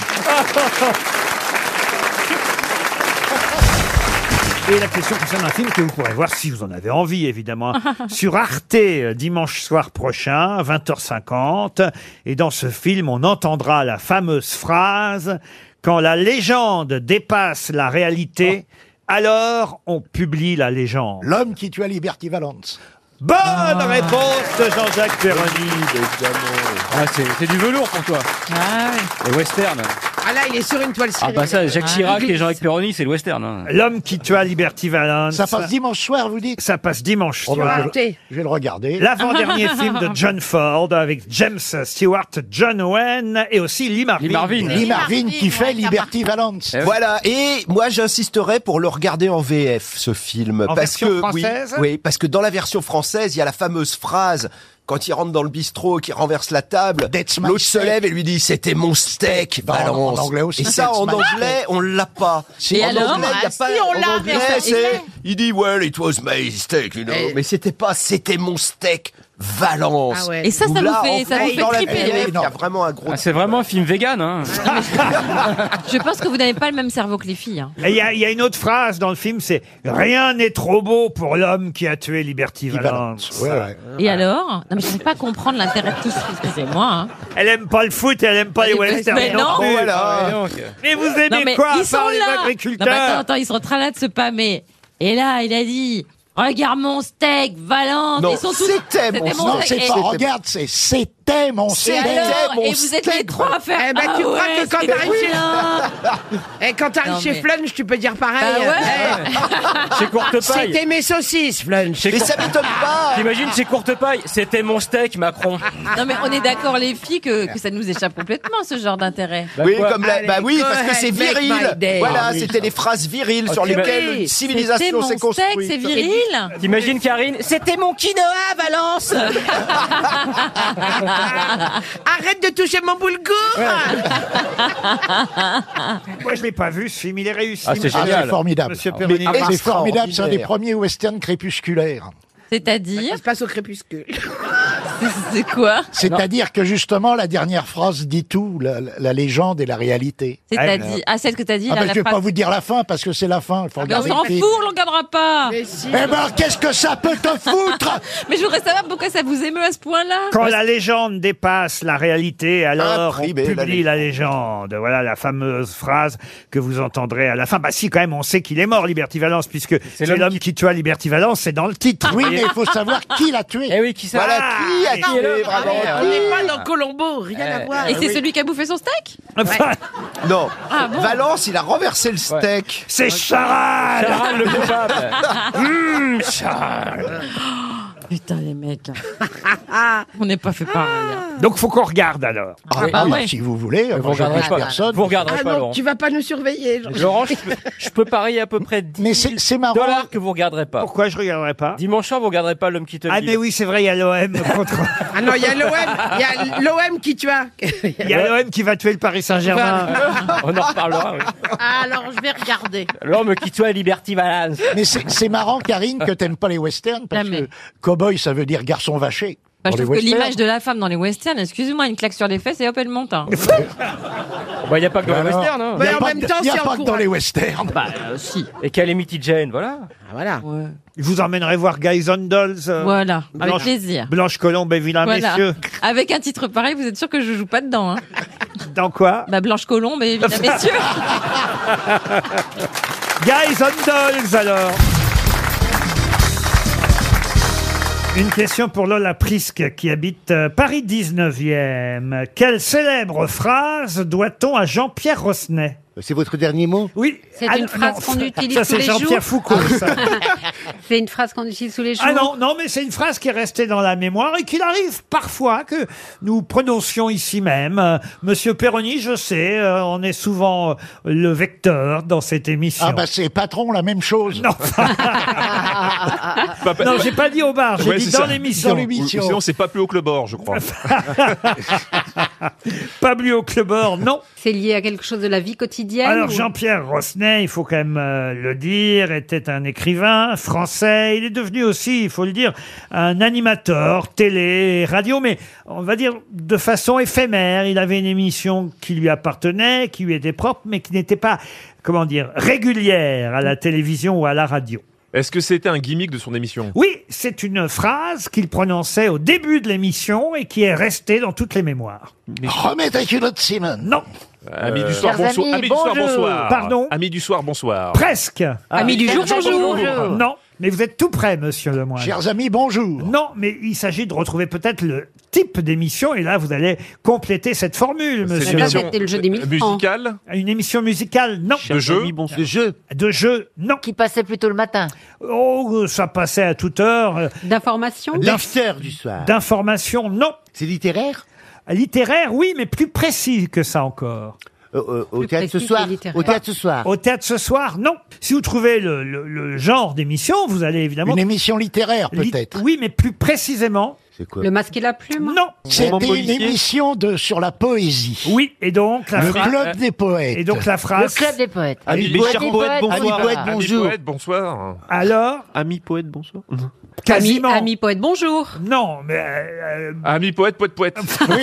Et la question concerne un film que vous pourrez voir, si vous en avez envie évidemment, sur Arte euh, dimanche soir prochain, vingt heures cinquante. Et dans ce film, on entendra la fameuse phrase « Quand la légende dépasse la réalité, alors on publie la légende ». L'homme qui tua Liberty Valance. Bonne réponse de Jean-Jacques Perroni. Ah, c'est c'est du velours pour toi. Ah oui. Le western. Ah là, il est sur une toile Ah cirée. bah ça, Jacques Ah. Chirac et Jean-Jacques Perroni, c'est le western. hein. L'homme qui tua Liberty Valance. Ça passe dimanche soir, vous dites? Ça passe dimanche Oh, bah, soir. je, vais- je vais le regarder. L'avant-dernier film de John Ford avec James Stewart, John Owen et aussi Lee Marvin. Lee Marvin. Lee Marvin qui fait Liberty Valance. Eh oui. Voilà, et moi j'insisterai pour le regarder en V F, ce film. En parce version que, française oui, oui, parce que dans la version française, il y a la fameuse phrase, quand il rentre dans le bistrot, qu'il renverse la table, That's my l'autre se steak. lève et lui dit « C'était mon steak, Bah, en- Valence ». en anglais aussi, Et ça, that's en my anglais, steak. on l'a pas. Et en alors anglais, il y a Ah, pas, si, on en l'a, anglais, mais ça- c'est, et- il dit « Well, it was my steak, you know Et- Mais c'était pas « C'était mon steak, Valence ». Ah ouais. Et ça, ça vous Là, fait, en ça vous France, fait dans la triper. V F, oui. il y a vraiment un gros... Ah, c'est vraiment un film vegan. Hein. Je pense que vous n'avez pas le même cerveau que les filles. hein. Et il y, a- il y a une autre phrase dans le film, c'est « Rien n'est trop beau pour l'homme qui a tué Liberty Valance Ouais, ouais. Et alors? Non mais je ne sais pas comprendre l'intérêt de tout ça. Excusez-moi. Hein. ». Elle aime pas le foot et elle aime pas les Mais westerns non. plus. Bon, voilà. Et donc, Mais vous aimez Non mais quoi à ils sont part les là. Non mais agriculteurs attends, attends, ils sont en train là de se pâmer. Et là, il a dit, regarde mon steak, Valence. Non, Ils sont tous. c'était mon C'était Non, steak. c'est Et- pas, regarde, c'est c'était mon Et steak. alors, mon et vous êtes les steak, trois à faire. Eh ben, ah tu crois ouais, que quand c'est t'arrives chez- bien. Et quand t'arrives Non, chez mais- Flunch, tu peux dire pareil. Bah ouais. Chez Courtepaille. C'était mes saucisses, Flunch. Chez Mais Cour- ça m'étonne pas. T'imagines chez Courtepaille, c'était mon steak, Macron. Non mais on est d'accord les filles que, que ça nous échappe complètement ce genre d'intérêt. Bah Oui, quoi comme la, Allez, bah oui, go parce que c'est ahead, make viril. my day. Voilà, Ah oui. c'était les phrases viriles sur Ok, lesquelles oui. une C'était civilisation mon s'est steak, construite. c'est viril. T'imagines Karine, c'était mon quinoa, Valence. Arrête de toucher mon boulgour. Moi, je l'ai pas vu, ce film, il est réussi. Ah, c'est Ah, génial. c'est formidable. Monsieur Mais- Perroni. ah, c'est formidable, c'est un des Extraordinaire. premiers westerns crépusculaires. C'est-à-dire Ça se passe au crépuscule. C'est quoi? C'est-à-dire que justement, la dernière phrase dit tout, la, la- la légende et la réalité. C'est-à-dire, ah, celle que t'as dit, Ah là, ben, la je vais phrase- pas vous dire la fin parce que c'est la fin. Il faut Mais on regarder s'en le fout, film. on le regardera pas. Eh ben, qu'est-ce que ça peut te foutre? Mais je voudrais savoir pourquoi ça vous émeut à ce point-là. Quand la légende dépasse la réalité, alors on Imprimez la publie la légende. Voilà la fameuse phrase que vous entendrez à la fin. Bah si, quand même, on sait qu'il est mort, Liberty Valence, puisque c'est l'homme qui... tua Liberty Valence, c'est dans le titre. Oui, mais il faut savoir qui l'a tué. Eh oui, qui ça? Voilà, qui a tué, bravo. On n'est pas dans Colombo, rien à voir. Et c'est celui qui a bouffé son steak? Enfin, Non, Ah bon? Valence, il a renversé le steak. c'est Charal. Charal le coupable. Hum, Charal. Putain, les mecs. là. On n'est pas fait pareil. hein. Donc faut qu'on regarde alors. Ah, bah bah, ouais. Si vous voulez, Vous moi, je regarderez juge pas. personne. Vous regarderez Ah pas, non, Laurent. tu vas pas nous surveiller. Jean- Laurent, je peux, je peux parier à peu près dix Mais c'est c'est marrant. dollars que vous regarderez pas. Pourquoi je regarderai pas? Dimanche soir, vous regarderez pas l'homme qui te Ah dit. mais oui, c'est vrai, il y a l'O M contre. Ah non, il y a l'O M, il y a l'O M qui tu as. Il y a l'O M qui va tuer le Paris Saint-Germain. On en reparlera. Oui. Alors, je vais regarder. L'homme qui tue à Liberty Valence. Mais c'est c'est marrant, Karine, que t'aimes pas les westerns parce Ah, mais- que cowboy, ça veut dire garçon vaché. Bah, je Pour trouve les que westerns. l'image de la femme dans les westerns, excusez-moi, une claque sur les fesses et hop, elle monte. hein. Bah, il n'y a pas que dans les Alors, western, hein. y a Mais en pas même que- temps, y a c'est pas que dans encourageant. les westerns. Bah, euh, si. Et Calamity Jane, voilà. Ah, voilà. Ouais. Je vous emmènerai voir Guys on Dolls. euh, Voilà, avec Blanche- plaisir. Blanche Colombe et Vilain Voilà. Messieurs. Avec un titre pareil, vous êtes sûr que je joue pas dedans. Hein. Dans quoi? Bah, Blanche Colombe et Vilain Messieurs. Guys on Dolls alors. Une question pour Lola Prisque qui habite euh, Paris dix-neuvième. Quelle célèbre phrase doit-on à Jean-Pierre Rosnet? C'est votre dernier mot? Oui. C'est Ah, une non, phrase non, qu'on utilise ça, tous c'est les jours. Jean-Pierre Foucault. ça. C'est une phrase qu'on utilise tous les jours. Ah non, non, mais c'est une phrase qui est restée dans la mémoire et qu'il arrive parfois que nous prononcions ici même. Euh, Monsieur Perroni, je sais, euh, on est souvent euh, le vecteur dans cette émission. Ah bah c'est patron, la même chose. Non, non, j'ai pas dit au bar, j'ai Ouais, dit c'est dans ça. l'émission. Dans Ou- l'émission. ou Sinon, c'est pas plus haut que le bord, je crois. Pas plus au clubord, non. C'est lié à quelque chose de la vie quotidienne. Alors ou- Jean-Pierre Rosnet, il faut quand même euh, le dire, était un écrivain français. Il est devenu aussi, il faut le dire, un animateur télé, radio, mais on va dire de façon éphémère. Il avait une émission qui lui appartenait, qui lui était propre, mais qui n'était pas, comment dire, régulière à la télévision ou à la radio. Est-ce que c'était un gimmick de son émission? Oui, c'est une phrase qu'il prononçait au début de l'émission et qui est restée dans toutes les mémoires. Remets ta culotte, Simon. Non, Amis du soir, Chers bonsoir. amis, Amis du soir, bonjour. bonsoir. Pardon Amis du soir, bonsoir. presque. Amis du jour, bonjour. Non, mais vous êtes tout près, monsieur Lemoine. Chers amis, bonjour. Non, mais il s'agit de retrouver peut-être le type d'émission et là vous allez compléter cette formule, C'est monsieur. une Ça, émission c'était le jeu des mille musicale. Une émission musicale, non. De jeu. De jeu. De jeu, non. Qui passait plutôt le matin. Oh, ça passait à toute heure. Euh, D'information. L'after du soir. D'information, non. C'est littéraire? Littéraire, oui, mais plus précis que ça encore. Euh, euh, au Plus théâtre ce précis soir. que littéraire. Au théâtre ce soir. Au théâtre ce soir, non. Si vous trouvez le, le- le genre d'émission, vous allez évidemment... Une émission littéraire, Lit- peut-être. Oui, mais plus précisément... C'est quoi? Le masque et la plume. Non. C'était une policier. émission de, sur la poésie. Oui, et donc la Le phrase... club des poètes. Et donc la Le phrase... club des poètes. Amis Les poètes, chers amis poètes, poètes, bonsoir. Amis poètes, Amis bonjour. poètes, bonsoir. Alors, Ami poète, bonsoir. Ami, quasiment... ami poète, bonjour. Non, mais... euh, Amis poètes, poètes, poètes.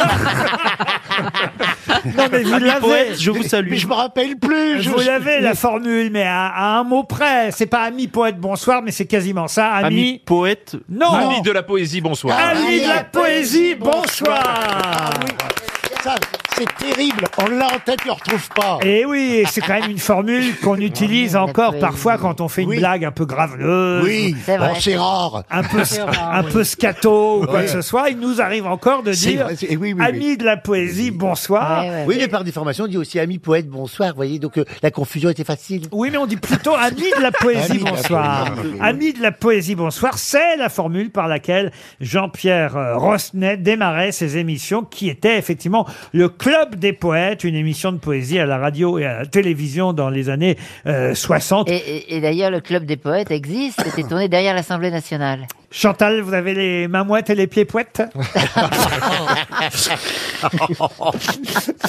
non, mais vous l'avez. Je vous salue. Mais je me rappelle plus. je- Vous l'avez la formule, mais à, à un mot près. C'est pas ami poète bonsoir, mais c'est quasiment ça. Ami. Ami poète. Non. Amis de la poésie, bonsoir. Ami de la poésie, bonsoir. Ça, c'est terrible. On l'a en tête, on ne retrouve pas. Et oui, et c'est quand même une formule qu'on utilise encore poésie. parfois quand on fait une Oui. blague un peu graveleuse. Oui, C'est vrai. bon, c'est rare. Un peu, un peu scato ou quoi que ce soit, il nous arrive encore de C'est dire vrai, c'est- oui, oui, oui. ami de la poésie, bonsoir. Ouais, ouais, Oui, mais par déformation, on dit aussi ami poète, bonsoir, vous voyez, donc euh, la confusion était facile. Oui, mais on dit plutôt ami de la poésie, Ami de la bonsoir. poésie. Ami de la poésie, bonsoir. C'est la formule par laquelle Jean-Pierre euh, Rosnet démarrait ses émissions, qui était effectivement le Club des poètes, une émission de poésie à la radio et à la télévision dans les années euh, soixante. Et, et- et d'ailleurs, le club des poètes existe. C'était tourné derrière l'Assemblée nationale. Chantal, vous avez les mains mouettes et les pieds poètes?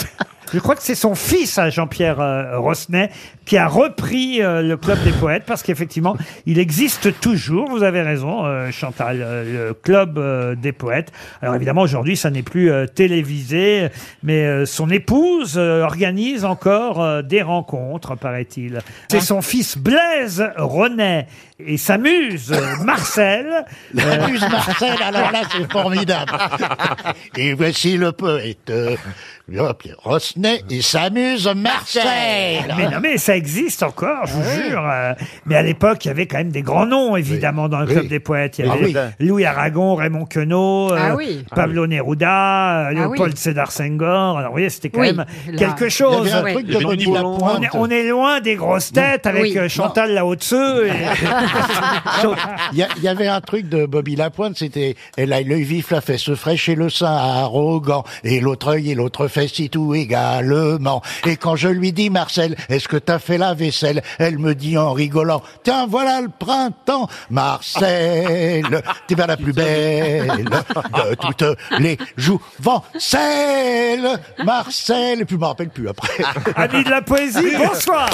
Je crois que c'est son fils, hein, Jean-Pierre euh, Rosnet, qui a repris euh, le Club des Poètes, parce qu'effectivement, il existe toujours, vous avez raison, euh, Chantal, euh, le Club euh, des Poètes. Alors évidemment, aujourd'hui, ça n'est plus euh, télévisé, mais euh, son épouse euh, organise encore euh, des rencontres, paraît-il. C'est son fils Blaise Ronet et sa muse euh, Marcel. La muse Marcel, alors là, c'est formidable. Et voici le poète euh, Jean-Pierre Rosnet et sa muse Marcel. Mais non, mais ça existe encore, je vous jure. euh, mais à l'époque, il y avait quand même des grands noms, évidemment, dans le Club Oui. des Poètes. Il y Ah avait oui. Louis Aragon, Raymond Queneau, euh, Ah oui. Pablo Neruda, euh, Léopold oui. Sédar Senghor. Alors, vous voyez, c'était quand Oui, même là. quelque Il y chose. avait un truc de Bobby On Lapointe. est, on est loin des grosses têtes avec Oui. euh, Chantal Lao-Tseu. Et... Il y, a- il y avait un truc de Bobby Lapointe, c'était elle a l'œil vif, la fesse fraîche et le sein arrogant, et l'autre œil et l'autre fesse si tout également. Et quand je lui dis Marcel, est-ce que t'as fait la vaisselle, elle me dit en rigolant, tiens voilà le printemps, Marcel, t'es bien la plus belle de toutes les jouvencelles, Marcel. Et puis je me rappelle plus après. Amis de la poésie, bonsoir.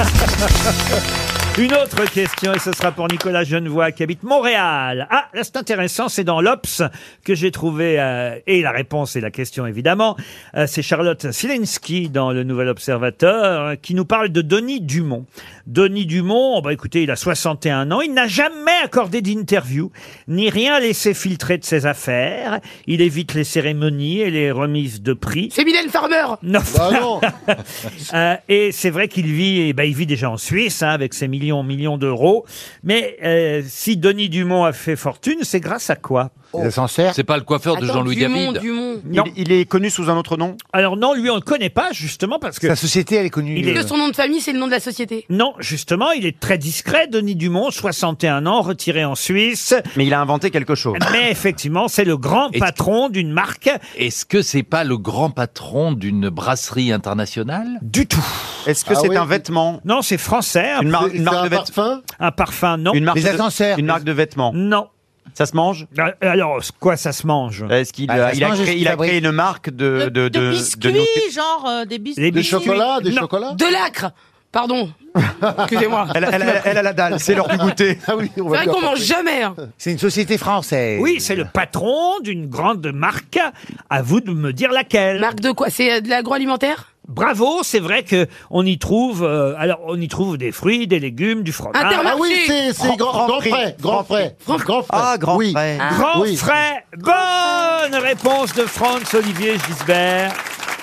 Une autre question, et ce sera pour Nicolas Genevoix qui habite Montréal. Ah, là c'est intéressant, c'est dans l'Obs que j'ai trouvé, euh, et la réponse et la question évidemment, euh, c'est Charlotte Sielinski dans le Nouvel Observateur euh, qui nous parle de Denis Dumont. Denis Dumont, bah écoutez, il a soixante et un ans, il n'a jamais accordé d'interview, ni rien laissé filtrer de ses affaires, il évite les cérémonies et les remises de prix. C'est Mylène Farmer. Non. Bah non. Euh, et c'est vrai qu'il vit, eh ben, il vit déjà en Suisse, hein, avec ses millions, millions d'euros. Mais euh, si Denis Dumont a fait fortune, c'est grâce à quoi? Les ascenseurs. C'est pas le coiffeur de Attends, Jean-Louis Dumont, David. Dumont. Non. Il, il est connu sous un autre nom. Alors non, lui on le connaît pas justement parce que Sa société, elle est connue. Il est- Que son nom de famille, c'est le nom de la société. non, justement, il est très discret. Denis Dumont, soixante et un ans, retiré en Suisse. Mais il a inventé quelque chose. Mais effectivement, c'est le grand Est-ce- patron d'une marque. Est-ce que c'est pas le grand patron d'une brasserie internationale? Du tout. Est-ce que Ah c'est oui. un vêtement? Non, c'est français. Un, Une, mar- C'est une marque un de vêtements? parfum. un parfum, non. Une marque Les de- ascenseurs. Une marque de vêtements. Non. Ça se mange? Euh, Alors, quoi ça se mange? Est-ce qu'il Ah, euh, ça se il a, mange, créé, est-ce il a qu'il créé fabrique une marque de... de, de, de de biscuits, nourriture- genre euh, des biscuits. Les Des biscuits. chocolats, des Non. chocolats. De l'acre. Pardon. Excusez-moi. Elle, elle, elle, elle a la dalle, c'est l'heure du goûter. Ah oui, on C'est va vrai bien qu'on mange penser. jamais. hein. C'est une société française. Oui, c'est le patron d'une grande marque. À vous de me dire laquelle. Marque de quoi? C'est euh, de l'agroalimentaire? Bravo, c'est vrai que on y trouve, euh, alors on y trouve des fruits, des légumes, du fromage. Intermarché. Ah oui, c'est c'est grand, Grand grand Prix. frais, grand frais, grand frais. Ah, grand oui. frais. Grand Oui. frais. Bonne réponse de Franz Olivier Gisbert.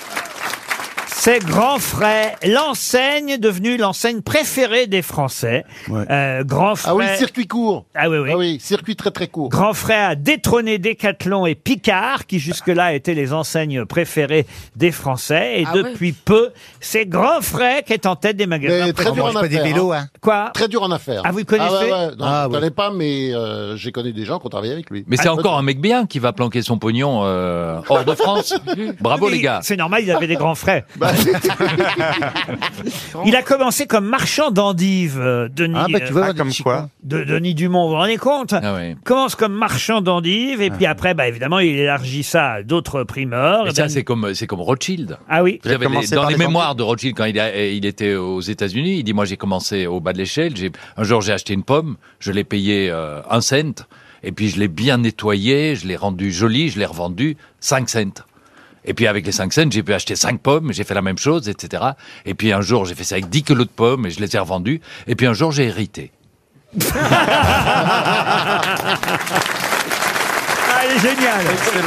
C'est Grand Frais, l'enseigne devenue l'enseigne préférée des Français. Euh, Grand Frais. Ah oui, circuit court. Ah oui, oui. Ah oui, circuit très très court. Grand Frais a détrôné Décathlon et Picard, qui jusque-là étaient les enseignes préférées des Français. Et Ah depuis peu, c'est Grand Frais qui est en tête des magasins. Mais très préférés. dur en mange pas des affaires, vélos, hein. hein. Quoi? Très dur en affaires. Ah, vous le connaissez? Ah ouais, ouais. Non, Ah, je ne ouais. connais pas, mais euh, j'ai connu des gens qui ont travaillé avec lui. Mais c'est encore un mec bien qui va planquer son pognon euh, hors de France. Bravo Oui, les gars. C'est normal, il avait des grands frais. Bah, Il a commencé comme marchand d'endives, euh, Denis. Ah, bah, tu euh, vois, Ah, comme quoi? de Denis Dumont, vous vous rendez compte? Ah ouais. Commence comme marchand d'endives, et puis après, bah, évidemment, il élargit ça à d'autres primeurs. Et Eh ça, ben- c'est comme, c'est comme Rothschild. Ah oui. Vous avez commencé les- dans par les les mémoires de Rothschild, quand il, a- il était aux États-Unis, il dit, moi, j'ai commencé au bas de l'échelle. J'ai, un jour, j'ai acheté une pomme, je l'ai payée euh, un cent, et puis je l'ai bien nettoyée, je l'ai rendue jolie, je l'ai revendue cinq cents. Et puis avec les cinq cents, j'ai pu acheter cinq pommes, j'ai fait la même chose, et cetera. Et puis un jour, j'ai fait ça avec dix kilos de pommes et je les ai revendues. Et puis un jour, j'ai hérité. Ah, elle est géniale.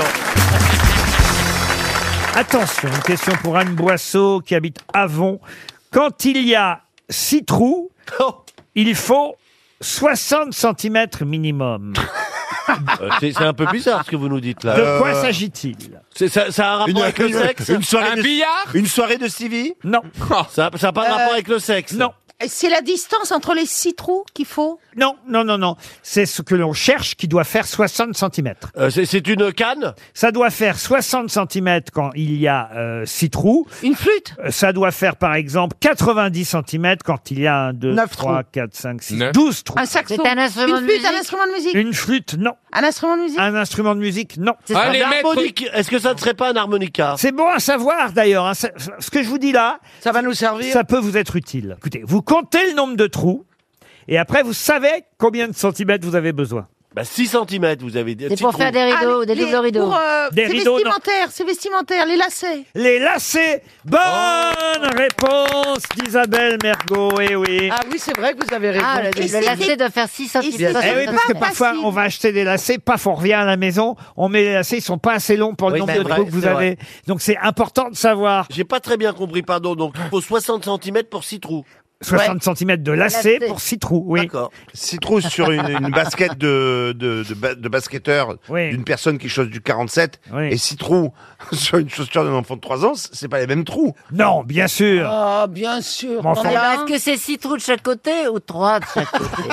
Attention, une question pour Anne Boisseau qui habite Avon. Quand il y a six trous, il faut soixante centimètres minimum. Euh, c'est c'est un peu bizarre ce que vous nous dites là. De quoi s'agit-il? C'est- ça, ça a un rapport Une- avec le une- sexe? Une soirée Un de, billard? une soirée de Stevie? Non. Ça n'a pas de rapport avec le sexe? Non. C'est la distance entre les six trous qu'il faut. Non, non, non, non. C'est ce que l'on cherche qui doit faire soixante centimètres. Euh, c'est- c'est une canne? Ça doit faire soixante centimètres quand il y a euh, six trous. Une flûte? Euh, Ça doit faire, par exemple, quatre-vingt-dix centimètres quand il y a un, deux, Neuf trois, trous. quatre, cinq, six, Neuf. douze trous. Un saxo? C'est un instrument Une de flûte, musique. un instrument de musique? Une flûte, non. Un instrument de musique? Un instrument de musique, non. Un harmonique. Est-ce que ça ne serait pas un harmonica? C'est bon à savoir d'ailleurs. hein. Ça- Ce que je vous dis là, Ça va nous servir. ça peut vous être utile. Écoutez, vous comptez le nombre de trous et après vous savez combien de centimètres vous avez besoin. Bah six centimètres, vous avez dit. C'est pour faire des rideaux, Ah, des les- doubles rideaux. Pour, euh, Des c'est rideaux, non. vestimentaire, c'est vestimentaire, les lacets. Les lacets. Bonne réponse d'Isabelle Mergo. Eh oui. Ah oui, c'est vrai que vous avez raison. Ah, le, Et le c'est- lacet doit faire six centimètres. Eh oui, parce que parfois facile. on va acheter des lacets, paf, on revient à la maison, on met les lacets, ils sont pas assez longs pour le Oui, nombre c'est de vrai, trous que vous c'est avez. vrai. Donc c'est important de savoir. J'ai pas très bien compris, pardon. Donc il faut soixante centimètres pour six trous. soixante centimètres de lacets Lacets. pour six trous, oui. D'accord. Six trous sur une, une basket de, de, de, ba- de basketteur Oui. d'une personne qui chausse du quarante-sept Oui. et six trous sur une chaussure d'un enfant de trois ans, c'est pas les mêmes trous. Non, bien sûr. Ah, bien sûr. Mais enfin- Alors, est-ce que c'est six trous de chaque côté ou trois de chaque côté?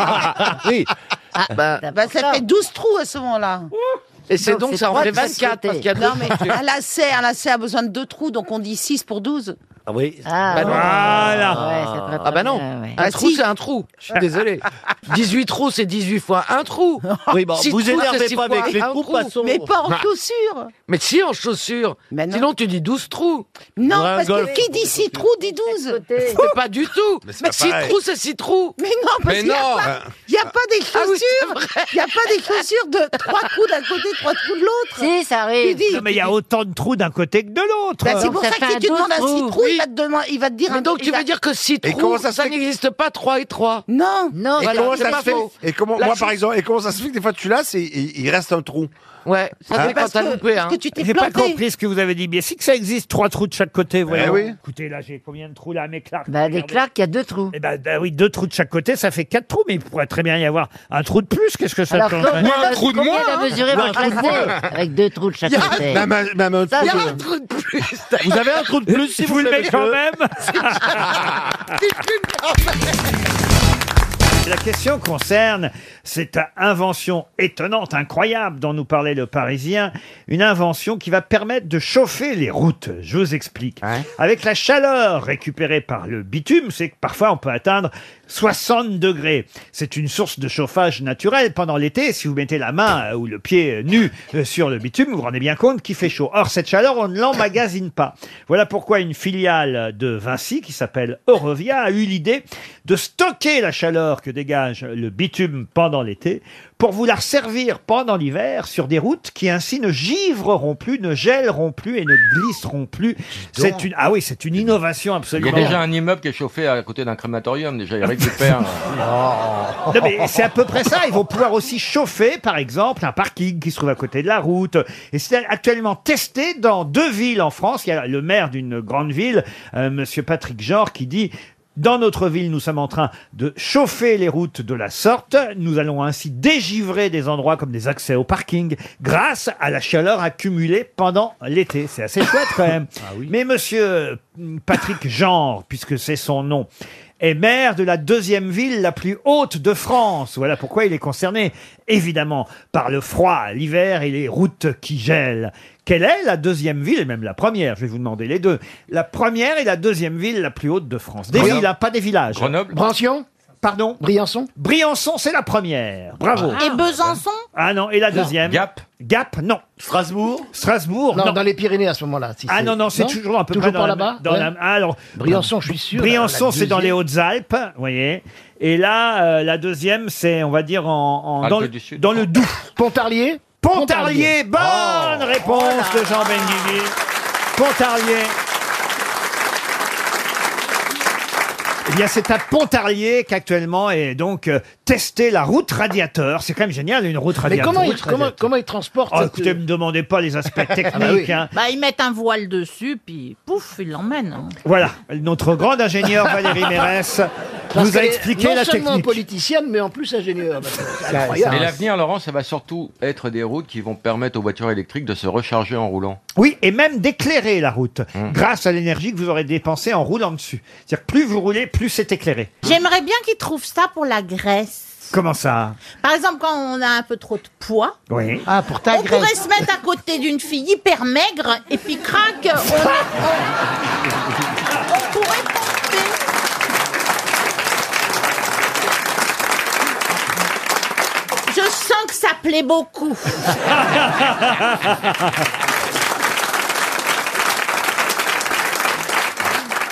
Oui. Ah, Bah, t'as Bah, pas ça ça. fait douze trous à ce moment-là. Et c'est Donc, donc, c'est ça en trois fait de chaque vingt-quatre côté. parce qu'il y a Non, deux- mais un lacet, un lacet a besoin de deux trous, donc on dit six pour douze. Ah oui. Ah, Bah non. Voilà. ouais, c'est très, Ah bah non. bien, ouais. Un Ah, trou, si. c'est un trou. Je suis désolé. dix-huit trous, c'est dix-huit fois un trou. Oui, bon, Six vous trous, énervez c'est six pas fois avec les un trous, trou. passons. Mais pas en chaussures. Mais si, en chaussures. Mais non. Sinon, tu dis douze trous. Non, Ouais, un parce golf. que qui dit six trous dit douze. Côté. C'est pas du tout. Mais c'est Mais pas six pareil. trous, c'est six trous. Mais non, parce Mais qu'il n'y a, non. pas- il y a pas des Ah oui, c'est chaussures. vrai. Il n'y a pas des chaussures de trois trous d'un côté, trois trous de l'autre. Si, ça Tu arrive. dis. Non, mais il y a autant de trous d'un côté que de l'autre. Bah, c'est Donc pour ça ça que fait si tu douze demandes à six trous. trous, il Oui. va te demander, il va te dire. Mais un- donc, il tu va- veux dire que six Et trous, comment ça ça, se fait- n'existe pas trois et trois. Non. Non, Et voilà, comment c'est ça pas se fait faux. Et comment La moi chose- par exemple, et comment ça se fait que des fois tu lasses et il il reste un trou? Ouais, ça Hein c'est quand Parce t'as que, loupé, parce hein. que tu t'es J'ai pas planté. compris ce que vous avez dit. Bien si que ça existe, trois trous de chaque côté, voyons. oui. Écoutez, là, j'ai combien de trous là, mes Clark Bah, des Regardez. claques, il y a deux trous. Eh ben, ben oui, deux trous de chaque côté, ça fait quatre trous, mais il pourrait très bien y avoir un trou de plus. Qu'est-ce que ça Alors, change combien, un trou de combien moins, il a hein. mesuré votre lacet? Avec deux trous de chaque côté. Même un- même un Ça, trou c'est- de- Un trou de plus. Vous avez un trou de plus si Je vous, vous le faites mets quand que- même. La question concerne cette invention étonnante, incroyable, dont nous parlait le Parisien, une invention qui va permettre de chauffer les routes. Je vous explique. Avec la chaleur récupérée par le bitume, c'est que parfois on peut atteindre soixante degrés. C'est une source de chauffage naturel pendant l'été. Si vous mettez la main euh, ou le pied nu euh, sur le bitume, vous vous rendez bien compte qu'il fait chaud. Or, cette chaleur, on ne l'emmagasine pas. Voilà pourquoi une filiale de Vinci, qui s'appelle Eurovia, a eu l'idée de stocker la chaleur que dégage le bitume pendant l'été pour vous la resservir pendant l'hiver sur des routes qui ainsi ne givreront plus, ne gèleront plus et ne glisseront plus. C'est une, ah oui, c'est une innovation Il y absolument. a déjà un immeuble qui est chauffé à côté d'un crématorium, déjà, il récupère. Non, mais c'est à peu près ça. Ils vont pouvoir aussi chauffer, par exemple, un parking qui se trouve à côté de la route. Et c'est actuellement testé dans deux villes en France. Il y a le maire d'une grande ville, euh, Monsieur Patrick Genre, qui dit: dans notre ville, nous sommes en train de chauffer les routes de la sorte. Nous allons ainsi dégivrer des endroits comme des accès au parking grâce à la chaleur accumulée pendant l'été. C'est assez chouette quand même. Mais monsieur Patrick Genre, puisque c'est son nom, est maire de la deuxième ville la plus haute de France. Voilà pourquoi il est concerné, évidemment, par le froid, l'hiver et les routes qui gèlent. Quelle est la deuxième ville, et même la première, je vais vous demander les deux, la première et la deuxième ville la plus haute de France? Des Grenoble. villes, hein, pas des villages. Grenoble. Brancion, Pardon? Briançon. Briançon, c'est la première. Bravo. Et Besançon? Ah non, et la deuxième? Gap. Gap, non. Strasbourg. Strasbourg, Non, non. dans les Pyrénées à ce moment-là. si Ah c'est- non, non, c'est toujours un peu Toujours près dans par la- là-bas. dans ouais. la- ah, alors, Briançon, je suis sûr. Briançon, la c'est dans les deuxième. Hautes-Alpes, vous voyez. Et là, euh, la deuxième, c'est, on va dire, en, en- Alpes dans, le, du Sud. dans le Doubs. Pontarlier. Pontarlier, bonne réponse de Jean Benguigui. Pontarlier. Eh bien, c'est à Pontarlier qu'actuellement est donc euh, testée la route radiateur. C'est quand même génial, une route Mais radiateur. comment ils, comment, comment ils transportent Oh, cette- écoutez, me demandez pas les aspects techniques. Ah bah oui. hein. Bah, ils mettent un voile dessus, puis pouf, ils l'emmènent. hein. Voilà, notre grande ingénieure Valérie Mérès Parce nous a qu'elle est expliqué non la seulement technique. politicienne, mais en plus ingénieure. Bah, c'est Et incroyable. l'avenir, Laurent, ça va surtout être des routes qui vont permettre aux voitures électriques de se recharger en roulant. Oui, et même d'éclairer la route, Mmh. grâce à l'énergie que vous aurez dépensée en roulant dessus. C'est-à-dire que plus vous roulez, plus c'est éclairé. J'aimerais bien qu'ils trouvent ça pour la graisse. Comment ça? Par exemple, quand on a un peu trop de poids, Oui. Ah, pour ta on pourrait se mettre à côté d'une fille hyper maigre et puis crac, on, on- on pourrait pomper. Je sens sens que ça plaît beaucoup.